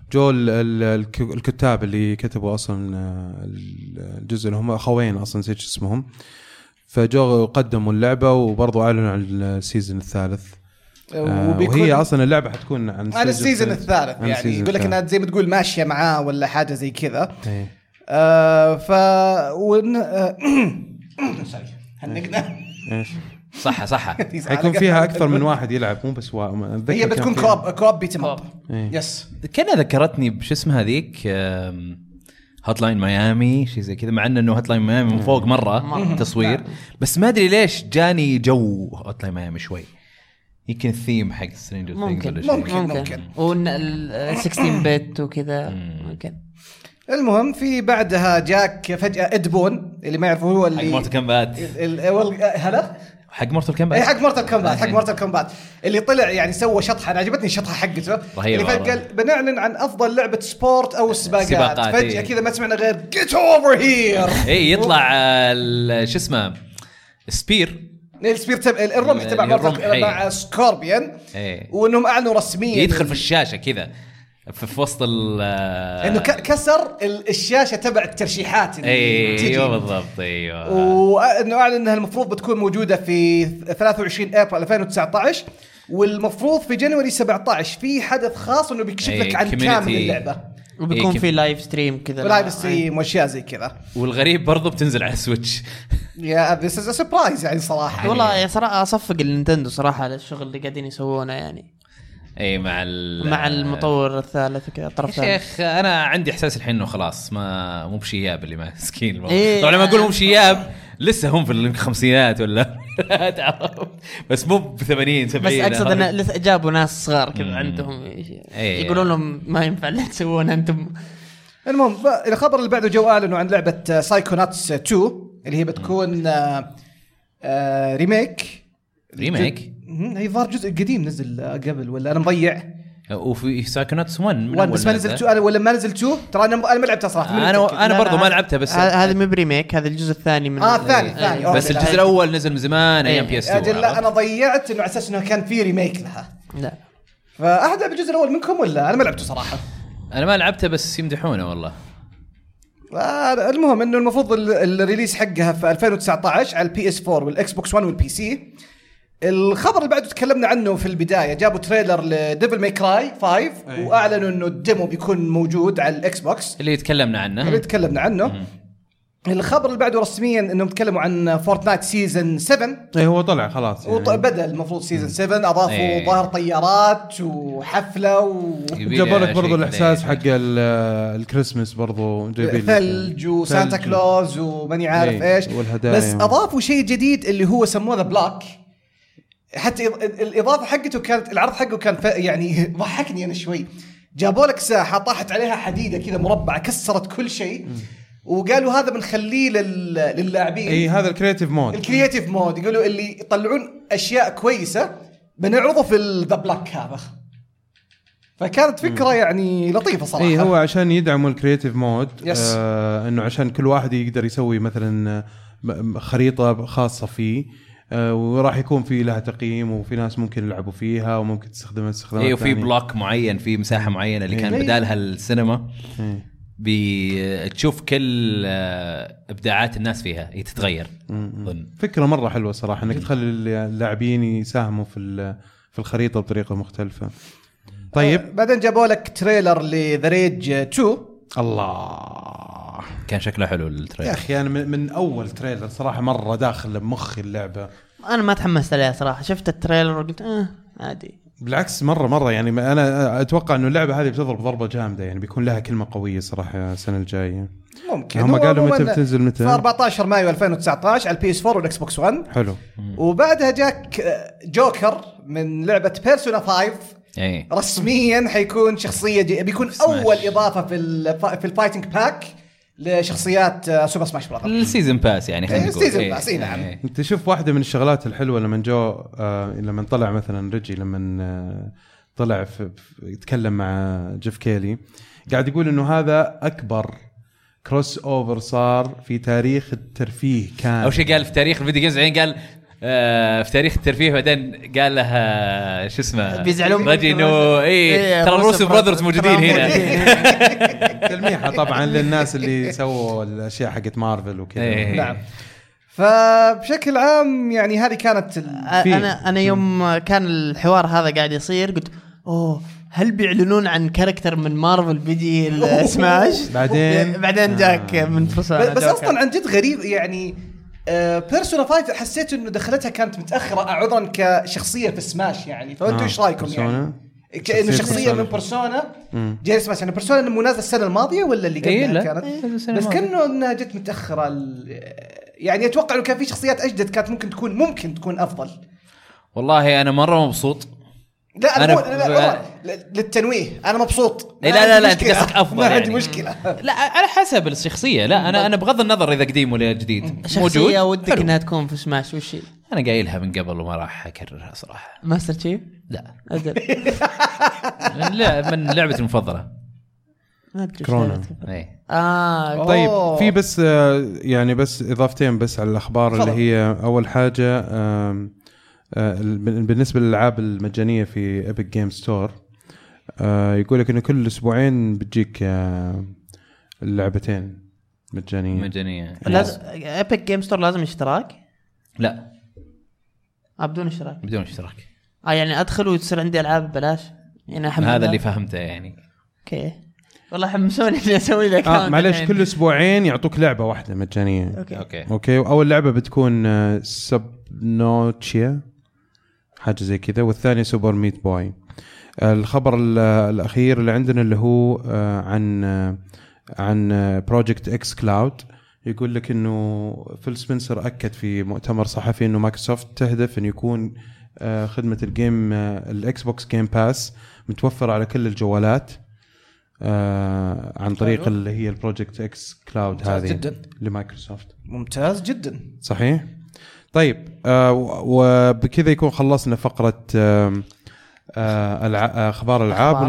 الكتاب اللي كتبوا اصلا الجزء اللي هم اخوين اصلا نسيت اسمهم. فجو قدموا اللعبه وبرضو اعلنوا عن السيزون الثالث. وهي اصلا اللعبه حتكون عن السيزون الثالث يعني يقول لك انها زي ما تقول ماشيه معاه ولا حاجه زي كذا. هنقنا ايش صح حيكون فيها اكثر من واحد يلعب مو بس هي بتكون كوب بيتم اب. يس كان ذكرتني بش اسمها هذيك هوت لاين ميامي شيء زي كذا مع انه هوت لاين ميامي من فوق مره تصوير بس ما ادري ليش جاني جو هوت لاين ميامي شوي. يمكن الثيم حق سترينجر ثينجز ولا شيء ممكن وال 16 بت وكذا ممكن. المهم في بعدها جاك فجأة إدبون اللي ما يعرفه هو اللي حق مورتال كومبات. هلا حق مورتال كومبات. حق مورتال كومبات اللي طلع يعني سوى شطحة. أنا عجبتني الشطحة حقته اللي قال بنعلن عن أفضل لعبة سبورت أو السباقات. فجأة كذا ما سمعنا غير Get over here. يطلع شو اسمه سبير الرمح تبع مع سكوربيان وانهم اعلنوا رسميا يدخل في الشاشه كذا في وسط انه كسر الشاشه تبع الترشيحات اللي ايوه بالضبط ايوه وانه اعلن انها المفروض بتكون موجوده في 23 ابريل 2019، والمفروض في جانوري 17 في حدث خاص انه بيكشف لك عن كامل اللعبه، وبيكون في لايف ستريم كذا، لايف ستريم واشياء زي كذا. والغريب برضو بتنزل على سويتش. يا ذس از سربرايز يعني صراحه. والله يا صراحه اصفق النينتندو صراحه على الشغل اللي قاعدين يسوونه يعني. اي مع المطور الثالث كذا الطرف الثالث. شيخ انا عندي احساس الحين انه خلاص ما مو بشياب اللي ماسكين الموضوع. طبعا لما اقول مو بشياب لسه هم في الخمسينات ولا تعرف، بس مو ب 80 70. بس اقصد ان لسه جابوا ناس صغار كذا عندهم يقولون لهم ما ينفع اللي تسوون انتم. المهم الخبر اللي بعده جو قال انه عن لعبه سايكوناتس 2 اللي هي بتكون ريميك. هي ظهر جزء قديم نزل قبل ولا انا مضيع؟ وفي سايكوناتس 1 بس ما نزل 2 ولا ما نزل 2. ترى انا ما لعبتها صراحه. انا برضو ما لعبتها. بس هذا مو بريميك، هذا الجزء الثاني من الثاني بس الجزء الاول نزل من زمان ايام PS2. لا انا ضيعت انه على اساس انه كان في ريميك لها. لا فاحد لعب الجزء الاول منكم ولا؟ انا ما لعبته صراحه. انا ما لعبته بس يمدحونه والله. المهم انه المفروض الريليس حقها في 2019 على البي اس 4 والاكس بوكس 1 والبي سي. الخبر اللي بعده تكلمنا عنه في البدايه، جابوا تريلر لديفل ماي كراي 5 واعلنوا انه الديمو بيكون موجود على الاكس بوكس اللي تكلمنا عنه. الخبر اللي بعده رسميا انهم تكلموا عن فورتنايت سيزن 7. اي هو طلع خلاص يعني. بدأ المفروض سيزن 7 اضافوا ظهر طيارات وحفله جابوا لك برضو الاحساس حق الكريسماس برضو جايبين ثلج وسانتا كلوز وماني عارف ايش. بس اضافوا شيء جديد اللي هو سموه ذا بلوك. حتى الاضافه حقته كانت العرض حقه كان يعني ضحكني انا شوي. جابوا لك ساحه طاحت عليها حديده كذا مربعه كسرت كل شيء وقالوا هذا بنخليه للاعبين. اي هذا الكرياتيف مود يقولوا اللي يطلعون اشياء كويسه بنعرضه في الذا بلاك هذا. فكانت فكره يعني لطيفه صراحه. اي هو عشان يدعموا الكرياتيف مود انه عشان كل واحد يقدر يسوي مثلا خريطه خاصه فيه وراح يكون في لها تقييم وفي ناس ممكن يلعبوا فيها وممكن تستخدمها استخدامات ثانية. وفي بلوك معين في مساحة معينة اللي كان بدالها السينما بتشوف كل إبداعات الناس فيها هي تتغير. فكرة مرة حلوة صراحة انك تخلي اللاعبين يساهموا في الخريطة بطريقة مختلفة. طيب بعدين جابوا لك تريلر لذا ريج 2. الله كان شكله حلو التريلر يا اخي. انا من اول تريلر صراحه مره داخل بمخي اللعبه. انا ما تحمست عليها صراحه. شفت التريلر وقلت عادي. بالعكس مره يعني انا اتوقع انه اللعبه هذه بتضرب ضربه جامده يعني بيكون لها كلمه قويه صراحه السنه الجايه. ممكن هم قالوا متى بتنزل متى؟ 14 مايو 2019 على البي اس 4 والاكس بوكس 1. حلو. وبعدها جاك جوكر من لعبه بيرسونا 5. رسميا حيكون شخصيه بيكون اول اضافه في الفايتنج باك لشخصيات سوبر سماش براذر السيزن باس يعني خلينا نقول السيزن باس. نعم. انت شوف واحده من الشغلات الحلوه لما طلع مثلا ريجي لما طلع يتكلم مع جيف كيلي قاعد يقول انه هذا اكبر كروس اوفر صار في تاريخ الترفيه. كان اول شيء قال في تاريخ الفيديو جيمز بعدين قال في تاريخ الترفيه بعدين قال لها شو اسمه بيزعلون رجي انه ترى روسو براذرز موجودين هنا. تلميحه طبعا للناس اللي سووا الاشياء حقت مارفل وكذا. نعم. فبشكل عام يعني هذه كانت انا يوم كان الحوار هذا قاعد يصير قلت هل بيعلنون عن كاركتر من مارفل بيجي السماش بعدين جاك من فرصة. بس اصلا عن جد غريب يعني بيرسونا 5 حسيت انه دخلتها كانت متاخره عذرا كشخصيه في سماش يعني. فانتوا ايش رايكم يعني انه شخصيه من بيرسونا جاي سماش يعني بيرسونا مو نازله السنه الماضيه ولا اللي قبلها كانت بس كانه انها جت متاخره يعني اتوقع انه كان في شخصيات اجدد كانت ممكن تكون افضل. والله انا مره مبسوط. لا أنا للتنويه انا مبسوط. لا انت قصدك افضل ما يعني. عندي مشكله. لا على حسب الشخصيه. لا انا بغض النظر اذا قديم ولا جديد شخصيه ودك انها تكون في سماش وش انا قايلها من قبل وما راح اكررها صراحه. ماستر تشيف لا من لعبتي المفضله كورونا. طيب في بس يعني بس اضافتين بس على الاخبار اللي هي اول حاجه بالنسبه للالعاب المجانيه في ايبك جيم ستور يقول لك انه كل اسبوعين بتجيك اللعبتين مجانيه. لازم ايبك جيم ستور لازم اشتراك؟ لا بدون اشتراك. يعني ادخل ويصير عندي العاب ببلاش يعني هذا اللي فهمته يعني. اوكي والله حمسوني اني اسوي لك معليش كل اسبوعين يعطوك لعبه واحده مجانيه. اوكي واول لعبه بتكون سبنوتشيا حاجه زي كذا والثانيه سوبر ميت بوي. الخبر الاخير اللي عندنا اللي هو عن بروجكت اكس كلاود. يقول لك انه فيل سبنسر اكد في مؤتمر صحفي انه مايكروسوفت تهدف ان يكون خدمه الجيم الاكس بوكس جيم باس متوفره على كل الجوالات عن طريق اللي هي البروجكت اكس كلاود هذه لمايكروسوفت. ممتاز جدا صحيح. طيب وبكذا يكون خلصنا فقره اخبار العاب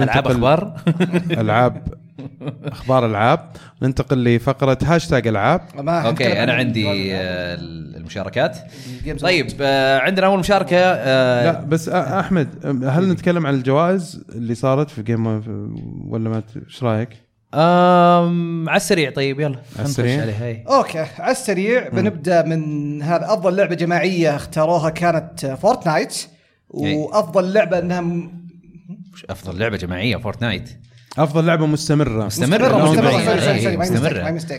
اخبار العاب. ننتقل لفقره هاشتاج العاب. اوكي انا عندي المشاركات. طيب عندنا اول مشاركه لا بس احمد هل نتكلم عن الجوائز اللي صارت في جيم ولا ما ايش رايك؟ على السريع. طيب يلا نخش عليها. اوكي على السريع بنبدا من هذا. افضل لعبه جماعيه اختاروها كانت فورتنايت. وافضل لعبه انها افضل لعبه جماعيه فورتنايت. افضل لعبه مستمره. ماي ميستيك.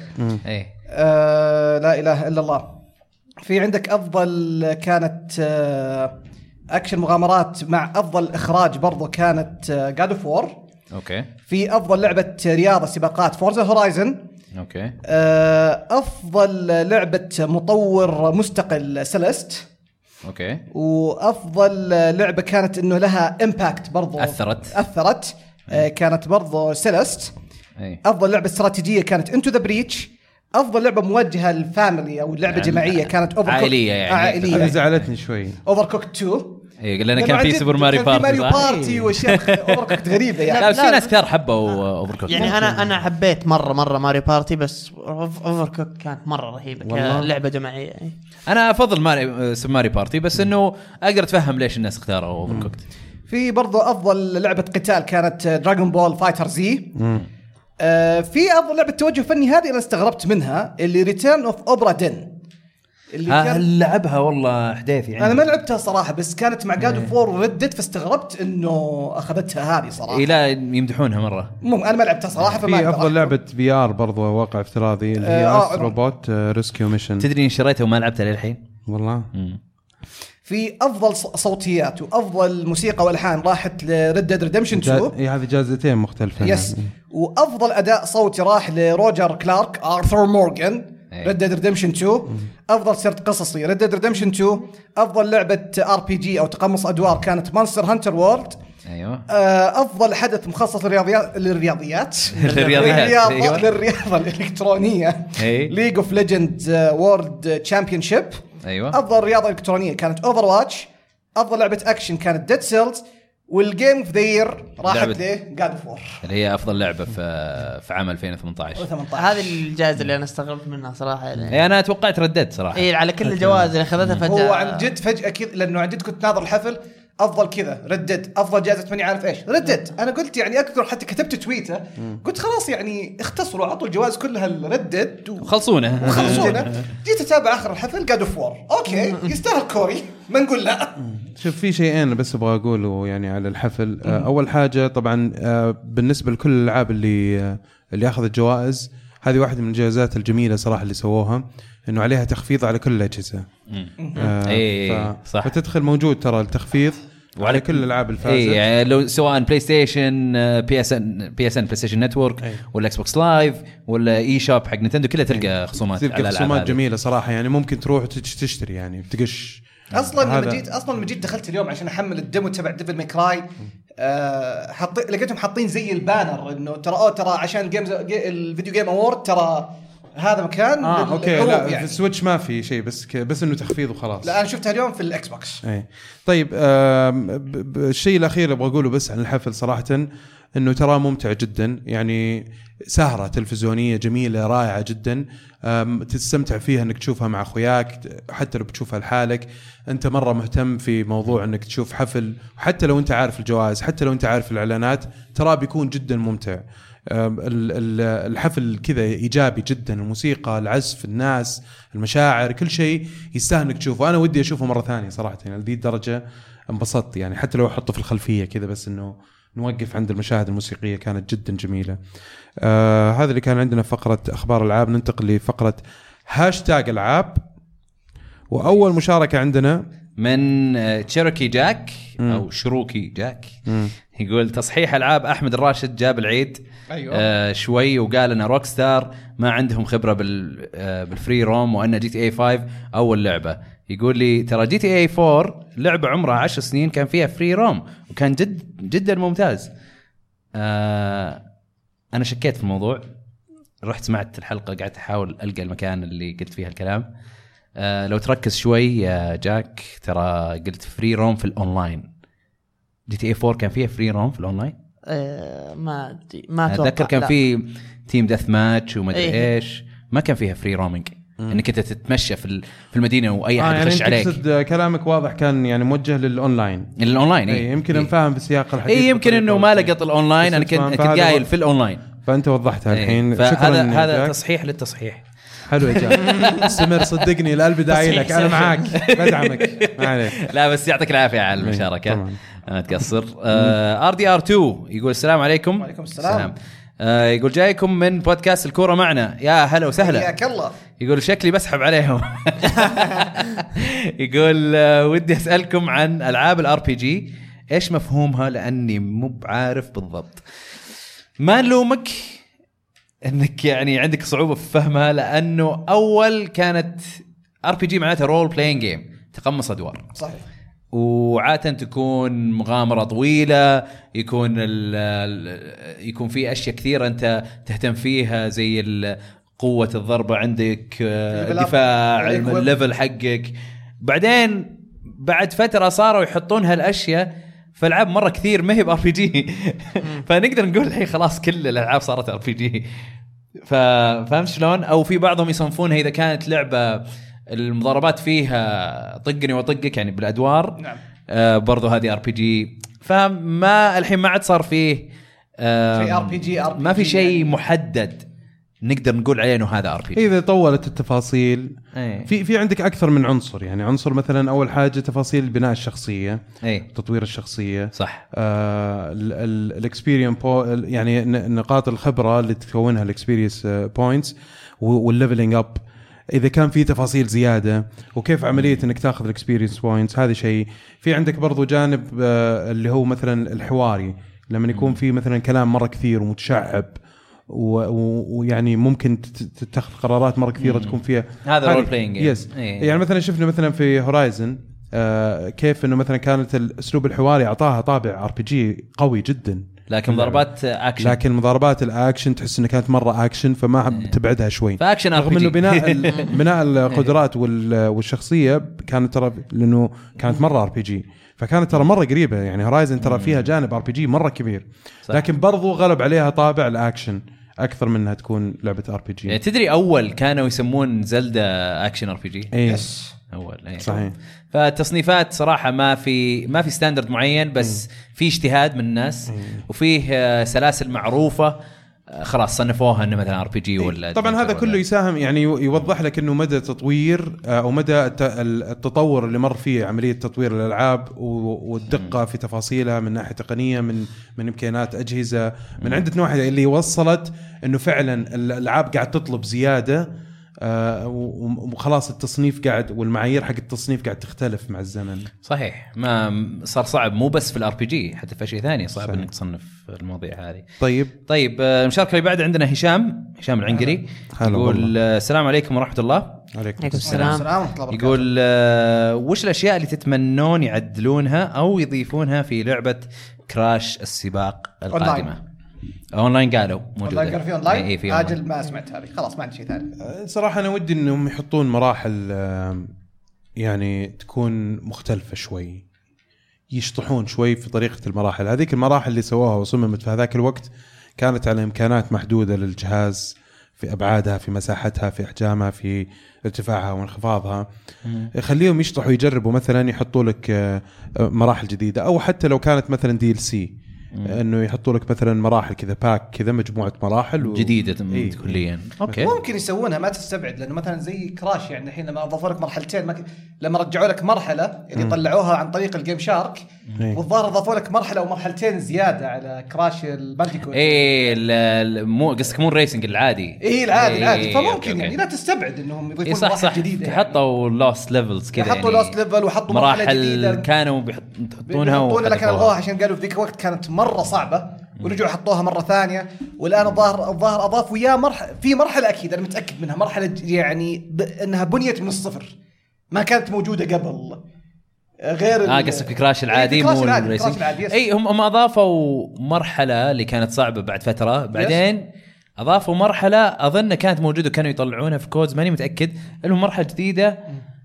لا اله الا الله. في عندك افضل كانت اكشن مغامرات مع افضل اخراج برضو كانت جاد اوف وور. اوكي. في افضل لعبه رياضه سباقات فورزا هورايزن. اوكي. افضل لعبه مطور مستقل سيلست. اوكي. وافضل لعبه كانت انه لها امباكت برضو اثرت كانت برضو سيلست. افضل لعبه استراتيجيه كانت انتو ذا بريتش. افضل لعبه موجهه للفاميلي او لعبه جماعيه كانت اوفر عائليه يعني عائليه. انا زعلتني شوي اوفر كوكت 2. لأن كان في سوبر ماريو بارتي واشياء اوفر كوكت غريبه يعني. لا في ناس كثير حبوا اوفر كوكت. يعني انا حبيت مره ماريو بارتي بس اوفر كوكت كانت مره رهيبه كلعبه جماعيه. انا افضل سوبر ماريو بارتي بس انه اقدر اتفهم ليش الناس اختاروا اوفر كوكت. في برضو افضل لعبه قتال كانت دراغون بول فايتر زي. في افضل لعبه توجه فني هذه انا استغربت منها اللي ريتيرن اوف اوبرا دين اللي كان لعبها والله حديثي يعني. انا ما لعبتها صراحه بس كانت مع جاد اوف وور وردت فاستغربت انه اخذتها هذه صراحه. لا يمدحونها مره. انا ما لعبتها صراحه فما في افضل لعبه في ار برضو واقع افتراضي اللي هي روبوت ريسكيو ميشن. تدري اني شريتها وما لعبتها للحين والله. في افضل صوتيات وافضل موسيقى والحان راحت لريد ديد ريدمشن 2. هذه جائزتين مختلفه. يس. وافضل اداء صوتي راح لروجر كلارك ارثر مورغان ريد ديد ريدمشن 2. افضل سرد قصصي ريد ديد ريدمشن 2. افضل لعبه ار بي جي او تقمص ادوار كانت مونستر هانتر وورلد. ايوه. افضل حدث مخصص للرياضيات للرياضه الالكترونيه ليج اوف ليجندز وورلد تشامبيونشيب. ايوه. افضل رياضه الكترونيه كانت اوفر واتش. افضل لعبه اكشن كانت ديد سيلز. والجيم اوف ذا يير راحت له جاد اوف وور اللي هي افضل لعبه في عام 2018. هذه الجائزه اللي انا استغربت منها صراحه يعني. انا توقعت ردت صراحه على كل الجوائز اللي اخذتها فجاه. هو عن جد فجاه كذا لانه عن جد كنت ناظر الحفل افضل كذا ردد افضل جائزه ماني عارف ايش ردد. انا قلت يعني اكثر حتى كتبت تويته قلت خلاص يعني اختصروا عطوا الجوائز كلها الردد وخلصونا. جيت اتابع اخر الحفل جاد اوف وور. اوكي يستاهل كوري ما نقول لا. شوف في شيئين بس ابغى اقوله يعني على الحفل. اول حاجه طبعا بالنسبه لكل الالعاب اللي اخذت جوائز هذه واحده من الجائزات الجميله صراحه اللي سووها انه عليها تخفيض على كل الاجهزه. صح. فتدخل موجود ترى التخفيض وعلى كل الالعاب الفازه. يعني لو سواء بلاي ستيشن بي اس ان بلاي ستيشن نتورك ولا اكس بوكس لايف ولا اي شوب حق نينتندو كلها تلقى خصومات على الالعاب. خصومات جميله صراحه يعني ممكن تروح تشتري يعني تقش. اصلا لما جيت دخلت اليوم عشان احمل الديمو تبع ديفل ماكراي لقيتهم حاطين زي البانر انه ترى عشان الفيديو جيم اوورد ترى هذا مكان. اوكي لا يعني. في السويتش ما في شيء بس انه تخفيض وخلاص. لا انا شفتها اليوم في الاكس بوكس. طيب الشيء الاخير اللي ابغى اقوله بس عن الحفل صراحه انه ترى ممتع جدا، يعني سهرة تلفزيونية جميلة رائعة جدا، تستمتع فيها انك تشوفها مع اخوياك، حتى لو بتشوفها لحالك انت مرة مهتم في موضوع انك تشوف حفل، حتى لو انت عارف الجوائز، حتى لو انت عارف الاعلانات، ترى بيكون جدا ممتع. الحفل كذا ايجابي جدا، الموسيقى، العزف، الناس، المشاعر، كل شيء يستاهل انك تشوفه. انا ودي اشوفه مرة ثانية صراحة، يعني لذي الدرجة انبسطت، يعني حتى لو احطه في الخلفية كذا بس انه نوقف عند المشاهد الموسيقية كانت جدا جميلة. هذا اللي كان عندنا فقرة أخبار الألعاب. ننتقل لفقرة هاشتاج ألعاب، وأول مشاركة عندنا من تشيروكي جاك أو شروكي جاك. يقول تصحيح ألعاب أحمد الراشد جاب العيد. أيوة. شوي وقال أن روك ستار ما عندهم خبرة بالفري روم، وأن جي تي اي 5 أول لعبة. يقول لي ترى جي تي اي 4 لعبة عمرها 10 سنين كان فيها فري روم وكان جدا ممتاز. أنا شكيت في الموضوع، رحت سمعت الحلقة، قعدت أحاول ألقى المكان اللي قلت فيها الكلام. لو تركز شوي يا جاك، ترى قلت فري روم في الأونلاين. جي تي اي 4 كان فيها فري روم في الأونلاين؟ ما أتوقع. أتذكر كان في تيم ديث ماتش وما أدري إيش، ما كان فيها فري رومينج انك انت تتمشى في المدينه واي احد يخش يعني عليك. تقصد كلامك واضح كان يعني موجه للاونلاين. الاونلاين يمكن نفهم بسياق الحديث. يمكن انه ما لقط الاونلاين، انا كنت قايل في الاونلاين، فانت وضحتها الحين. هذا تصحيح للتصحيح. حلو يا جاك، استمر صدقني، القلب داعي لك، انا معاك بدعمك. ما عليك. لا بس يعطيك العافيه على المشاركه، ما تقصر. RDR2 يقول السلام عليكم. وعليكم السلام. يقول جايكم من بودكاست الكورة معنا، يا هلا وسهلا. حياك الله. يقول شكلي بسحب عليهم. يقول ودي أسألكم عن ألعاب الRPG، إيش مفهومها؟ لأني مو بعارف بالضبط. ما نلومك أنك يعني عندك صعوبة في فهمها، لأنه أول كانت RPG معناتها رول بلاينج جيم، تقمص أدوار. صحيح. وعادة تكون مغامرة طويلة، يكون في أشياء كثيرة أنت تهتم فيها، زي قوة الضربة عندك، الدفاع، الليفل حقك. بعدين بعد فترة صاروا يحطون هالأشياء في ألعاب مرة كثير ما هي RPG. فنقدر نقول الحين خلاص كل الألعاب صارت RPG. فهمت شلون؟ أو في بعضهم يصنفونها إذا كانت لعبة المضاربات فيها طقني وطقك يعني بالأدوار. نعم. برضو هذه RPG. فما الحين ما عاد صار فيه RPG ما في شيء يعني محدد نقدر نقول عليه انه هذا RPG. اذا طولت التفاصيل في عندك اكثر من عنصر، يعني عنصر مثلا اول حاجه تفاصيل بناء الشخصيه، تطوير الشخصيه، صح. الاكسبيرينس يعني نقاط الخبره اللي تكونها الاكسبيرينس بوينتس، والليفلينج اب اذا كان في تفاصيل زياده، وكيف عمليه انك تاخذ الاكسبيرينس بوينتس. هذا شيء. في عندك برضو جانب اللي هو مثلا الحواري، لما يكون في مثلا كلام مره كثير ومتشعب، ويعني ممكن تتخذ قرارات مره كثيره تكون فيها هذا رول بلاينج. يس. يعني مثلا شفنا مثلا في هورايزن كيف انه مثلا كانت الاسلوب الحواري اعطاها طابع RPG قوي جدا، لكن ضربات اكشن، لكن مضاربات الاكشن تحس انها كانت مره اكشن، فما تبعدها شوي. فاكشن رغم انه بناء القدرات والشخصيه كانت ترى لانه كانت مره RPG، فكانت ترى مره قريبه. يعني هورايزن ترى فيها جانب RPG مره كبير، صح. لكن برضو غلب عليها طابع الاكشن اكثر منها تكون لعبه RPG. يعني تدري اول كانوا يسمون زلدا اكشن RPG. يس اول صحيح. فالتصنيفات صراحه ما في ستاندرد معين، بس في اجتهاد من الناس، وفيه سلاسل معروفه خلاص صنفوها انه مثلا RPG ولا. طبعا هذا كله يساهم، يعني يوضح لك انه مدى تطوير او مدى التطور اللي مر فيه عمليه تطوير الالعاب، والدقه في تفاصيلها من ناحيه تقنيه، من امكانيات اجهزه، من عده نواحي، اللي وصلت انه فعلا الالعاب قاعد تطلب زياده، وخلاص التصنيف قاعد، والمعايير حق التصنيف قاعد تختلف مع الزمن. صحيح. ما صار صعب مو بس في الRPG، حتى في شيء ثاني صعب انك تصنف المواضيع هذه. طيب المشاركة اللي بعد عندنا هشام العنقري. يقول السلام عليكم ورحمة الله. عليكم السلام. يقول وش الأشياء اللي تتمنون يعدلونها أو يضيفونها في لعبة كراش السباق القادمة؟ اونلاين قالوا موجوده. اونلاين في اونلاين. اجل ما سمعت هذه، خلاص ما عندي شيء ثاني. صراحه انا ودي انهم يحطون مراحل يعني تكون مختلفه شوي، يشطحون شوي في طريقة المراحل. هذيك المراحل اللي سووها وصممت في هذاك الوقت كانت على إمكانات محدودة للجهاز في أبعادها، في مساحتها، في أحجامها، في ارتفاعها وانخفاضها. خليهم يشطحوا يجربوا، مثلا يحطوا لك مراحل جديدة، أو حتى لو كانت مثلا DLC انه يحطوا لك مثلا مراحل كذا، باك كذا، مجموعه مراحل جديده كليا. اوكي ممكن يسوونها، ما تستبعد، لانه مثلا زي كراش يعني الحين لما اضافوا لك مرحلتين، لما رجعوا لك مرحله يعني طلعوها عن طريق الجيم شارك، والظاهر اضافوا لك مرحله او مرحلتين زياده على كراش البانديكوت. مو قصدك مو الريسنج العادي. العادي فممكن يعني لا تستبعد انهم يضيفون مراحل جديده. حطوا لوست ليفلز كذا، حطوا لوست ليفل وحطوا مراحل جديده كانوا بيحطونها لكن الغوها عشان قالوا في ذيك الوقت كانت مره صعبه، ورجعوا حطوها مره ثانيه. والان الظاهر اضافوا في مرحله اكيد انا متاكد منها، مرحله يعني انها بنيت من الصفر، ما كانت موجوده قبل، غير قصدك كراش العادي مو الريسنج. اي هم اضافوا مرحله اللي كانت صعبه بعد فتره، بعدين اضافوا مرحله اظن كانت موجوده كانوا يطلعونها في كودز، ماني متاكد، لهم مرحله جديده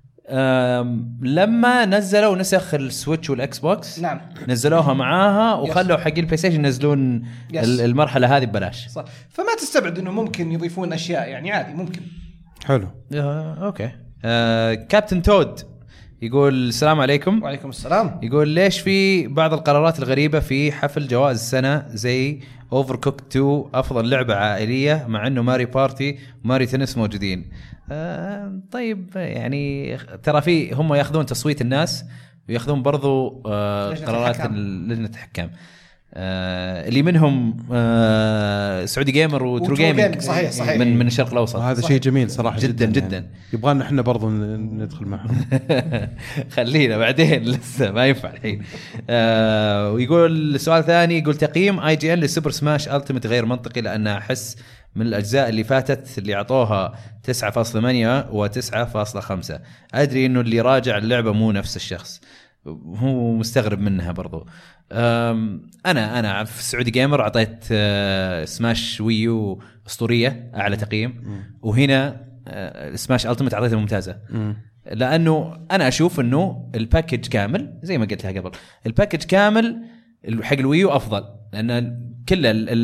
لما نزلوا نسخ السويتش والاكس بوكس. نعم نزلوها معاها وخلوا حق البلاي ستيشن ينزلون المرحله هذه ببلاش. صح. فما تستبعد انه ممكن يضيفون اشياء، يعني عادي ممكن. حلو. اوكي. كابتن تود يقول السلام عليكم. وعليكم السلام. يقول ليش في بعض القرارات الغريبة في حفل جوائز السنة، زي Overcooked 2 أفضل لعبة عائلية، مع أنه ماري بارتي وماري تنس موجودين. طيب يعني ترى هم يأخذون تصويت الناس، ويأخذون برضو قرارات لجنة الحكام، اللي منهم سعودي جيمر وترو جيمنج. صحيح. من الشرق الأوسط. هذا شيء جميل صراحة جدا يعني يبغانا احنا برضو ندخل معهم. خلينا بعدين، لسه ما ينفع الحين. ويقول السؤال ثاني، يقول تقييم IGN لسوبر سماش ألتيميت غير منطقي، لأن أحس من الأجزاء اللي فاتت اللي عطوها 9.8 و9.5. أدري إنه اللي راجع اللعبة مو نفس الشخص، هو مستغرب منها برضو. أنا في السعودي جيمر أعطيت سماش ويو أسطورية أعلى تقييم، وهنا سماش ألتيميت أعطيتها ممتازة، لأنه أنا أشوف إنه الباكج كامل زي ما قلتها قبل، الباكج كامل حق الويو أفضل، لأن كل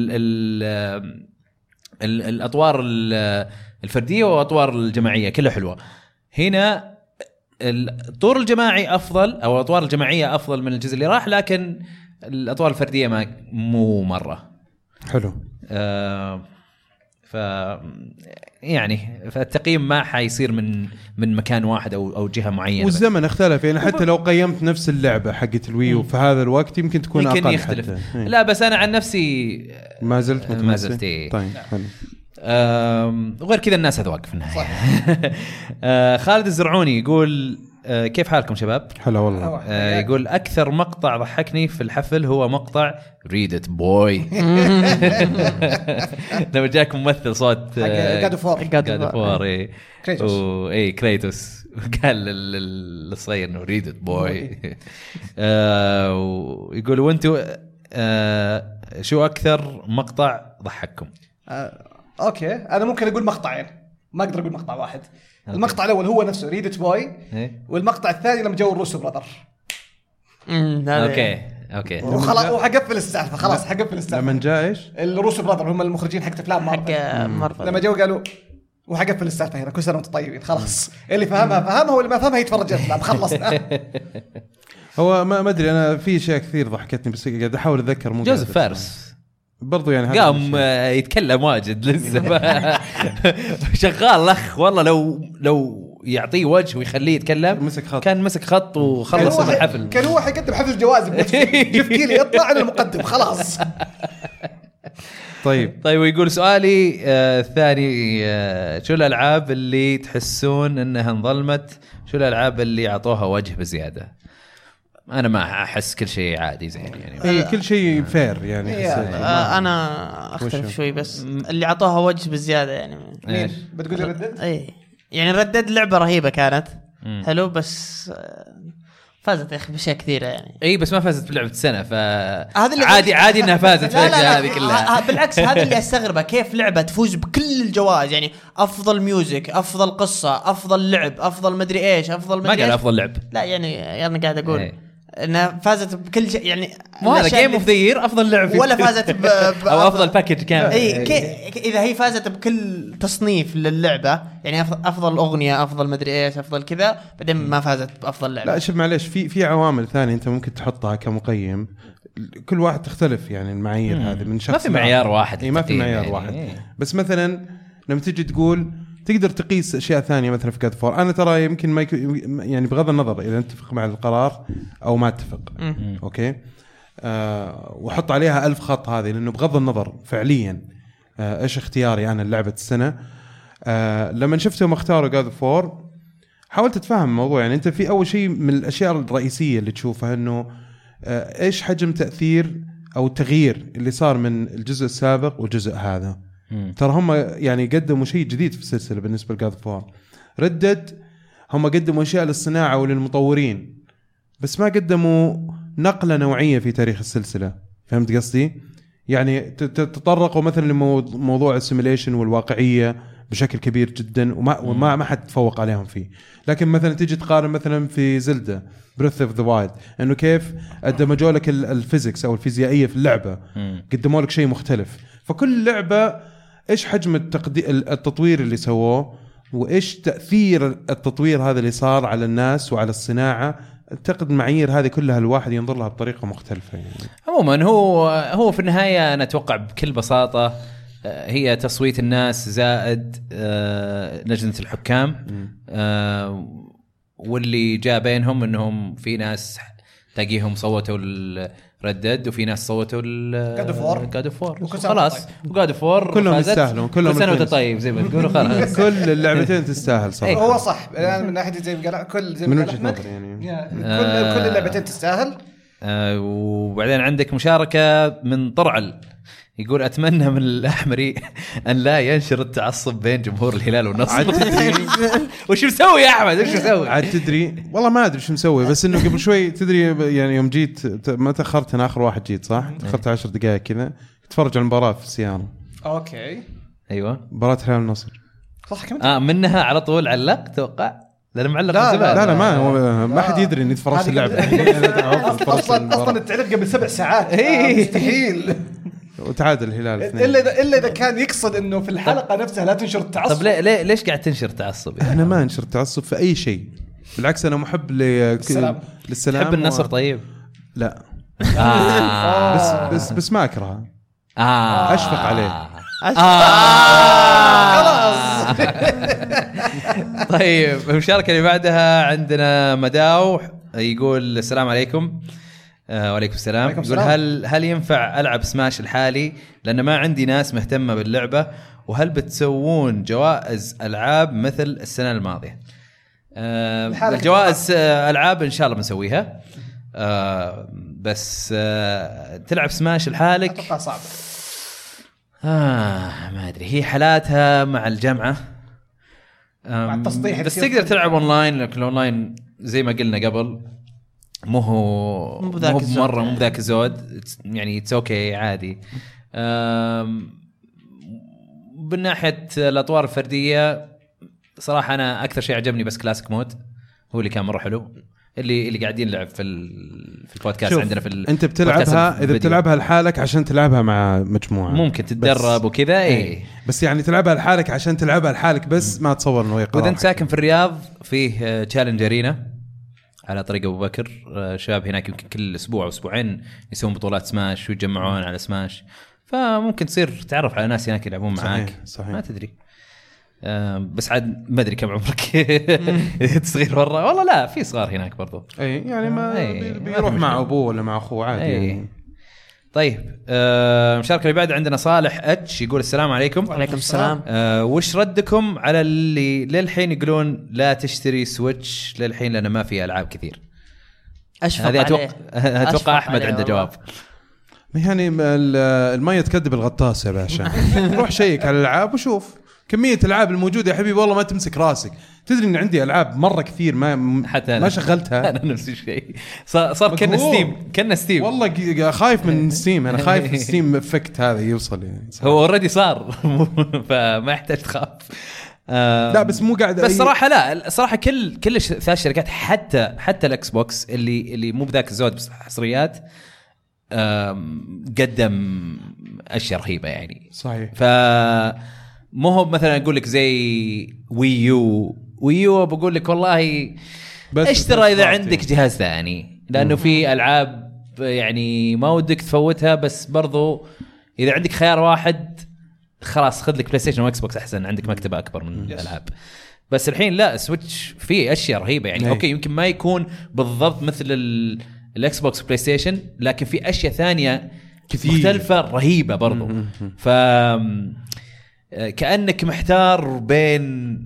الأطوار الفردية وأطوار الجماعية كلها حلوة. هنا الطور الجماعي أفضل، أو الأطوار الجماعية أفضل من الجزء اللي راح، لكن الأطوار الفردية مو مرة حلو. يعني فالتقييم ما حيصير من مكان واحد أو جهة معينة، والزمن اختلف يعني. حتى لو قيمت نفس اللعبة حقت الويو في هذا الوقت يمكن تكون أقل، يختلف. لا بس أنا عن نفسي ما زلت طيب حلو. وغير كذا الناس أذواق في النهاية. خالد الزرعوني يقول كيف حالكم شباب؟ هلا والله. يقول أكثر مقطع ضحكني في الحفل هو مقطع Read It Boy. لما جاك ممثل صوت God of War كريتوس قال للصغير إنه Read It Boy. ويقول وانتوا شو أكثر مقطع ضحككم؟ اوكي انا ممكن اقول مقطعين، ما اقدر اقول مقطع واحد. المقطع الاول هو نفسه ريد ات بوي، والمقطع الثاني لما جو الروسو براذر. اوكي وخلاص وحقفل السالفه، خلاص حقفل السالفه. لما جاء ايش الروسو براذر هم المخرجين حق افلام مارفل، لما جو قالوا وحقفل السالفه هنا كل سنه وانتم طيبين. خلاص اللي فهمها واللي ما فهمها يتفرج الافلام، خلصنا. هو ما ادري انا في اشياء كثير ضحكتني، بس قاعد احاول اتذكر. مو جوزيف فارس برضو يعني قام يتكلم واجد لسه شغال اخ والله. لو يعطيه وجه ويخليه يتكلم كان مسك خط وخلص الحفل. كان هو حيقدم حفل جوائز جيف كيلي يطلع على المقدم خلاص. طيب ويقول سؤالي الثاني، شو الألعاب اللي تحسون انها انظلمت؟ شو الألعاب اللي عطوها وجه بزيادة؟ انا ما احس كل شيء عادي زين يعني كل شيء فير يعني. انا اختلف شوي، بس اللي عطوها وجه بزيادة يعني. مين بتقولي ردد؟ اي يعني ردد لعبة رهيبة كانت حلو، بس فازت يا اخي باشياء كثيره يعني. اي بس ما فازت بلعبه السنه، عادي انها فازت في هذه كلها. بالعكس هذا اللي استغربه، كيف لعبه تفوز بكل الجوائز يعني، افضل ميوزك، افضل قصه، افضل لعب، افضل مدري ايش، افضل مدري ما قال افضل لعب. لا يعني انا قاعد اقول انها فازت بكل شيء يعني مو هذا جيم اوف ذا يير افضل لعبه ولا فازت او افضل باكج كامل. اذا هي فازت بكل تصنيف للعبه يعني افضل اغنيه افضل مدري ايش افضل كذا بعدين ما فازت بافضل لعبه. لا شوف معليش في عوامل ثانيه انت ممكن تحطها كمقيم كل واحد تختلف يعني المعايير هذه من شخص ما في معيار واحد ما في معيار واحد بس مثلا لما تيجي تقول تقدر تقيس اشياء ثانيه مثلا في God of War انا ترى يمكن ما يعني بغض النظر اذا نتفق مع القرار او ما اتفق اوكي وحط عليها 1000 خط هذه لانه بغض النظر فعليا ايش اختياري انا لعبه السنه لما شفتهم اختاروا God of War حاولت اتفهم الموضوع يعني انت في اول شيء من الاشياء الرئيسيه اللي تشوفها انه ايش حجم تاثير او التغيير اللي صار من الجزء السابق والجزء هذا. ترى هم يعني قدموا شيء جديد في السلسله بالنسبه لجاد فور. ردد هم قدموا اشياء للصناعه وللمطورين بس ما قدموا نقله نوعيه في تاريخ السلسله. فهمت قصدي؟ يعني تطرقوا مثلا لموضوع السيميليشن والواقعيه بشكل كبير جدا وما حد تفوق عليهم فيه. لكن مثلا تيجي تقارن مثلا في زلدة بريث اوف ذا وايلد انه كيف قدموا لك الفيزيكس او الفيزيائيه في اللعبه قدموا لك شيء مختلف. فكل لعبه ايش حجم التطوير اللي سووه وايش تاثير التطوير هذا اللي صار على الناس وعلى الصناعه. اعتقد المعايير هذه كلها الواحد ينظر لها بطريقه مختلفه يعني. عموما هو في النهايه انا اتوقع بكل بساطه هي تصويت الناس زائد لجنه الحكام واللي جاء بينهم انهم في ناس تلاقيهم صوتوا الردد وفي ناس صوتوا God of War خلاص God of War كلهم يستاهلون كلهم كل سنه وانت طيب زي ما تقولوا خلاص كل اللعبتين تستاهل صراحه. هو صح يعني من ناحيه زي ما قال كل زي من وجهه نظري يعني كل اللعبتين تستاهل. وبعدين عندك مشاركه من طرعل يقول أتمنى من الأحمري أن لا ينشر التعصب بين جمهور الهلال والنصر. وش مسوي يا أحمد وش مسوي؟ عاد تدري والله ما أدري شو مسوي بس إنه قبل شوي تدري يعني يوم جيت ما تأخرت أنا آخر واحد جيت صح تأخرت 10 دقائق كذا اتفرج على المباراة في السيارة. أوكي أيوة مباراة الهلال والنصر صح كم منها على طول علق توقع لأنه معلق لا ما حد يدري إني تفرجت اللعبة. أصلا التعليق قبل 7 ساعات مستحيل. وتعادل الهلال 2 إلا إذا كان يقصد إنه في الحلقة نفسها لا تنشر التعصب. طب ليش قاعد تنشر تعصب؟ أنا ما أنشر تعصب في أي شيء بالعكس أنا محب للسلام. تحب النصر طيب؟ لا بس ما أكره أشفق عليه. خلاص. طيب المشاركة اللي بعدها عندنا مداو يقول السلام عليكم. وعليكم السلام. يقول هل ينفع ألعب سماش الحالي لأن ما عندي ناس مهتمة باللعبة وهل بتسوون جوائز ألعاب مثل السنة الماضية؟ الجوائز ألعاب إن شاء الله بنسويها بس تلعب سماش لحالك أتوقع صعبة. ما أدري هي حالاتها مع الجامعة مع التصديح بس تقدر تلعب أونلاين لكن الأونلاين زي ما قلنا قبل مو مرة مو بذاك الزود يعني اوكي عادي. بالناحية الأطوار الفردية صراحة أنا أكثر شيء عجبني بس كلاسيك مود هو اللي كان مرة حلو اللي قاعدين نلعب في البودكاست عندنا في انت بتلعبها اذا بتلعبها لحالك عشان تلعبها مع مجموعه ممكن تتدرب وكذا ايه بس يعني تلعبها لحالك عشان تلعبها لحالك بس ما تصور انه يقرا. واذا انت ساكن في الرياض فيه تشالنج ارينا على طريق ابو بكر شباب هناك يمكن كل اسبوع او اسبوعين يسوون بطولات سماش ويتجمعون على سماش فممكن تصير تعرف على ناس هناك يلعبون معاك. صحيح. ما تدري بس عاد ما ادري كم عمرك صغير مره والله لا في صغار هناك برضو اي يعني ما بيروح مع ابوه ولا مع اخوه عادي يعني. طيب المشاركه اللي بعد عندنا صالح اتش يقول السلام عليكم. وعليكم السلام. وش ردكم على اللي للحين يقولون لا تشتري سويتش للحين لأنه ما فيه ألعاب كثير؟ هذه أتوقع أحمد عنده جواب. يعني المية تكذب الغطاس يا باشا. روح شيك على الألعاب وشوف كمية الألعاب الموجودة يا حبيبي والله ما تمسك راسك. تدري إن عندي ألعاب مرة كثير ما شغلتها. أنا نفس الشيء صار كنا ستيم والله خايف من ستيم. أنا خايف ستيم افكت هذا يوصل يعني هو اوريدي صار فما يحتاج تخاف. لا بس مو قاعد بس صراحه لا صراحه كل ثلاث شركات حتى الاكس بوكس اللي مو بذاك الزود بس حصريات قدم اشياء رهيبه يعني. صحيح. مو هو مثلا اقول لك زي ويو بقول لك والله اشترى اذا عندك جهاز ثاني لانه في العاب يعني ما ودك تفوتها بس برضو اذا عندك خيار واحد خلاص خذ لك بلاي ستيشن واكس بوكس احسن عندك مكتبه اكبر من الالعاب. بس الحين لا سويتش فيه اشياء رهيبه يعني. اوكي يمكن ما يكون بالضبط مثل الاكس بوكس بلاي ستيشن لكن في اشياء ثانيه كثير مختلفه رهيبه برضو. ف كأنك محتار بين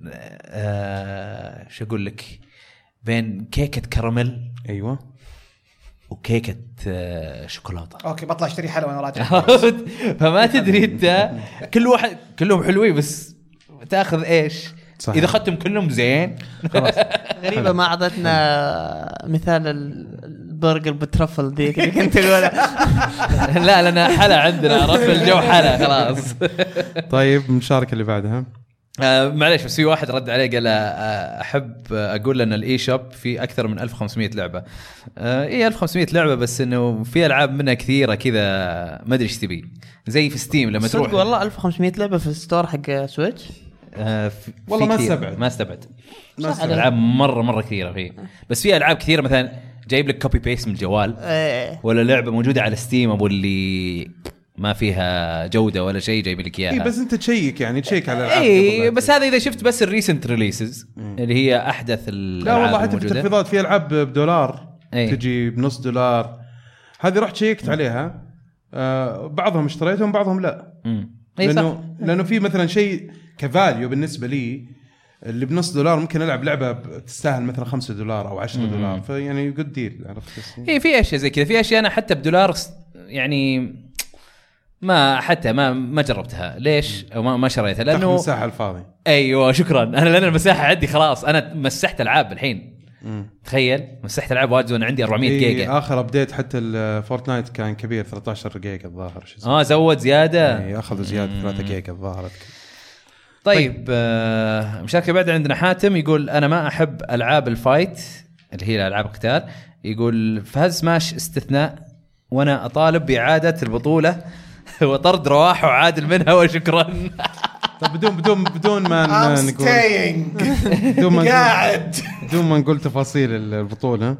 شو اقول لك بين كيكه كراميل ايوه وكيكه شوكولاته. اوكي بطلع اشتري حلوه وانا راجع. فما تدري انت كل واحد كلهم حلوين بس تاخذ ايش. صحيح. اذا اخذتم كلهم زين خلاص. غريبه ما اعطتنا مثال البرجر بالترفل دي اللي كنت تقولها. لا لنا حلا عندنا رفل الجو حلا خلاص. طيب المشاركه اللي بعدها معليش بس في واحد رد عليه قال احب اقول لنا الاي شوب في اكثر من 1500 لعبه. ايه 1500 لعبه بس انه في العاب منها كثيره كذا ما ادري ايش تبي زي في ستيم لما تروح والله 1500 لعبه في الستور حق سويتش. والله ما استبعد العاب مره كثيره فيه بس في العاب كثيره مثلا جايب لك كوبي بيست من الجوال ولا لعبه موجوده على ستيم ابو اللي ما فيها جوده ولا شيء جايب لك اياها. بس انت تشيك يعني تشيك على الالعاب. اي بس هذا اذا شفت بس الريسنت ريليسز اللي هي احدث لا والله حتى في التخفيضات في العاب $1 تجي بنص دولار هذه رحت شيكت عليها. بعضهم اشتريتهم بعضهم لا. لانه في مثلا شيء كفاليو بالنسبه لي اللي بنص دولار ممكن العب لعبه تستاهل مثلا $5 او $10 فيعني جود ديل. عرفت اي في اشياء زي كذا في اشياء انا حتى $1 يعني ما حتى ما جربتها ليش او ما شريتها لانه مساحه الفاضي. ايوه شكرا انا لان المساحه عندي خلاص انا مسحت العاب الحين. تخيل مسحت العاب واجد وانا عندي 400 جيجا. اخر ابديت حتى الفورتنايت كان كبير 13 جيجا الظاهر شيء زود زياده اخذوا زياده 3 جيجا الظاهر. طيب مشاركه بعد عندنا حاتم يقول انا ما احب العاب الفايت اللي هي العاب القتال. يقول فهز سماش استثناء وانا اطالب باعاده البطوله وطرد رواح وعادل منها وشكرا. طب بدون ما نقول قاعد بدون ما نقول تفاصيل البطوله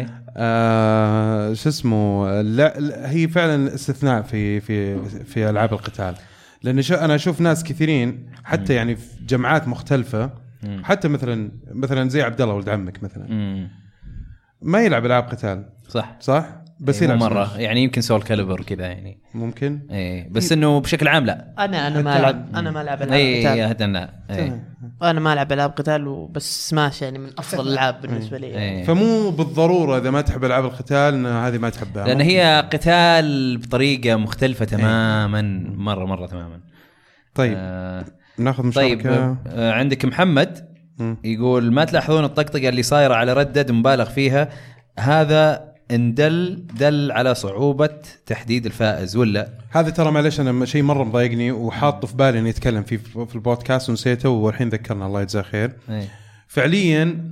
شو اسمه هي فعلا استثناء في العاب القتال لان انا اشوف ناس كثيرين حتى يعني في جماعات مختلفه حتى مثلا زي عبد الله ولد عمك مثلا ما يلعب العاب قتال صح بس يلعب مره يعني يمكن سول كاليبر كذا يعني ممكن بس انه بشكل عام لا انا ما العب العاب قتال. انا ما العب العاب قتال وبس سماش يعني من افضل الالعاب بالنسبه لي. فمو بالضروره اذا ما تحب العاب القتال هذه ما تحبها لان هي قتال بطريقه مختلفه تماما مره تماما. طيب ناخذ مشاركه. عندك محمد يقول ما تلاحظون الطقطقه اللي صايره على ردد مبالغ فيها هذا ان دل على صعوبة تحديد الفائز ولا هذا ترى معلش أنا شيء مرة مضايقني وحاطه في بالي إني أتكلم فيه في البودكاست ونسيته والحين ذكرنا الله يجزاه خير. فعليا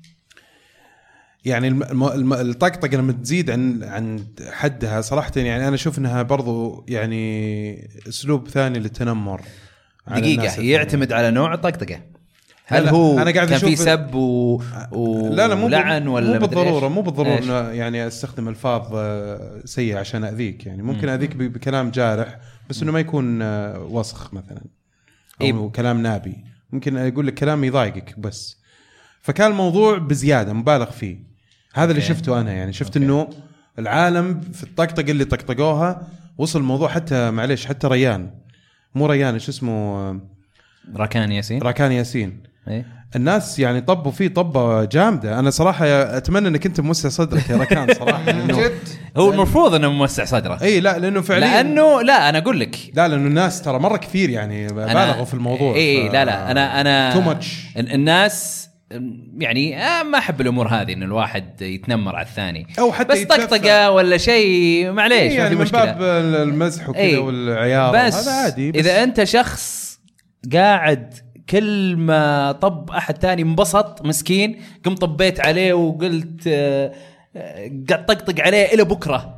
يعني الطقطقة لما تزيد عن حدها صراحة يعني أنا أشوف إنها برضو يعني أسلوب ثاني للتنمر. دقيقة يعتمد على نوع الطقطقة. هل هو أنا قاعد كان في سب لا مو لعن ولا مو بالضرورة يعني استخدم الفاظ سيئة عشان أذيك يعني ممكن أذيك بكلام جارح بس إنه ما يكون وسخ مثلا أو كلام نابي ممكن أقول لك كلام يضايقك بس. فكان الموضوع بزيادة مبالغ فيه. هذا اللي شفته أنا يعني شفت إنه العالم في الطقطقة اللي طقطقوها وصل الموضوع حتى معليش حتى مو ريان إيش اسمه راكان ياسين الناس يعني طبوا فيه طبة جامدة. أنا صراحة أتمنى أنك أنت موسع صدرك يا راكان صراحة جد هو المفروض أنه موسع صدره. أي لا لأنه فعليا لا أنا أقول لك لأنه الناس ترى مرة كثير يعني بالغوا في الموضوع. لا أنا too much. الناس يعني ما أحب الأمور هذه إنه الواحد يتنمر على الثاني أو حتى بس طقطقة ولا شيء معليش يعني ما في مشكلة من باب المزح وكذا والعيار بس هذا عادي. بس إذا أنت شخص قاعد كل ما طب احد تاني انبسط مسكين قم طبيت عليه وقلت قاعد طقطق عليه الى بكره.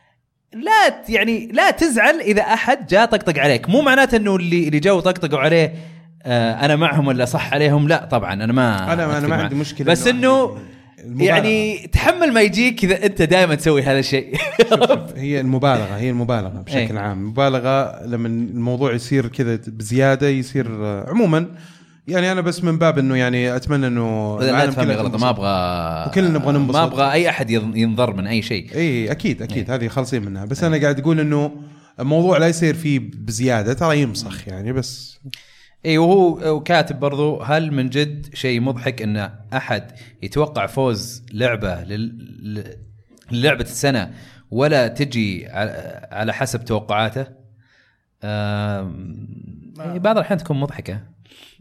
لا تزعل اذا احد جاء طقطق عليك، مو معناته انه اللي جاوا طقطقوا عليه انا معهم ولا صح عليهم، لا طبعا انا ما عندي مشكله، بس انه يعني تحمل ما يجيك اذا انت دائما تسوي هذا الشيء. هي المبالغه بشكل عام، مبالغه لما الموضوع يصير كذا بزياده يصير عموما. يعني انا بس من باب انه يعني اتمنى انه لا تفهمني غلط، ما ابغى وكلنا نبغى ننبسط، ما ابغى اي احد ينضر من اي شيء. اي اكيد هذه خالصين منها، بس انا قاعد اقول انه الموضوع لا يصير فيه بزياده، ترى يمسخ يعني. بس اي وهو كاتب برضو هل من جد شيء مضحك ان احد يتوقع فوز لعبه للعبه السنه ولا تجي على حسب توقعاته؟ بعض الأحيان تكون مضحكه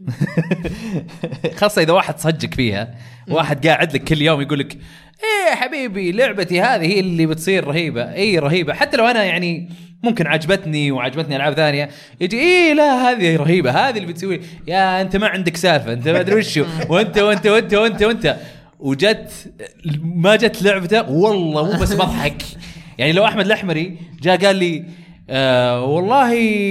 خاصة إذا واحد صجك فيها، واحد قاعد لك كل يوم يقول لك إيه حبيبي لعبتي هذه هي اللي بتصير رهيبة، إيه رهيبة، حتى لو أنا يعني ممكن عجبتني ألعاب ثانية يجي إيه لا هذه رهيبة، هذه اللي بتسوي يا أنت ما عندك سالفة، أنت ما أدري وشو، وأنت وجت ما جت لعبته. والله مو بس بضحك يعني لو أحمد الأحمري جاء قال لي والله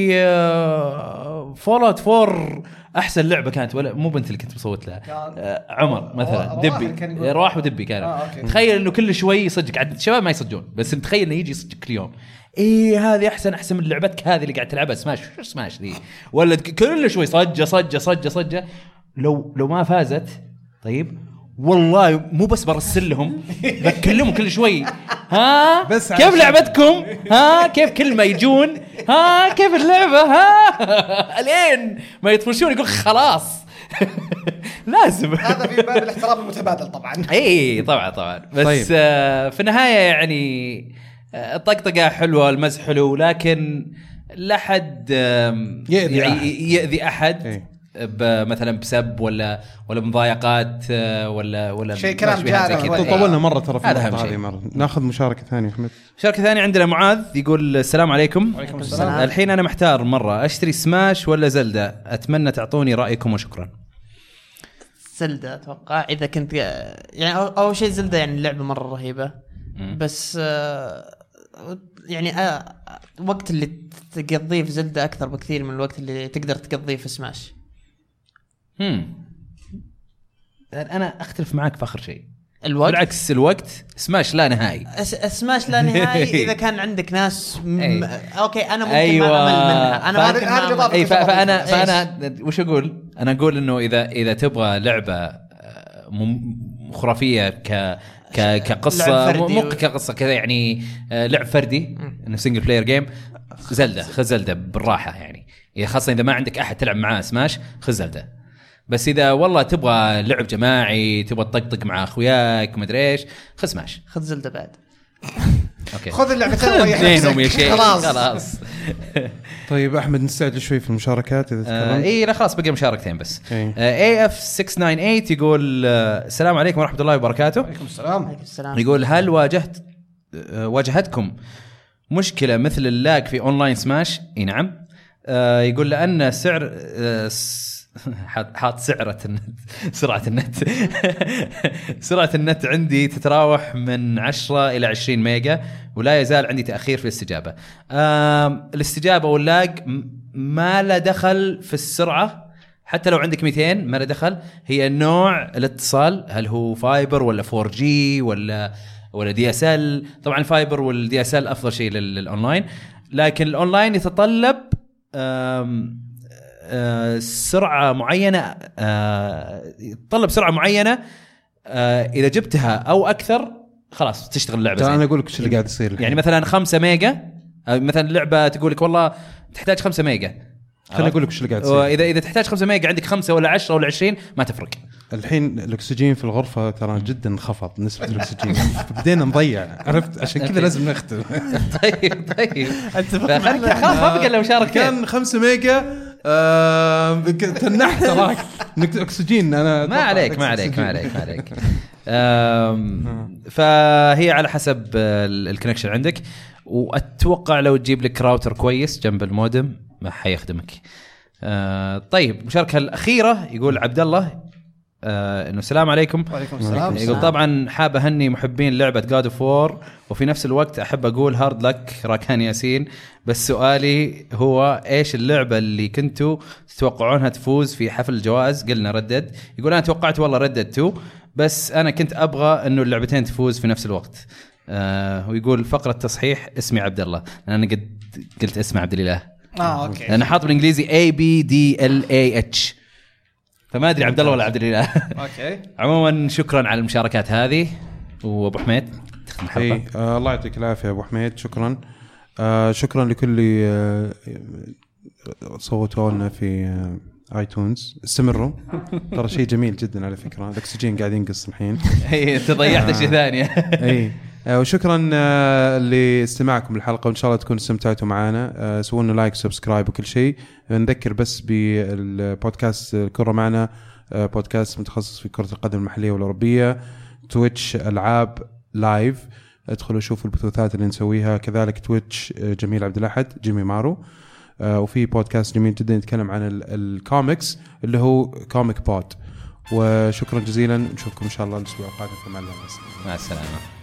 فولوت 4 احسن لعبه كانت، ولا مو بنت اللي كنت بصوت لها عمر مثلا دبي رواح ودبي كانوا تخيل انه كل شوي يصدق، عاد الشباب ما يصدقون بس تخيل انه يجي يصدق كل يوم ايه هذه احسن من لعبتك هذه اللي قاعد تلعبها سماش ذي، ولا كل شوي صجه لو ما فازت طيب والله مو بس برسل لهم بكلمهم كل شوي ها بس كيف لعبتكم، ها كيف كل ما يجون ها كيف اللعبة ها الين ما يطفشون يقول خلاص لازم. هذا في باب الاحترام المتبادل طبعا. اي طبعا بس طيب. في النهاية يعني الطقطقة حلوة المزح حلو، لكن لا حد يأذي أحد مثلا بسب ولا مضايقات ولا شيء كلام جاري. طولنا مره ترى في هذه مره. ناخذ مشاركه ثانيه احمد. مشاركه ثانيه عندنا معاذ يقول السلام عليكم. وعليكم السلام. الحين انا محتار مره اشتري سماش ولا زلدة، اتمنى تعطوني رايكم وشكرا. زلدة اتوقع اذا كنت يعني اول شيء زلدة يعني اللعبه مره رهيبه بس يعني وقت اللي تقضيه في زلدة اكثر بكثير من الوقت اللي تقدر تقضيه في سماش. انا اختلف معاك في اخر شيء. الوقت بالعكس الوقت سماش لا نهائي. سماش لا نهائي اذا كان عندك ناس اوكي انا ممكن أيوة. انا ممكن فانا وش اقول، انا اقول انه اذا تبغى لعبه خرافيه كقصه مو كقصه كذا يعني لعب فردي انه سنجل بلاير جيم، خذ زلدة بالراحه يعني، خاصه اذا ما عندك احد تلعب معاه سماش خذ زلدة. بس اذا والله تبغى لعب جماعي تبغى تطقطق مع اخوياك ما ادري ايش خذ سماش، خذ زلدة بعد. اوكي خذ اللعبتين يا شيخ خلاص. طيب احمد نستعجل شوي في المشاركات اذا تكرمت. اي لا خلاص بقى مشاركتين بس. AF698 يقول السلام عليكم ورحمه الله وبركاته. وعليكم السلام. يقول هل واجهتكم مشكله مثل اللاج في اونلاين سماش؟ اي نعم. يقول لان سعر حاط سرعة النت سرعة النت عندي تتراوح من 10 إلى 20 ميجا ولا يزال عندي تأخير في الاستجابة. الاستجابة واللاج ما لا دخل في السرعة، حتى لو عندك 200 ما لا دخل، هي نوع الاتصال هل هو فايبر ولا 4G ولا DSL. طبعا الفايبر والDSL أفضل شيء للأونلاين، لكن الأونلاين يتطلب سرعة معينة، يتطلب سرعة معينة إذا جبتها أو أكثر خلاص تشتغل اللعبة. أنا أقول لك شو اللي قاعد يصير يعني مثلا 5 ميجا، مثلا لعبة تقول لك والله تحتاج 5 ميجا، خليني أقول لك شو اللي قاعد يصير. إذا تحتاج 5 ميجا عندك 5 ولا 10 ولا 20 ما تفرق. الحين الأكسجين في الغرفة ترى جدا انخفض نسبة الأكسجين بدينا نضيع، عرفت؟ عشان كذا لازم نختم. طيب خلاص ما بقى لو شارك كان 5 ميجا تنحت تراك أكسجين. أنا ما عليك فهي على حسب الكونكشن عندك، وأتوقع لو تجيب لك راوتر كويس جنب المودم ما حيخدمك. طيب مشاركة الأخيرة يقول عبد الله انه السلام عليكم. وعليكم السلام. يقول طبعا حاب اهني محبين لعبه جاد اوف وور، وفي نفس الوقت احب اقول هارد لك راكان ياسين. بس سؤالي هو ايش اللعبه اللي كنتوا تتوقعونها تفوز في حفل الجوائز؟ قلنا ردد. يقول انا توقعت والله ردد 2، بس انا كنت ابغى انه اللعبتين تفوز في نفس الوقت. ويقول فقره تصحيح اسمي عبد الله، انا قد قلت اسمي عبد الاله. اوكي انا حاط بالانجليزي ABDLAH، فما ادري عبد الله ولا عبد الاله. اوكي عموما شكرا على المشاركات هذه. وابو حميد تختم الحلقه. الله يعطيك العافيه ابو حميد، شكرا. شكرا لكل اللي صوتوا لنا في ايتونز. استمروا ترى شيء جميل جدا على فكره. الاكسجين قاعد ينقص الحين. اي انت ضيعت شيء ثاني. اي وشكرا لاستماعكم للحلقه، وان شاء الله تكونوا استمتعتوا معنا. سووا لنا لايك سبسكرايب وكل شيء. نذكر بس بالبودكاست الكره معنا، بودكاست متخصص في كره القدم المحليه والاوروبيه. تويتش العاب لايف، ادخلوا شوفوا البثوثات اللي نسويها. كذلك تويتش جميل عبد الاحد جيمي مارو. وفي بودكاست جميل جدا يتكلم عن الكوميكس اللي هو كوميك بود. وشكرا جزيلا، نشوفكم ان شاء الله الاسبوع القادم في مع الله. مع السلامه.